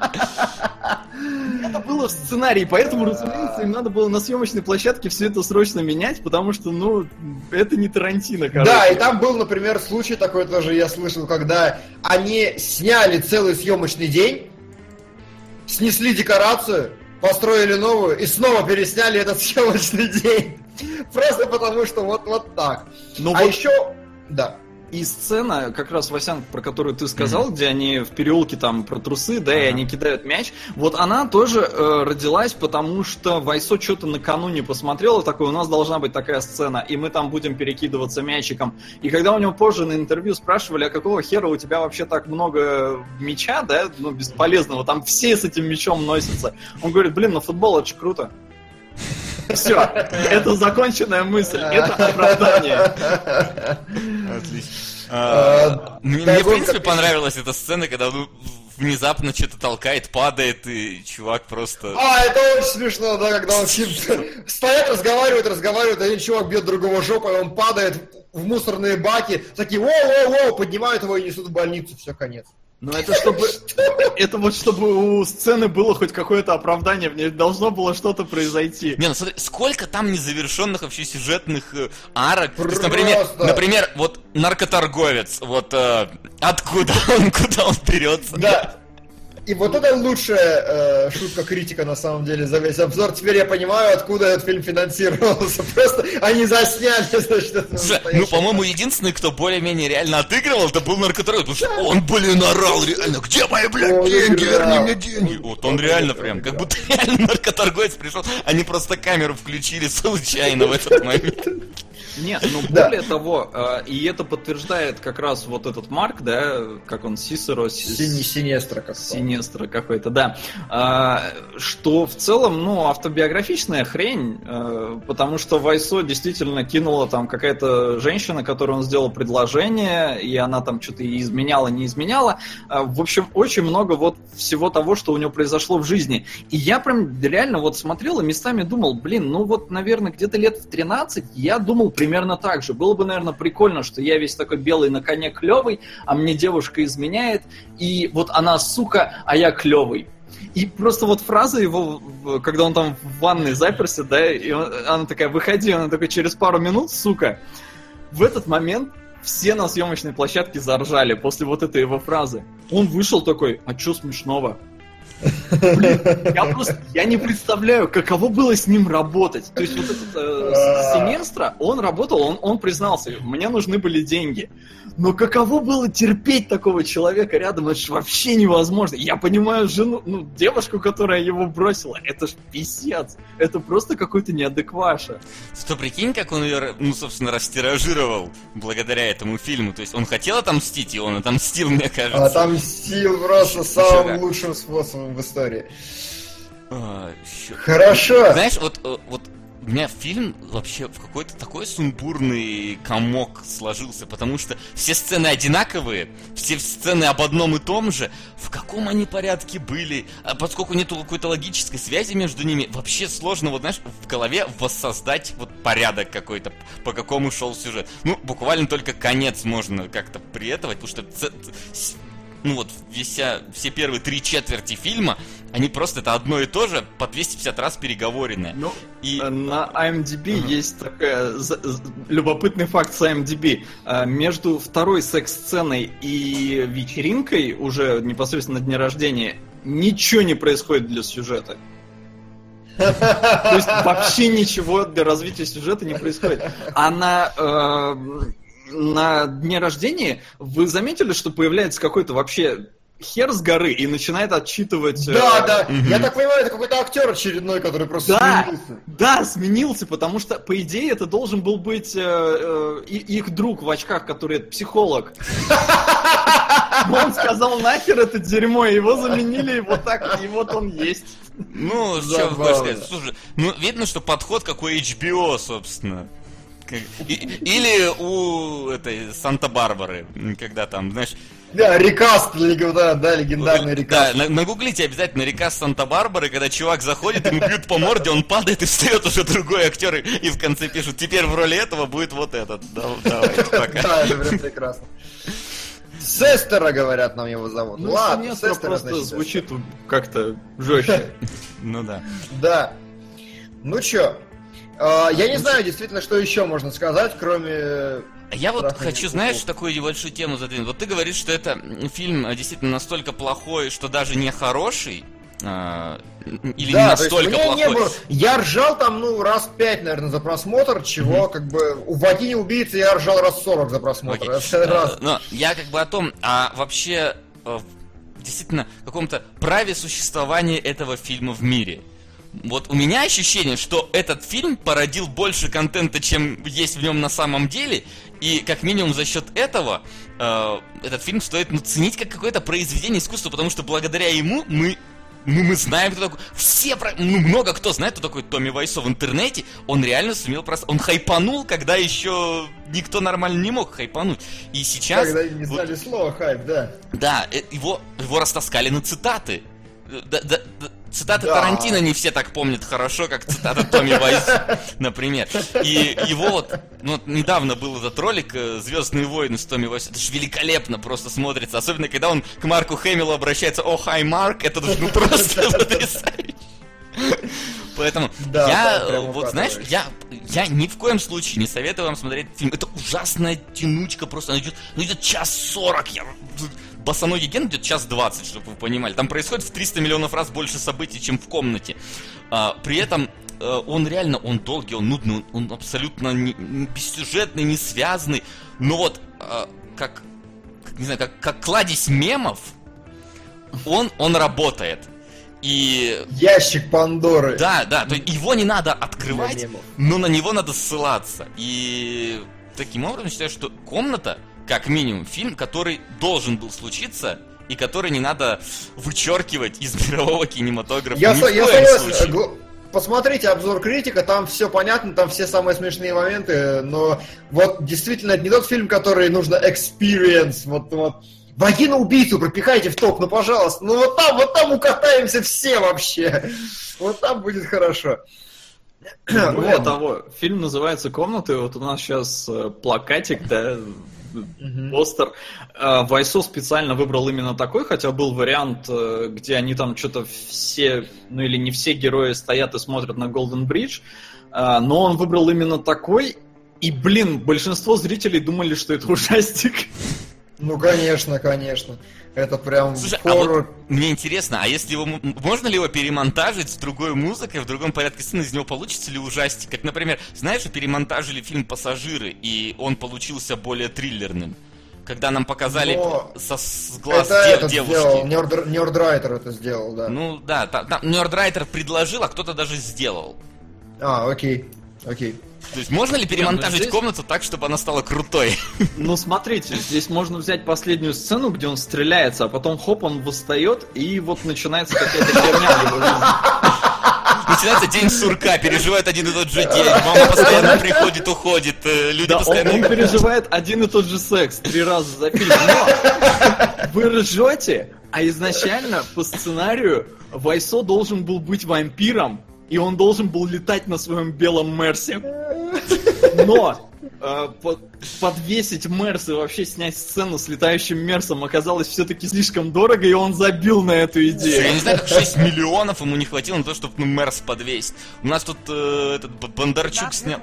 Это было в сценарии, поэтому, разумеется, им надо было на съемочной площадке все это срочно менять, потому что, это не Тарантино, короче. Да, и там был, например, случай такой тоже, я слышал, когда они сняли целый съемочный день, снесли декорацию, построили новую и снова пересняли этот съемочный день. Просто потому, что вот так. Еще... Да. И сцена, как раз, Васян, про которую ты сказал, где они в переулке там про трусы, да, и они кидают мяч, вот она тоже родилась, потому что Вайсо что-то накануне посмотрел, и такой, у нас должна быть такая сцена, и мы там будем перекидываться мячиком. И когда у него позже на интервью спрашивали, а какого хера у тебя вообще так много мяча, да, бесполезного, там все с этим мячом носятся, он говорит, футбол, это же круто. Все, это законченная мысль, это оправдание. Отлично. Мне, в принципе, понравилась эта сцена, когда он внезапно что-то толкает, падает, и чувак просто... Это очень смешно, да, когда он стоят, разговаривают, один чувак бьет другого жопой, он падает в мусорные баки, такие воу, поднимают его и несут в больницу, все, конец. Ну это чтобы у сцены было хоть какое-то оправдание, в ней должно было что-то произойти. Не, ну смотри, сколько там незавершенных вообще сюжетных арок. То есть, Просто. например, вот наркоторговец, вот откуда он, куда он берется. Да. И вот это лучшая шутка критика, на самом деле, за весь обзор. Теперь я понимаю, откуда этот фильм финансировался. Просто они засняли, значит, это Слушай, по-моему, единственный, кто более-менее реально отыгрывал, это был наркоторговец. Потому что он, орал реально. Где мои, деньги? Верни мне деньги. Вот он реально прям, как будто реально наркоторговец пришел. Они просто камеру включили случайно в этот момент. Нет, более того, и это подтверждает как раз вот этот Марк, да, как он, Сисеро... Синестра как-то. Синестра какой-то, да. Что в целом, автобиографичная хрень, потому что Вайсо действительно кинула там какая-то женщина, которой он сделал предложение, и она там что-то изменяла, не изменяла. В общем, очень много вот всего того, что у него произошло в жизни. И я прям реально вот смотрел и местами думал, наверное, где-то лет в 13 я думал примерно так же. Было бы, наверное, прикольно, что я весь такой белый на коне клевый, а мне девушка изменяет, и вот она сука, а я клевый. И просто вот фраза его, когда он там в ванной заперся, да, и она такая, выходи, она такая, через пару минут, сука. В этот момент все на съемочной площадке заржали после вот этой его фразы. Он вышел такой, а чё смешного? Блин, я не представляю, каково было с ним работать. То есть вот этот Синестра, он работал, он признался, мне нужны были деньги. Но каково было терпеть такого человека рядом, это же вообще невозможно. Я понимаю жену, девушку, которая его бросила, это ж писец. Это просто какой-то неадекваша. Что, прикинь, как он ее, собственно, растиражировал благодаря этому фильму. То есть он хотел отомстить, и он отомстил, мне кажется. Отомстил просто самым лучшим способом в истории. Хорошо. Знаешь, вот у меня фильм вообще в какой-то такой сумбурный комок сложился, потому что все сцены одинаковые, все сцены об одном и том же. В каком они порядке были? А поскольку нету какой-то логической связи между ними, вообще сложно, в голове воссоздать порядок какой-то, по какому шел сюжет. Буквально только конец можно как-то приэтовать, потому что все первые 3/4 фильма, они просто это одно и то же по 250 раз переговоренное. На IMDb есть такой любопытный факт с IMDb. Между второй секс-сценой и вечеринкой, уже непосредственно на дне рождения, ничего не происходит для сюжета. То есть вообще ничего для развития сюжета не происходит. На дне рождения вы заметили, что появляется какой-то вообще хер с горы и начинает отчитывать... Да. Я так понимаю, это какой-то актер очередной, который просто сменился. Да, сменился, потому что, по идее, это должен был быть их друг в очках, который психолог. Он сказал, нахер это дерьмо, его заменили, и вот так, и вот он есть. Что хочешь сказать? Слушай, видно, что подход как у HBO, собственно. Или у этой Санта-Барбары, когда там, знаешь... Да, рекаст, легендарный рекаст. Да, нагуглите обязательно рекаст Санта-Барбары, когда чувак заходит, ему бьют по морде, он падает и встает уже другой актер, и в конце пишут, теперь в роли этого будет вот этот. Давайте, пока. Да, это прям прекрасно. Сестера, говорят, нам его зовут. Ладно, Сестера просто звучит как-то жестче. Да. Да. Чё? Я не знаю, действительно, что еще можно сказать, кроме... Я хочу, знаешь, такую небольшую тему задвинуть. Вот ты говоришь, что это фильм действительно настолько плохой, что даже не хороший, или не настолько плохой. Я ржал там, раз 5, наверное, за просмотр, чего, у «Вагине убийцы» я ржал раз 40 за просмотр. Но я о том, вообще, действительно, каком-то праве существования этого фильма в мире. Вот у меня ощущение, что этот фильм породил больше контента, чем есть в нем на самом деле, и как минимум за счет этого этот фильм стоит ценить как какое-то произведение искусства, потому что благодаря ему мы Ну, мы знаем, кто такой. Много кто знает, кто такой Томми Вайсо в интернете. Он реально сумел просто... Он хайпанул, когда еще никто нормально не мог хайпануть. И сейчас... Когда не знали слова хайп, да. Да, его растаскали на цитаты. Цитаты Тарантино не все так помнят хорошо, как цитата Томми Вайсо, например. И его вот недавно был этот ролик «Звездные войны» с Томми Вайсо. Это же великолепно просто смотрится. Особенно, когда он к Марку Хэмиллу обращается: «О, хай, Марк!» Это ну просто потрясающе. Поэтому знаешь, я ни в коем случае не советую вам смотреть фильм. Это ужасная тянучка просто. Она идет час 40. Босоногий Ген идет час 20, чтобы вы понимали. Там происходит в 300 миллионов раз больше событий, чем в комнате. При этом он долгий, он нудный, он абсолютно бессюжетный, не связанный. Но вот как кладезь мемов, он работает. И... Ящик Пандоры. Да, то есть его не надо открывать, но на него надо ссылаться. И таким образом я считаю, что «Комната» как минимум фильм, который должен был случиться и который не надо вычеркивать из мирового кинематографа. Я согласен. Посмотрите обзор критика, там все понятно, там все самые смешные моменты, но вот действительно это не тот фильм, который нужно experience, вот. Вагину-убийцу пропихайте в топ, ну пожалуйста, ну вот там укатаемся все вообще, вот там будет хорошо. Более того, фильм называется «Комната», и вот у нас сейчас плакатик, да, постер. Вайсо специально выбрал именно такой, хотя был вариант, где они там что-то все, ну или не все герои стоят и смотрят на Голден Бридж, но он выбрал именно такой, и, большинство зрителей думали, что это ужастик. Ну, конечно. Это прям слушай, хоррор. А вот мне интересно, а если можно ли его перемонтажить с другой музыкой, в другом порядке сцены, из него получится ли ужастик? Как, например, знаешь, перемонтажили фильм «Пассажиры», и он получился более триллерным. Когда нам показали с глаз девушки. Нёрдрайтер это сделал, да. Ну да, Нёрдрайтер предложил, а кто-то даже сделал. Окей. То есть можно ли перемонтажить комнату так, чтобы она стала крутой? Ну смотрите, здесь можно взять последнюю сцену, где он стреляется, а потом хоп, он восстает, и вот начинается какая-то херня в его жизни. Начинается день сурка, переживает один и тот же день, мама постоянно приходит, уходит, люди постоянно... Он переживает один и тот же секс 3 раза за фильм, но вы ржете, а изначально по сценарию Вайсо должен был быть вампиром, и он должен был летать на своем белом Мерсе. Но подвесить Мерс и вообще снять сцену с летающим Мерсом оказалось все-таки слишком дорого, и он забил на эту идею. Я не знаю, как 6 миллионов ему не хватило на то, чтобы Мерс подвесить. У нас тут этот Бондарчук снял...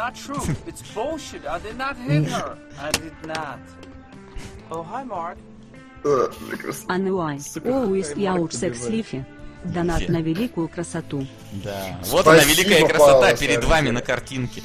Ануай. Оуис яуч секс лифи. Донат на великую красоту. Да. Вот она, великая красота, Павел, перед вами на картинке.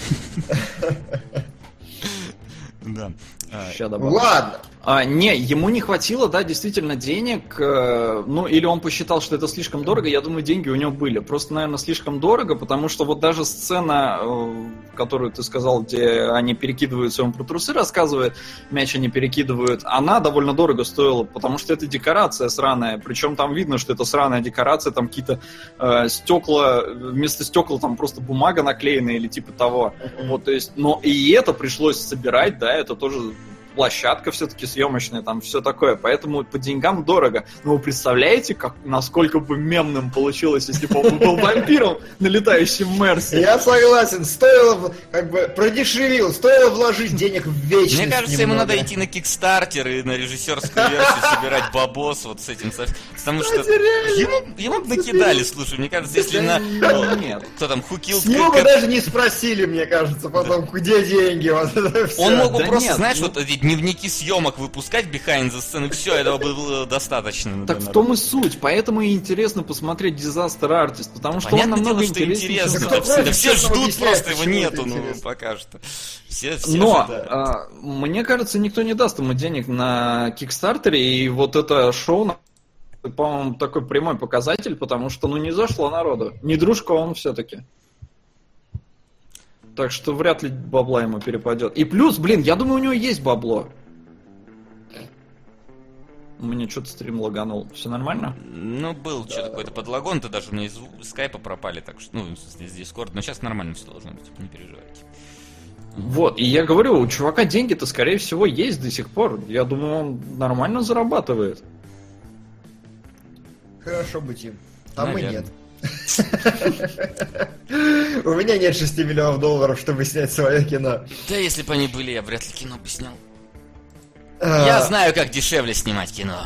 Да. Ладно. Не, ему не хватило, да, действительно денег, ну, или он посчитал, что это слишком дорого, я думаю, деньги у него были. Просто, наверное, слишком дорого, потому что вот даже сцена, которую ты сказал, где они перекидываются, он про трусы рассказывает, мяч они перекидывают, она довольно дорого стоила, потому что это декорация сраная, причем там видно, что это сраная декорация, там какие-то стекла, вместо стекол там просто бумага наклеена или типа того. Вот, то есть, но и это пришлось собирать, да, это тоже... Площадка все-таки съемочная, там все такое, поэтому по деньгам дорого. Но вы представляете, насколько бы мемным получилось, если бы он был вампиром на летающем Мерсе? Я согласен, стоило, продешевил, стоило вложить денег в вечность. Мне кажется, ему надо идти на Кикстартер и на режиссерскую версию собирать бабос вот с этим, потому что ему накидали, слушай, мне кажется, если на... Нет, кто там, Хукил... С него бы даже не спросили, мне кажется, потом, где деньги, вот это все. Он мог бы просто, знаешь, вот дневники съемок выпускать behind the scene, и все, этого было достаточно. Так в том и суть, поэтому и интересно посмотреть Disaster Artist, потому что понятное он намного дело, что интереснее. Да все ждут, просто его нету, ну, пока что. Все но, мне кажется, никто не даст ему денег на Кикстартере, и вот это шоу, по-моему, такой прямой показатель, потому что, ну, не зашло народу. Не дружка он все-таки. Так что вряд ли бабла ему перепадет. И плюс, я думаю, у него есть бабло. У меня что-то стрим лаганул. Все нормально? Ну, был что-то какой-то подлагон, то даже из скайпа пропали, так что, ну, из Discord, но сейчас нормально все должно быть, не переживайте. Вот, и я говорю, у чувака деньги-то, скорее всего, есть до сих пор. Я думаю, он нормально зарабатывает. Хорошо быть им. А мы Наверное. нет. У меня нет 6 миллионов долларов, чтобы снять свое кино. Да если бы они были, я вряд ли кино бы снял. Я знаю, как дешевле снимать кино.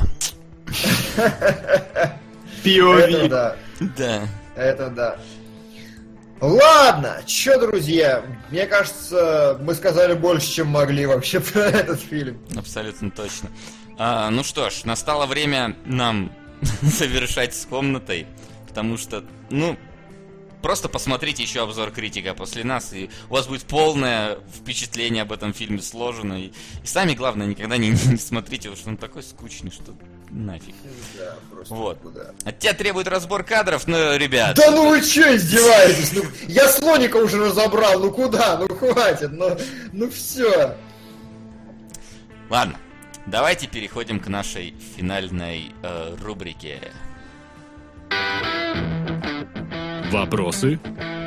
Это POV. да. Да. Это да. Ладно, чё, друзья, мне кажется, мы сказали больше, чем могли вообще про этот фильм. Абсолютно точно. Ну что ж, настало время нам завершать с комнатой, потому что, ну, просто посмотрите еще обзор критика после нас, и у вас будет полное впечатление об этом фильме сложено. И сами, главное, никогда не смотрите, потому что он такой скучный, что нафиг. Да, просто Вот. куда. От тебя требует разбор кадров, но, ребят... Да ну вы чё издеваетесь? Ну, я слоника уже разобрал, ну куда? Ну хватит, ну все. Ладно, давайте переходим к нашей финальной рубрике. Вопросы?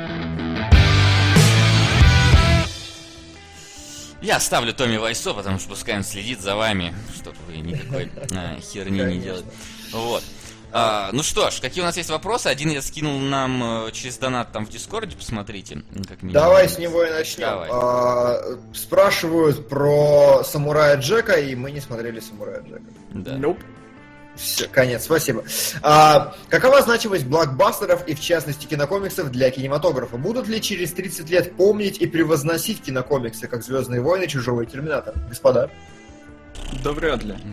Я оставлю Томми Вайсо, потому что пускай он следит за вами, чтобы вы никакой херни не делали. Вот. Ну что ж, какие у нас есть вопросы? Один я скинул нам через донат там в Дискорде, посмотрите. Как минимум. Давай с него и начнем. Давай. Спрашивают про Самурая Джека, и мы не смотрели Самурая Джека. Да. Nope. Все, конец, спасибо. Какова значимость блокбастеров и, в частности, кинокомиксов для кинематографа? Будут ли через 30 лет помнить и превозносить кинокомиксы, как «Звездные войны», «Чужого» и «Терминатор»? Господа. Да вряд ли.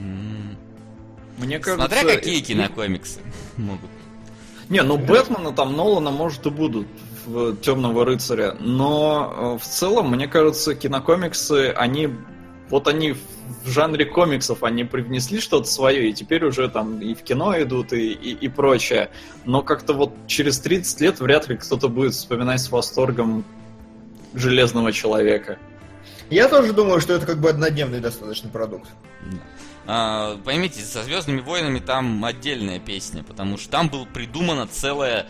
Мне кажется... Смотря какие кинокомиксы могут. Не, ну Бэтмена там, Нолана, может, и будут в «Темного рыцаря», но в целом, мне кажется, кинокомиксы, они в жанре комиксов, они привнесли что-то свое, и теперь уже там и в кино идут, и прочее. Но как-то вот через 30 лет вряд ли кто-то будет вспоминать с восторгом Железного Человека. Я тоже думаю, что это как бы однодневный достаточно продукт. Поймите, со «Звездными войнами» там отдельная песня, потому что там было придумано целое,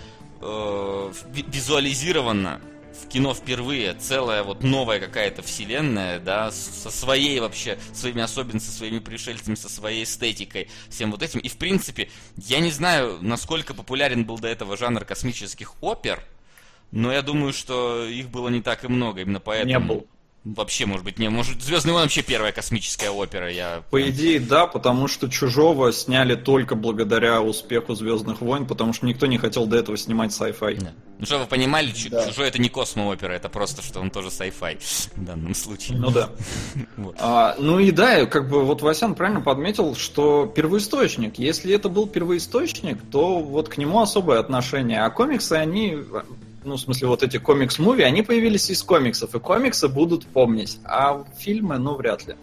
визуализировано в кино впервые целая вот новая какая-то вселенная, да, со своей вообще, своими особенностями, своими пришельцами, со своей эстетикой, всем вот этим. И в принципе, я не знаю, насколько популярен был до этого жанр космических опер, но я думаю, что их было не так и много, именно поэтому... Не был. Вообще, может быть, не. Может, «Звездные войны» вообще первая космическая опера. По идее, да, потому что «Чужого» сняли только благодаря успеху «Звездных войн», потому что никто не хотел до этого снимать sci-fi. Да. Ну, чтобы вы понимали, Да. «Чужой» — это не космо-опера, это просто, что он тоже sci-fi в данном случае. Ну да. Вот. Ну и да, как бы вот Васян правильно подметил, что первоисточник. Если это был первоисточник, то вот к нему особое отношение. А комиксы, они... Ну, в смысле, вот эти комикс-муви, они появились из комиксов, и комиксы будут помнить, а фильмы, ну, вряд ли.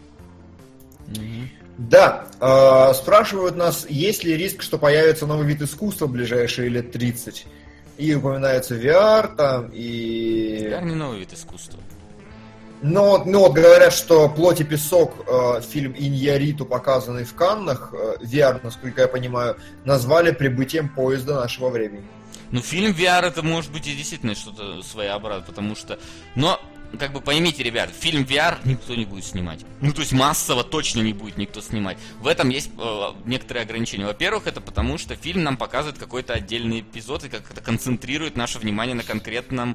Да, спрашивают нас, есть ли риск, что появится новый вид искусства в ближайшие лет 30? И упоминается VR там, и... VR не новый вид искусства. Ну вот говорят, что «Плоть и песок», фильм Иньярриту, показанный в Каннах, VR, насколько я понимаю, назвали прибытием поезда нашего времени. Ну, фильм VR это может быть и действительно что-то своеобразное, потому что... Но, как бы поймите, ребят, фильм VR никто не будет снимать. Ну, то есть массово точно не будет никто снимать. В этом есть некоторые ограничения. Во-первых, это потому, что фильм нам показывает какой-то отдельный эпизод и как-то концентрирует наше внимание на конкретном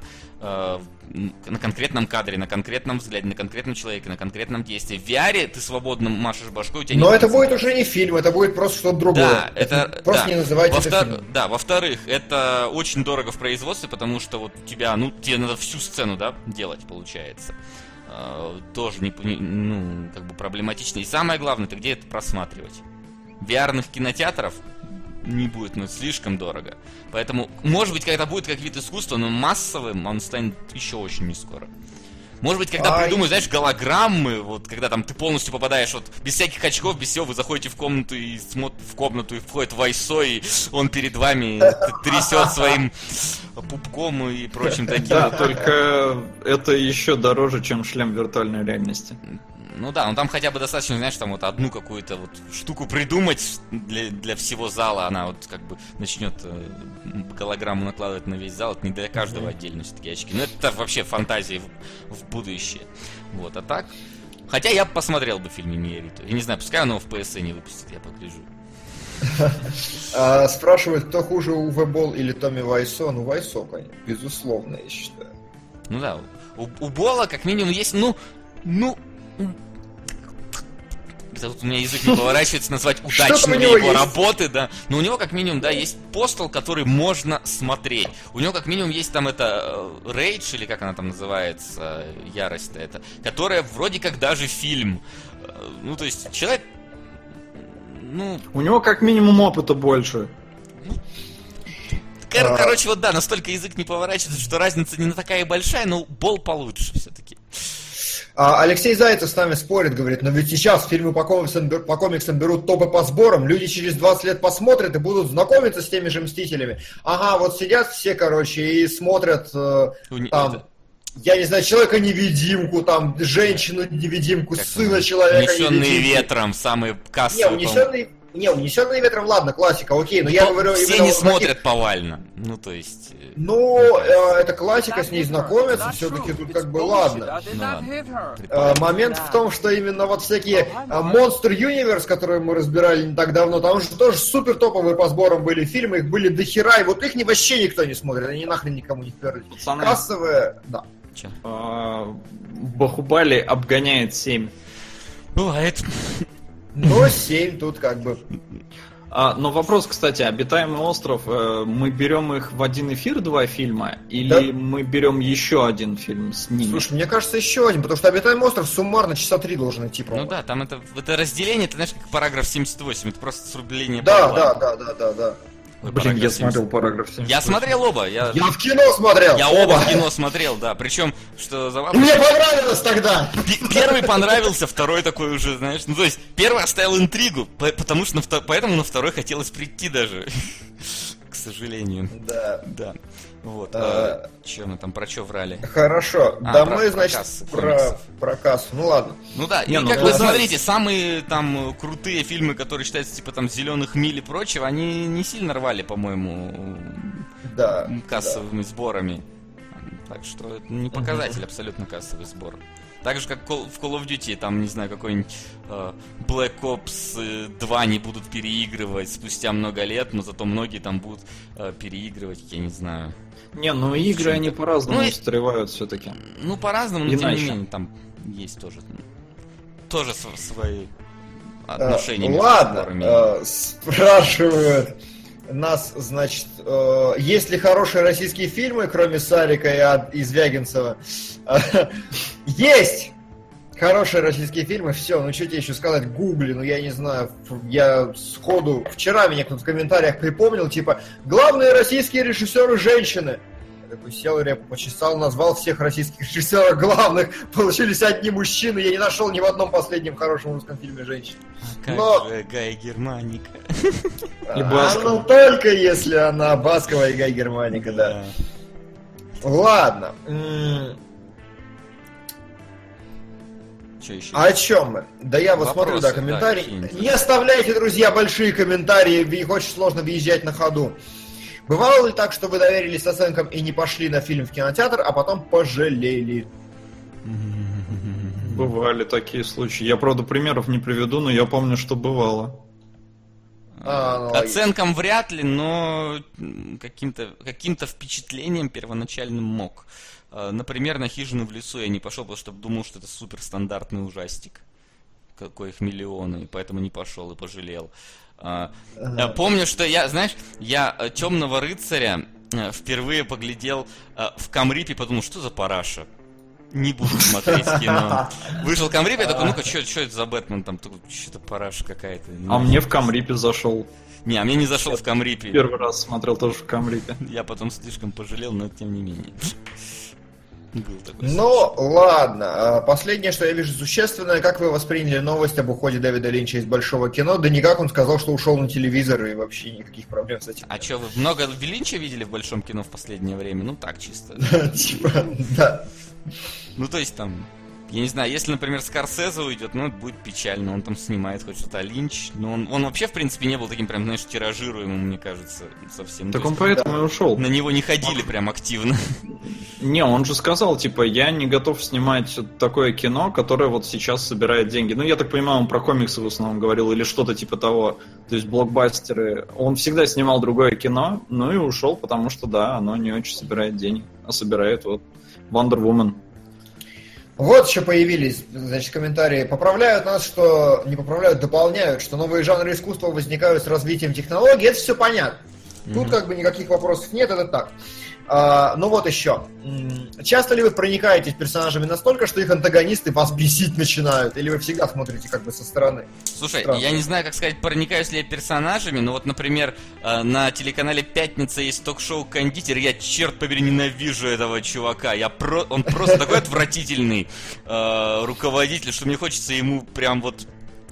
кадре, на конкретном взгляде, на конкретном человеке, на конкретном действии. В VR ты свободно машешь башкой, у тебя Но нет это будет концентрации. уже не фильм, это будет просто что-то другое. Да, это Просто да. не называйте это фильмом. Да, во-вторых, это очень дорого в производстве, потому что вот у тебя, ну, тебе надо всю сцену, да, делать, получается. Тоже ну, как бы проблематично. И самое главное, это где это просматривать. VR-ных кинотеатров не будет, ну, слишком дорого. Поэтому, может быть, когда будет как вид искусства, но массовым он станет еще очень не скоро. Может быть, когда придумают, знаешь, голограммы, вот когда там ты полностью попадаешь, вот без всяких очков, без всего, вы заходите в комнату и входит Вайсо, и он перед вами трясет своим пупком и прочим таким. Да, только это еще дороже, чем шлем виртуальной реальности. Ну да, там хотя бы достаточно, знаешь, там вот одну какую-то вот штуку придумать для всего зала, она вот как бы начнет голограмму накладывать на весь зал, это не для каждого отдельно все-таки очки. Ну это вообще фантазии в будущее. Вот, а так... Хотя я посмотрел бы фильм «Иньярриту». Я не знаю, пускай оно в PSN не выпустит, я погляжу. Спрашивают, кто хуже, Уве Болл или Томми Вайсо? Ну, Вайсо, конечно, безусловно, я считаю. Ну да, у Болла как минимум есть, это вот у меня язык не поворачивается назвать удачными его работы, да. Но у него как минимум, да, есть Постал, который можно смотреть. У него как минимум есть там это Рейдж, или как она там называется, ярость-то это, которая вроде как даже фильм. Ну, то есть человек, ну... У него как минимум опыта больше. Короче, вот да, настолько язык не поворачивается, что разница не такая большая, но Болл получше все-таки. Алексей Зайцев с нами спорит, говорит, но ведь сейчас фильмы по комиксам берут топы по сборам, люди через 20 лет посмотрят и будут знакомиться с теми же Мстителями. Ага, вот сидят все, короче, и смотрят там... Я не знаю, Человека-невидимку, там, Женщину-невидимку, Сына Человека-невидимку. Унесенные ветром, самые кассовые. Унесенные ветром, ладно, классика, окей, но я говорю... Все не смотрят повально, ну, то есть... Ну, это классика, с ней знакомятся, все-таки тут как бы ладно. Момент в том, что именно вот всякие Monster Universe, которые мы разбирали не так давно, там же тоже супер топовые по сборам были фильмы, их были дохера, и вот их вообще никто не смотрит, они нахрен никому не вперлись. Кассовые, да. Бахубали обгоняет 7. Бывает. Но 7 тут как бы... Но вопрос, кстати, «Обитаемый остров», мы берем их в один эфир, 2 фильма, или мы берем еще один фильм с ними? Слушай, мне кажется, еще один, потому что «Обитаемый остров» суммарно часа 3 должен идти, по-моему. Ну да, там это разделение, это, знаешь, как параграф 78, это просто срубление. Да. Ой, блин, я смотрел параграф 78. Я смотрел оба. Я в кино смотрел. Я оба в кино смотрел, да. Причем, что забавно... Мне понравилось тогда! Первый понравился, второй такой уже, знаешь... Ну, то есть, первый оставил интригу, поэтому на второй хотелось прийти даже. К сожалению. Да. Вот. Че мы там, про что врали? Хорошо. Мы, значит, про кассу. Ну ладно. Ну да, и как вы смотрите, самые там крутые фильмы, которые считаются типа там «Зеленых миль» и прочего, они не сильно рвали, по-моему, кассовыми сборами. Так что это не показатель абсолютно кассовый сбор. Так же, как в Call of Duty, там, не знаю, какой-нибудь Black Ops 2 не будут переигрывать спустя много лет, но зато многие там будут переигрывать, я не знаю. Не, ну игры они по-разному устаревают все-таки. Ну, по-разному, но тем не менее, там есть тоже свои отношения. Ладно, спрашивают нас, значит, есть ли хорошие российские фильмы, кроме Сарика и Звягинцева? Есть! Хорошие российские фильмы, все, ну что тебе еще сказать, гугли, ну я не знаю, я сходу, вчера меня кто-то в комментариях припомнил, типа, главные российские режиссеры женщины. Я такой сел, репу почесал, назвал всех российских режиссеров главных, получились одни мужчины, я не нашел ни в одном последнем хорошем русском фильме женщин. Как же Гай Германика. Ну только если она Баскова и Гай Германика, да. Ладно. О чем мы? Да я вот смотрю, да, комментарии. Не оставляйте, друзья, большие комментарии, их очень сложно въезжать на ходу. Бывало ли так, что вы доверились оценкам и не пошли на фильм в кинотеатр, а потом пожалели? Бывали такие случаи. Я, правда, примеров не приведу, но я помню, что бывало. Оценкам вряд ли, но каким-то впечатлением первоначальным мог. Например, на «Хижину в лесу» я не пошел, потому что думал, что это суперстандартный ужастик. Какой их миллионы, и поэтому не пошел и пожалел. Помню, что я «Темного рыцаря» впервые поглядел в Камрипе и подумал, что за параша. Не буду смотреть кино. Вышел Камрип, я такой, ну-ка, что это за Бэтмен? Там что-то параша какая-то. А мне в Камрипе зашел. Не, а мне не зашел в Камрипе. Первый раз смотрел тоже в Камрипе. Я потом слишком пожалел, но тем не менее. Ну, ладно. Последнее, что я вижу существенное, как вы восприняли новость об уходе Дэвида Линча из большого кино? Да никак, он сказал, что ушел на телевизор, и вообще никаких проблем с этим. А что, вы много Линча видели в большом кино в последнее время? Ну так, чисто. Типа, да. Ну, то есть там... Я не знаю, если, например, Скорсезе уйдет, ну, это будет печально. Он там снимает хоть что-то, а Линч... Но он вообще, в принципе, не был таким прям, знаешь, тиражируемым, мне кажется, совсем. Так То он есть поэтому и ушел. на него не ходили прям активно. Не, он же сказал, типа, я не готов снимать такое кино, которое вот сейчас собирает деньги. Ну, я так понимаю, он про комиксы в основном говорил, или что-то типа того. То есть блокбастеры. Он всегда снимал другое кино, ну и ушел, потому что, да, оно не очень собирает денег. А собирает вот Wonder Woman. Вот еще появились, значит, комментарии. Поправляют нас, что... Не поправляют, дополняют, что новые жанры искусства возникают с развитием технологий. Это все понятно. Тут как бы никаких вопросов нет, это так. Ну вот еще. Часто ли вы проникаетесь персонажами настолько, что их антагонисты вас бесить начинают? Или вы всегда смотрите как бы со стороны? Слушай, Странно. я не знаю, как сказать, проникаюсь ли я персонажами, но вот, например, на телеканале «Пятница» есть ток-шоу «Кондитер», я, черт побери, ненавижу этого чувака, он просто такой отвратительный руководитель, что мне хочется ему прям вот...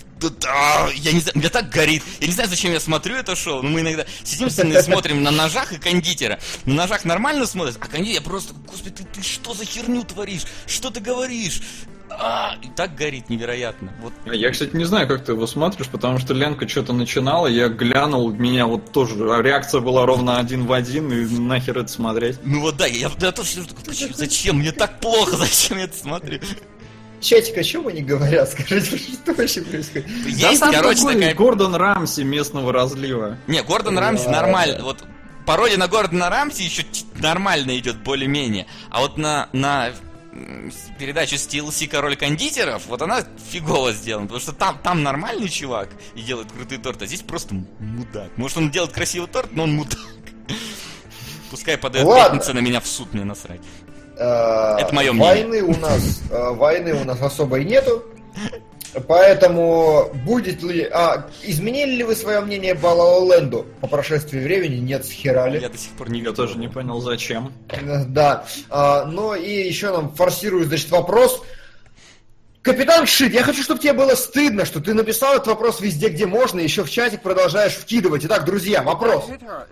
Я не знаю, меня так горит. Я не знаю, зачем я смотрю это шоу, но мы иногда сидим и смотрим на ножах и кондитера. На ножах нормально смотрят, а кондитер, я просто, господи, ты что за херню творишь? Что ты говоришь? И так горит невероятно. Вот. Я, кстати, не знаю, как ты его смотришь, потому что Ленка что-то начинала, я глянул, меня вот тоже реакция была ровно один в один, и нахер это смотреть. Ну вот да, я тоже такой, зачем? Мне так плохо, зачем я это смотрю? Чатик, о чем они говорят? Скажите, что вообще происходит? Есть, да, короче, такой такая... Гордон Рамси местного разлива. Не, Гордон Рамси нормально. Вот пародия на Гордона Рамси еще нормально идет, более-менее. А вот на передачу с TLC «Король кондитеров», вот она фигово сделана, потому что там нормальный чувак и делает крутые торты, а здесь просто мудак. Может, он делает красивый торт, но он мудак. Пускай подает «Пятница» на меня в суд, мне насрать. Это мое мнение. Войны у нас особой нету. Поэтому будет ли... изменили ли вы свое мнение по La La Land по прошествии времени? Нет, схерали. Я до сих пор не Я видел. тоже не понял, зачем. Да. Ну и еще нам форсирует, значит, вопрос. Капитан Шит, я хочу, чтобы тебе было стыдно, что ты написал этот вопрос везде, где можно, и еще в чатик продолжаешь вкидывать. Итак, друзья, вопрос.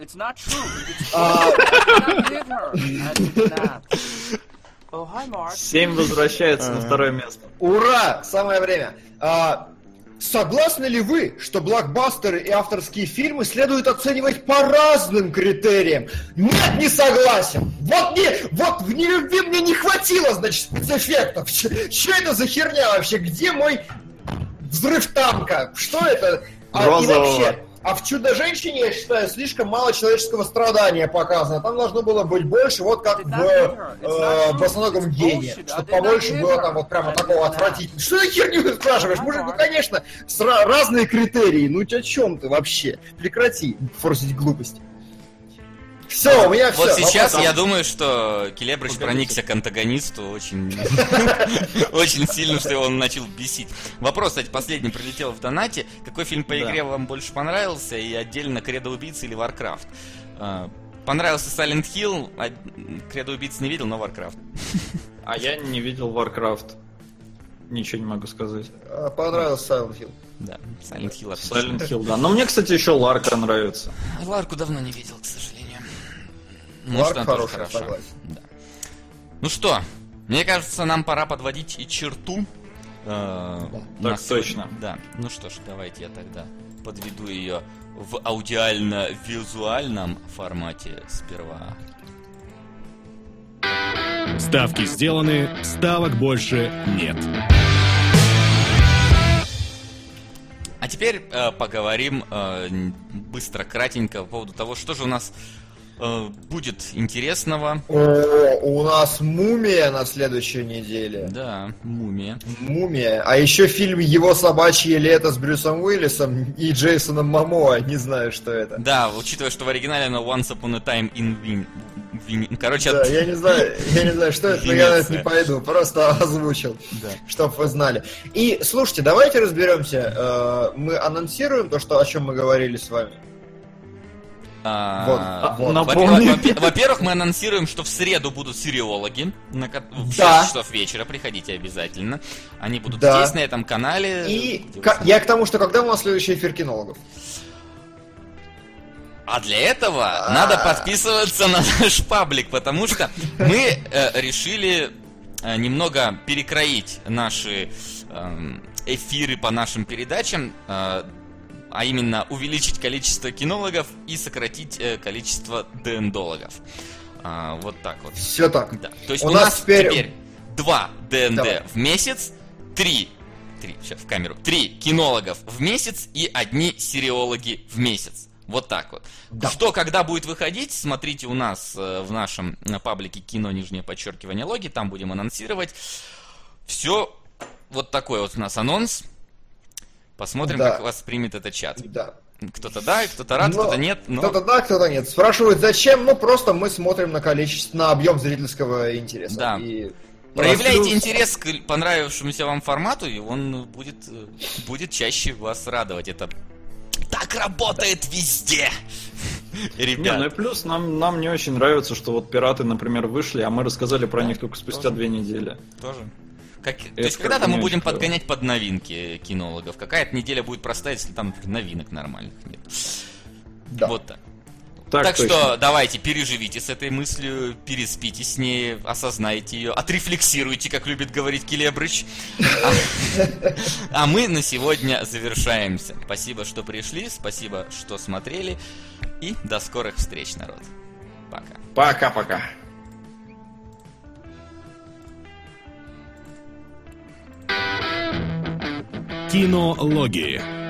Семь возвращается на второе место. Ура! Самое время. Согласны ли вы, что блокбастеры и авторские фильмы следует оценивать по разным критериям? Нет, не согласен. Вот в нелюбви мне не хватило, значит, спецэффектов. Что это за херня вообще? Где мой взрыв танка? Что это? И вообще, в «Чудо-женщине», я считаю, слишком мало человеческого страдания показано. Там должно было быть больше, вот как в «Босоногом гении». Чтобы побольше было там вот прямо такого отвратительного. Что за херню ты спрашиваешь? Мужик, ну конечно, разные критерии. Ну о чем ты вообще? Прекрати форсить глупости. Все, у меня все. Вот сейчас я думаю, что Келебрыч проникся к антагонисту очень очень сильно, что его он начал бесить. Вопрос, кстати, последний прилетел в донате. Какой фильм по игре вам больше понравился? И отдельно «Кредо убийцы» или «Варкрафт»? Понравился Silent Hill, а «Кредо убийцы» не видел, но «Варкрафт». А я не видел Warcraft. Ничего не могу сказать. Понравился Silent Hill. Да, Silent Hill отлично. Silent Hill, да. Но мне, кстати, еще Ларка нравится. Ларку давно не видел, к сожалению. Ларк она тоже хороший, хороша. согласен. Да. Ну что, мне кажется, нам пора подводить и черту. Так точно. Да. Ну что ж, давайте я тогда подведу ее в аудиально-визуальном формате сперва. Ставки сделаны, ставок больше нет. А теперь поговорим быстро, кратенько по поводу того, что же у нас будет интересного. У нас «Мумия» на следующей неделе. Да, «Мумия». «Мумия». А еще фильм «Его собачье лето» с Брюсом Уиллисом и Джейсоном Момоа. Не знаю, что это. Да, учитывая, что в оригинале оно «Once Upon a Time in Vin». Короче, да, я не знаю, что это, но я на это не пойду. Просто озвучил, да. Чтобы вы знали. И, слушайте, давайте разберемся. Мы анонсируем то, о чем мы говорили с вами. Во-первых, мы анонсируем, что в среду будут сериологи в 6 часов вечера. Приходите обязательно. Они будут здесь, на этом канале. И я к тому, что когда у нас следующий эфир кинологов? А для этого надо подписываться на наш паблик, потому что мы решили немного перекроить наши эфиры по нашим передачам, а именно увеличить количество кинологов и сократить количество ДНДологов. Вот так вот. Все так. Да. То есть у нас теперь 2 ДНД Давай. в месяц, 3, сейчас в камеру, 3 кинологов в месяц и 1 сериологи в месяц. Вот так вот. Да. Что, когда будет выходить, смотрите у нас в нашем паблике кино, _ логи, там будем анонсировать. Все, вот такой вот у нас анонс. Посмотрим, Да. как воспримет этот чат. Да. Кто-то да, кто-то рад, кто-то нет. Но... Кто-то да, кто-то нет. Спрашивают, зачем? Ну, просто мы смотрим на количество, на объем зрительского интереса. Да. И Проявляйте плюс- интерес к понравившемуся вам формату, и он будет чаще вас радовать. Это так работает везде! Не, ну и Ребят, плюс нам не очень нравится, что вот пираты, например, вышли, а мы рассказали про них только спустя 2 недели. тоже. То Это есть когда-то не мы будем очень клево. подгонять под новинки кинологов. Какая-то неделя будет простая, если там новинок нормальных нет. Да. Вот так. Так Так точно. что давайте переживите с этой мыслью, переспите с ней, осознайте ее, отрефлексируйте, как любит говорить Келебрыч. А мы на сегодня завершаемся. Спасибо, что пришли, спасибо, что смотрели. И до скорых встреч, народ. Пока. Пока-пока. Кинологии.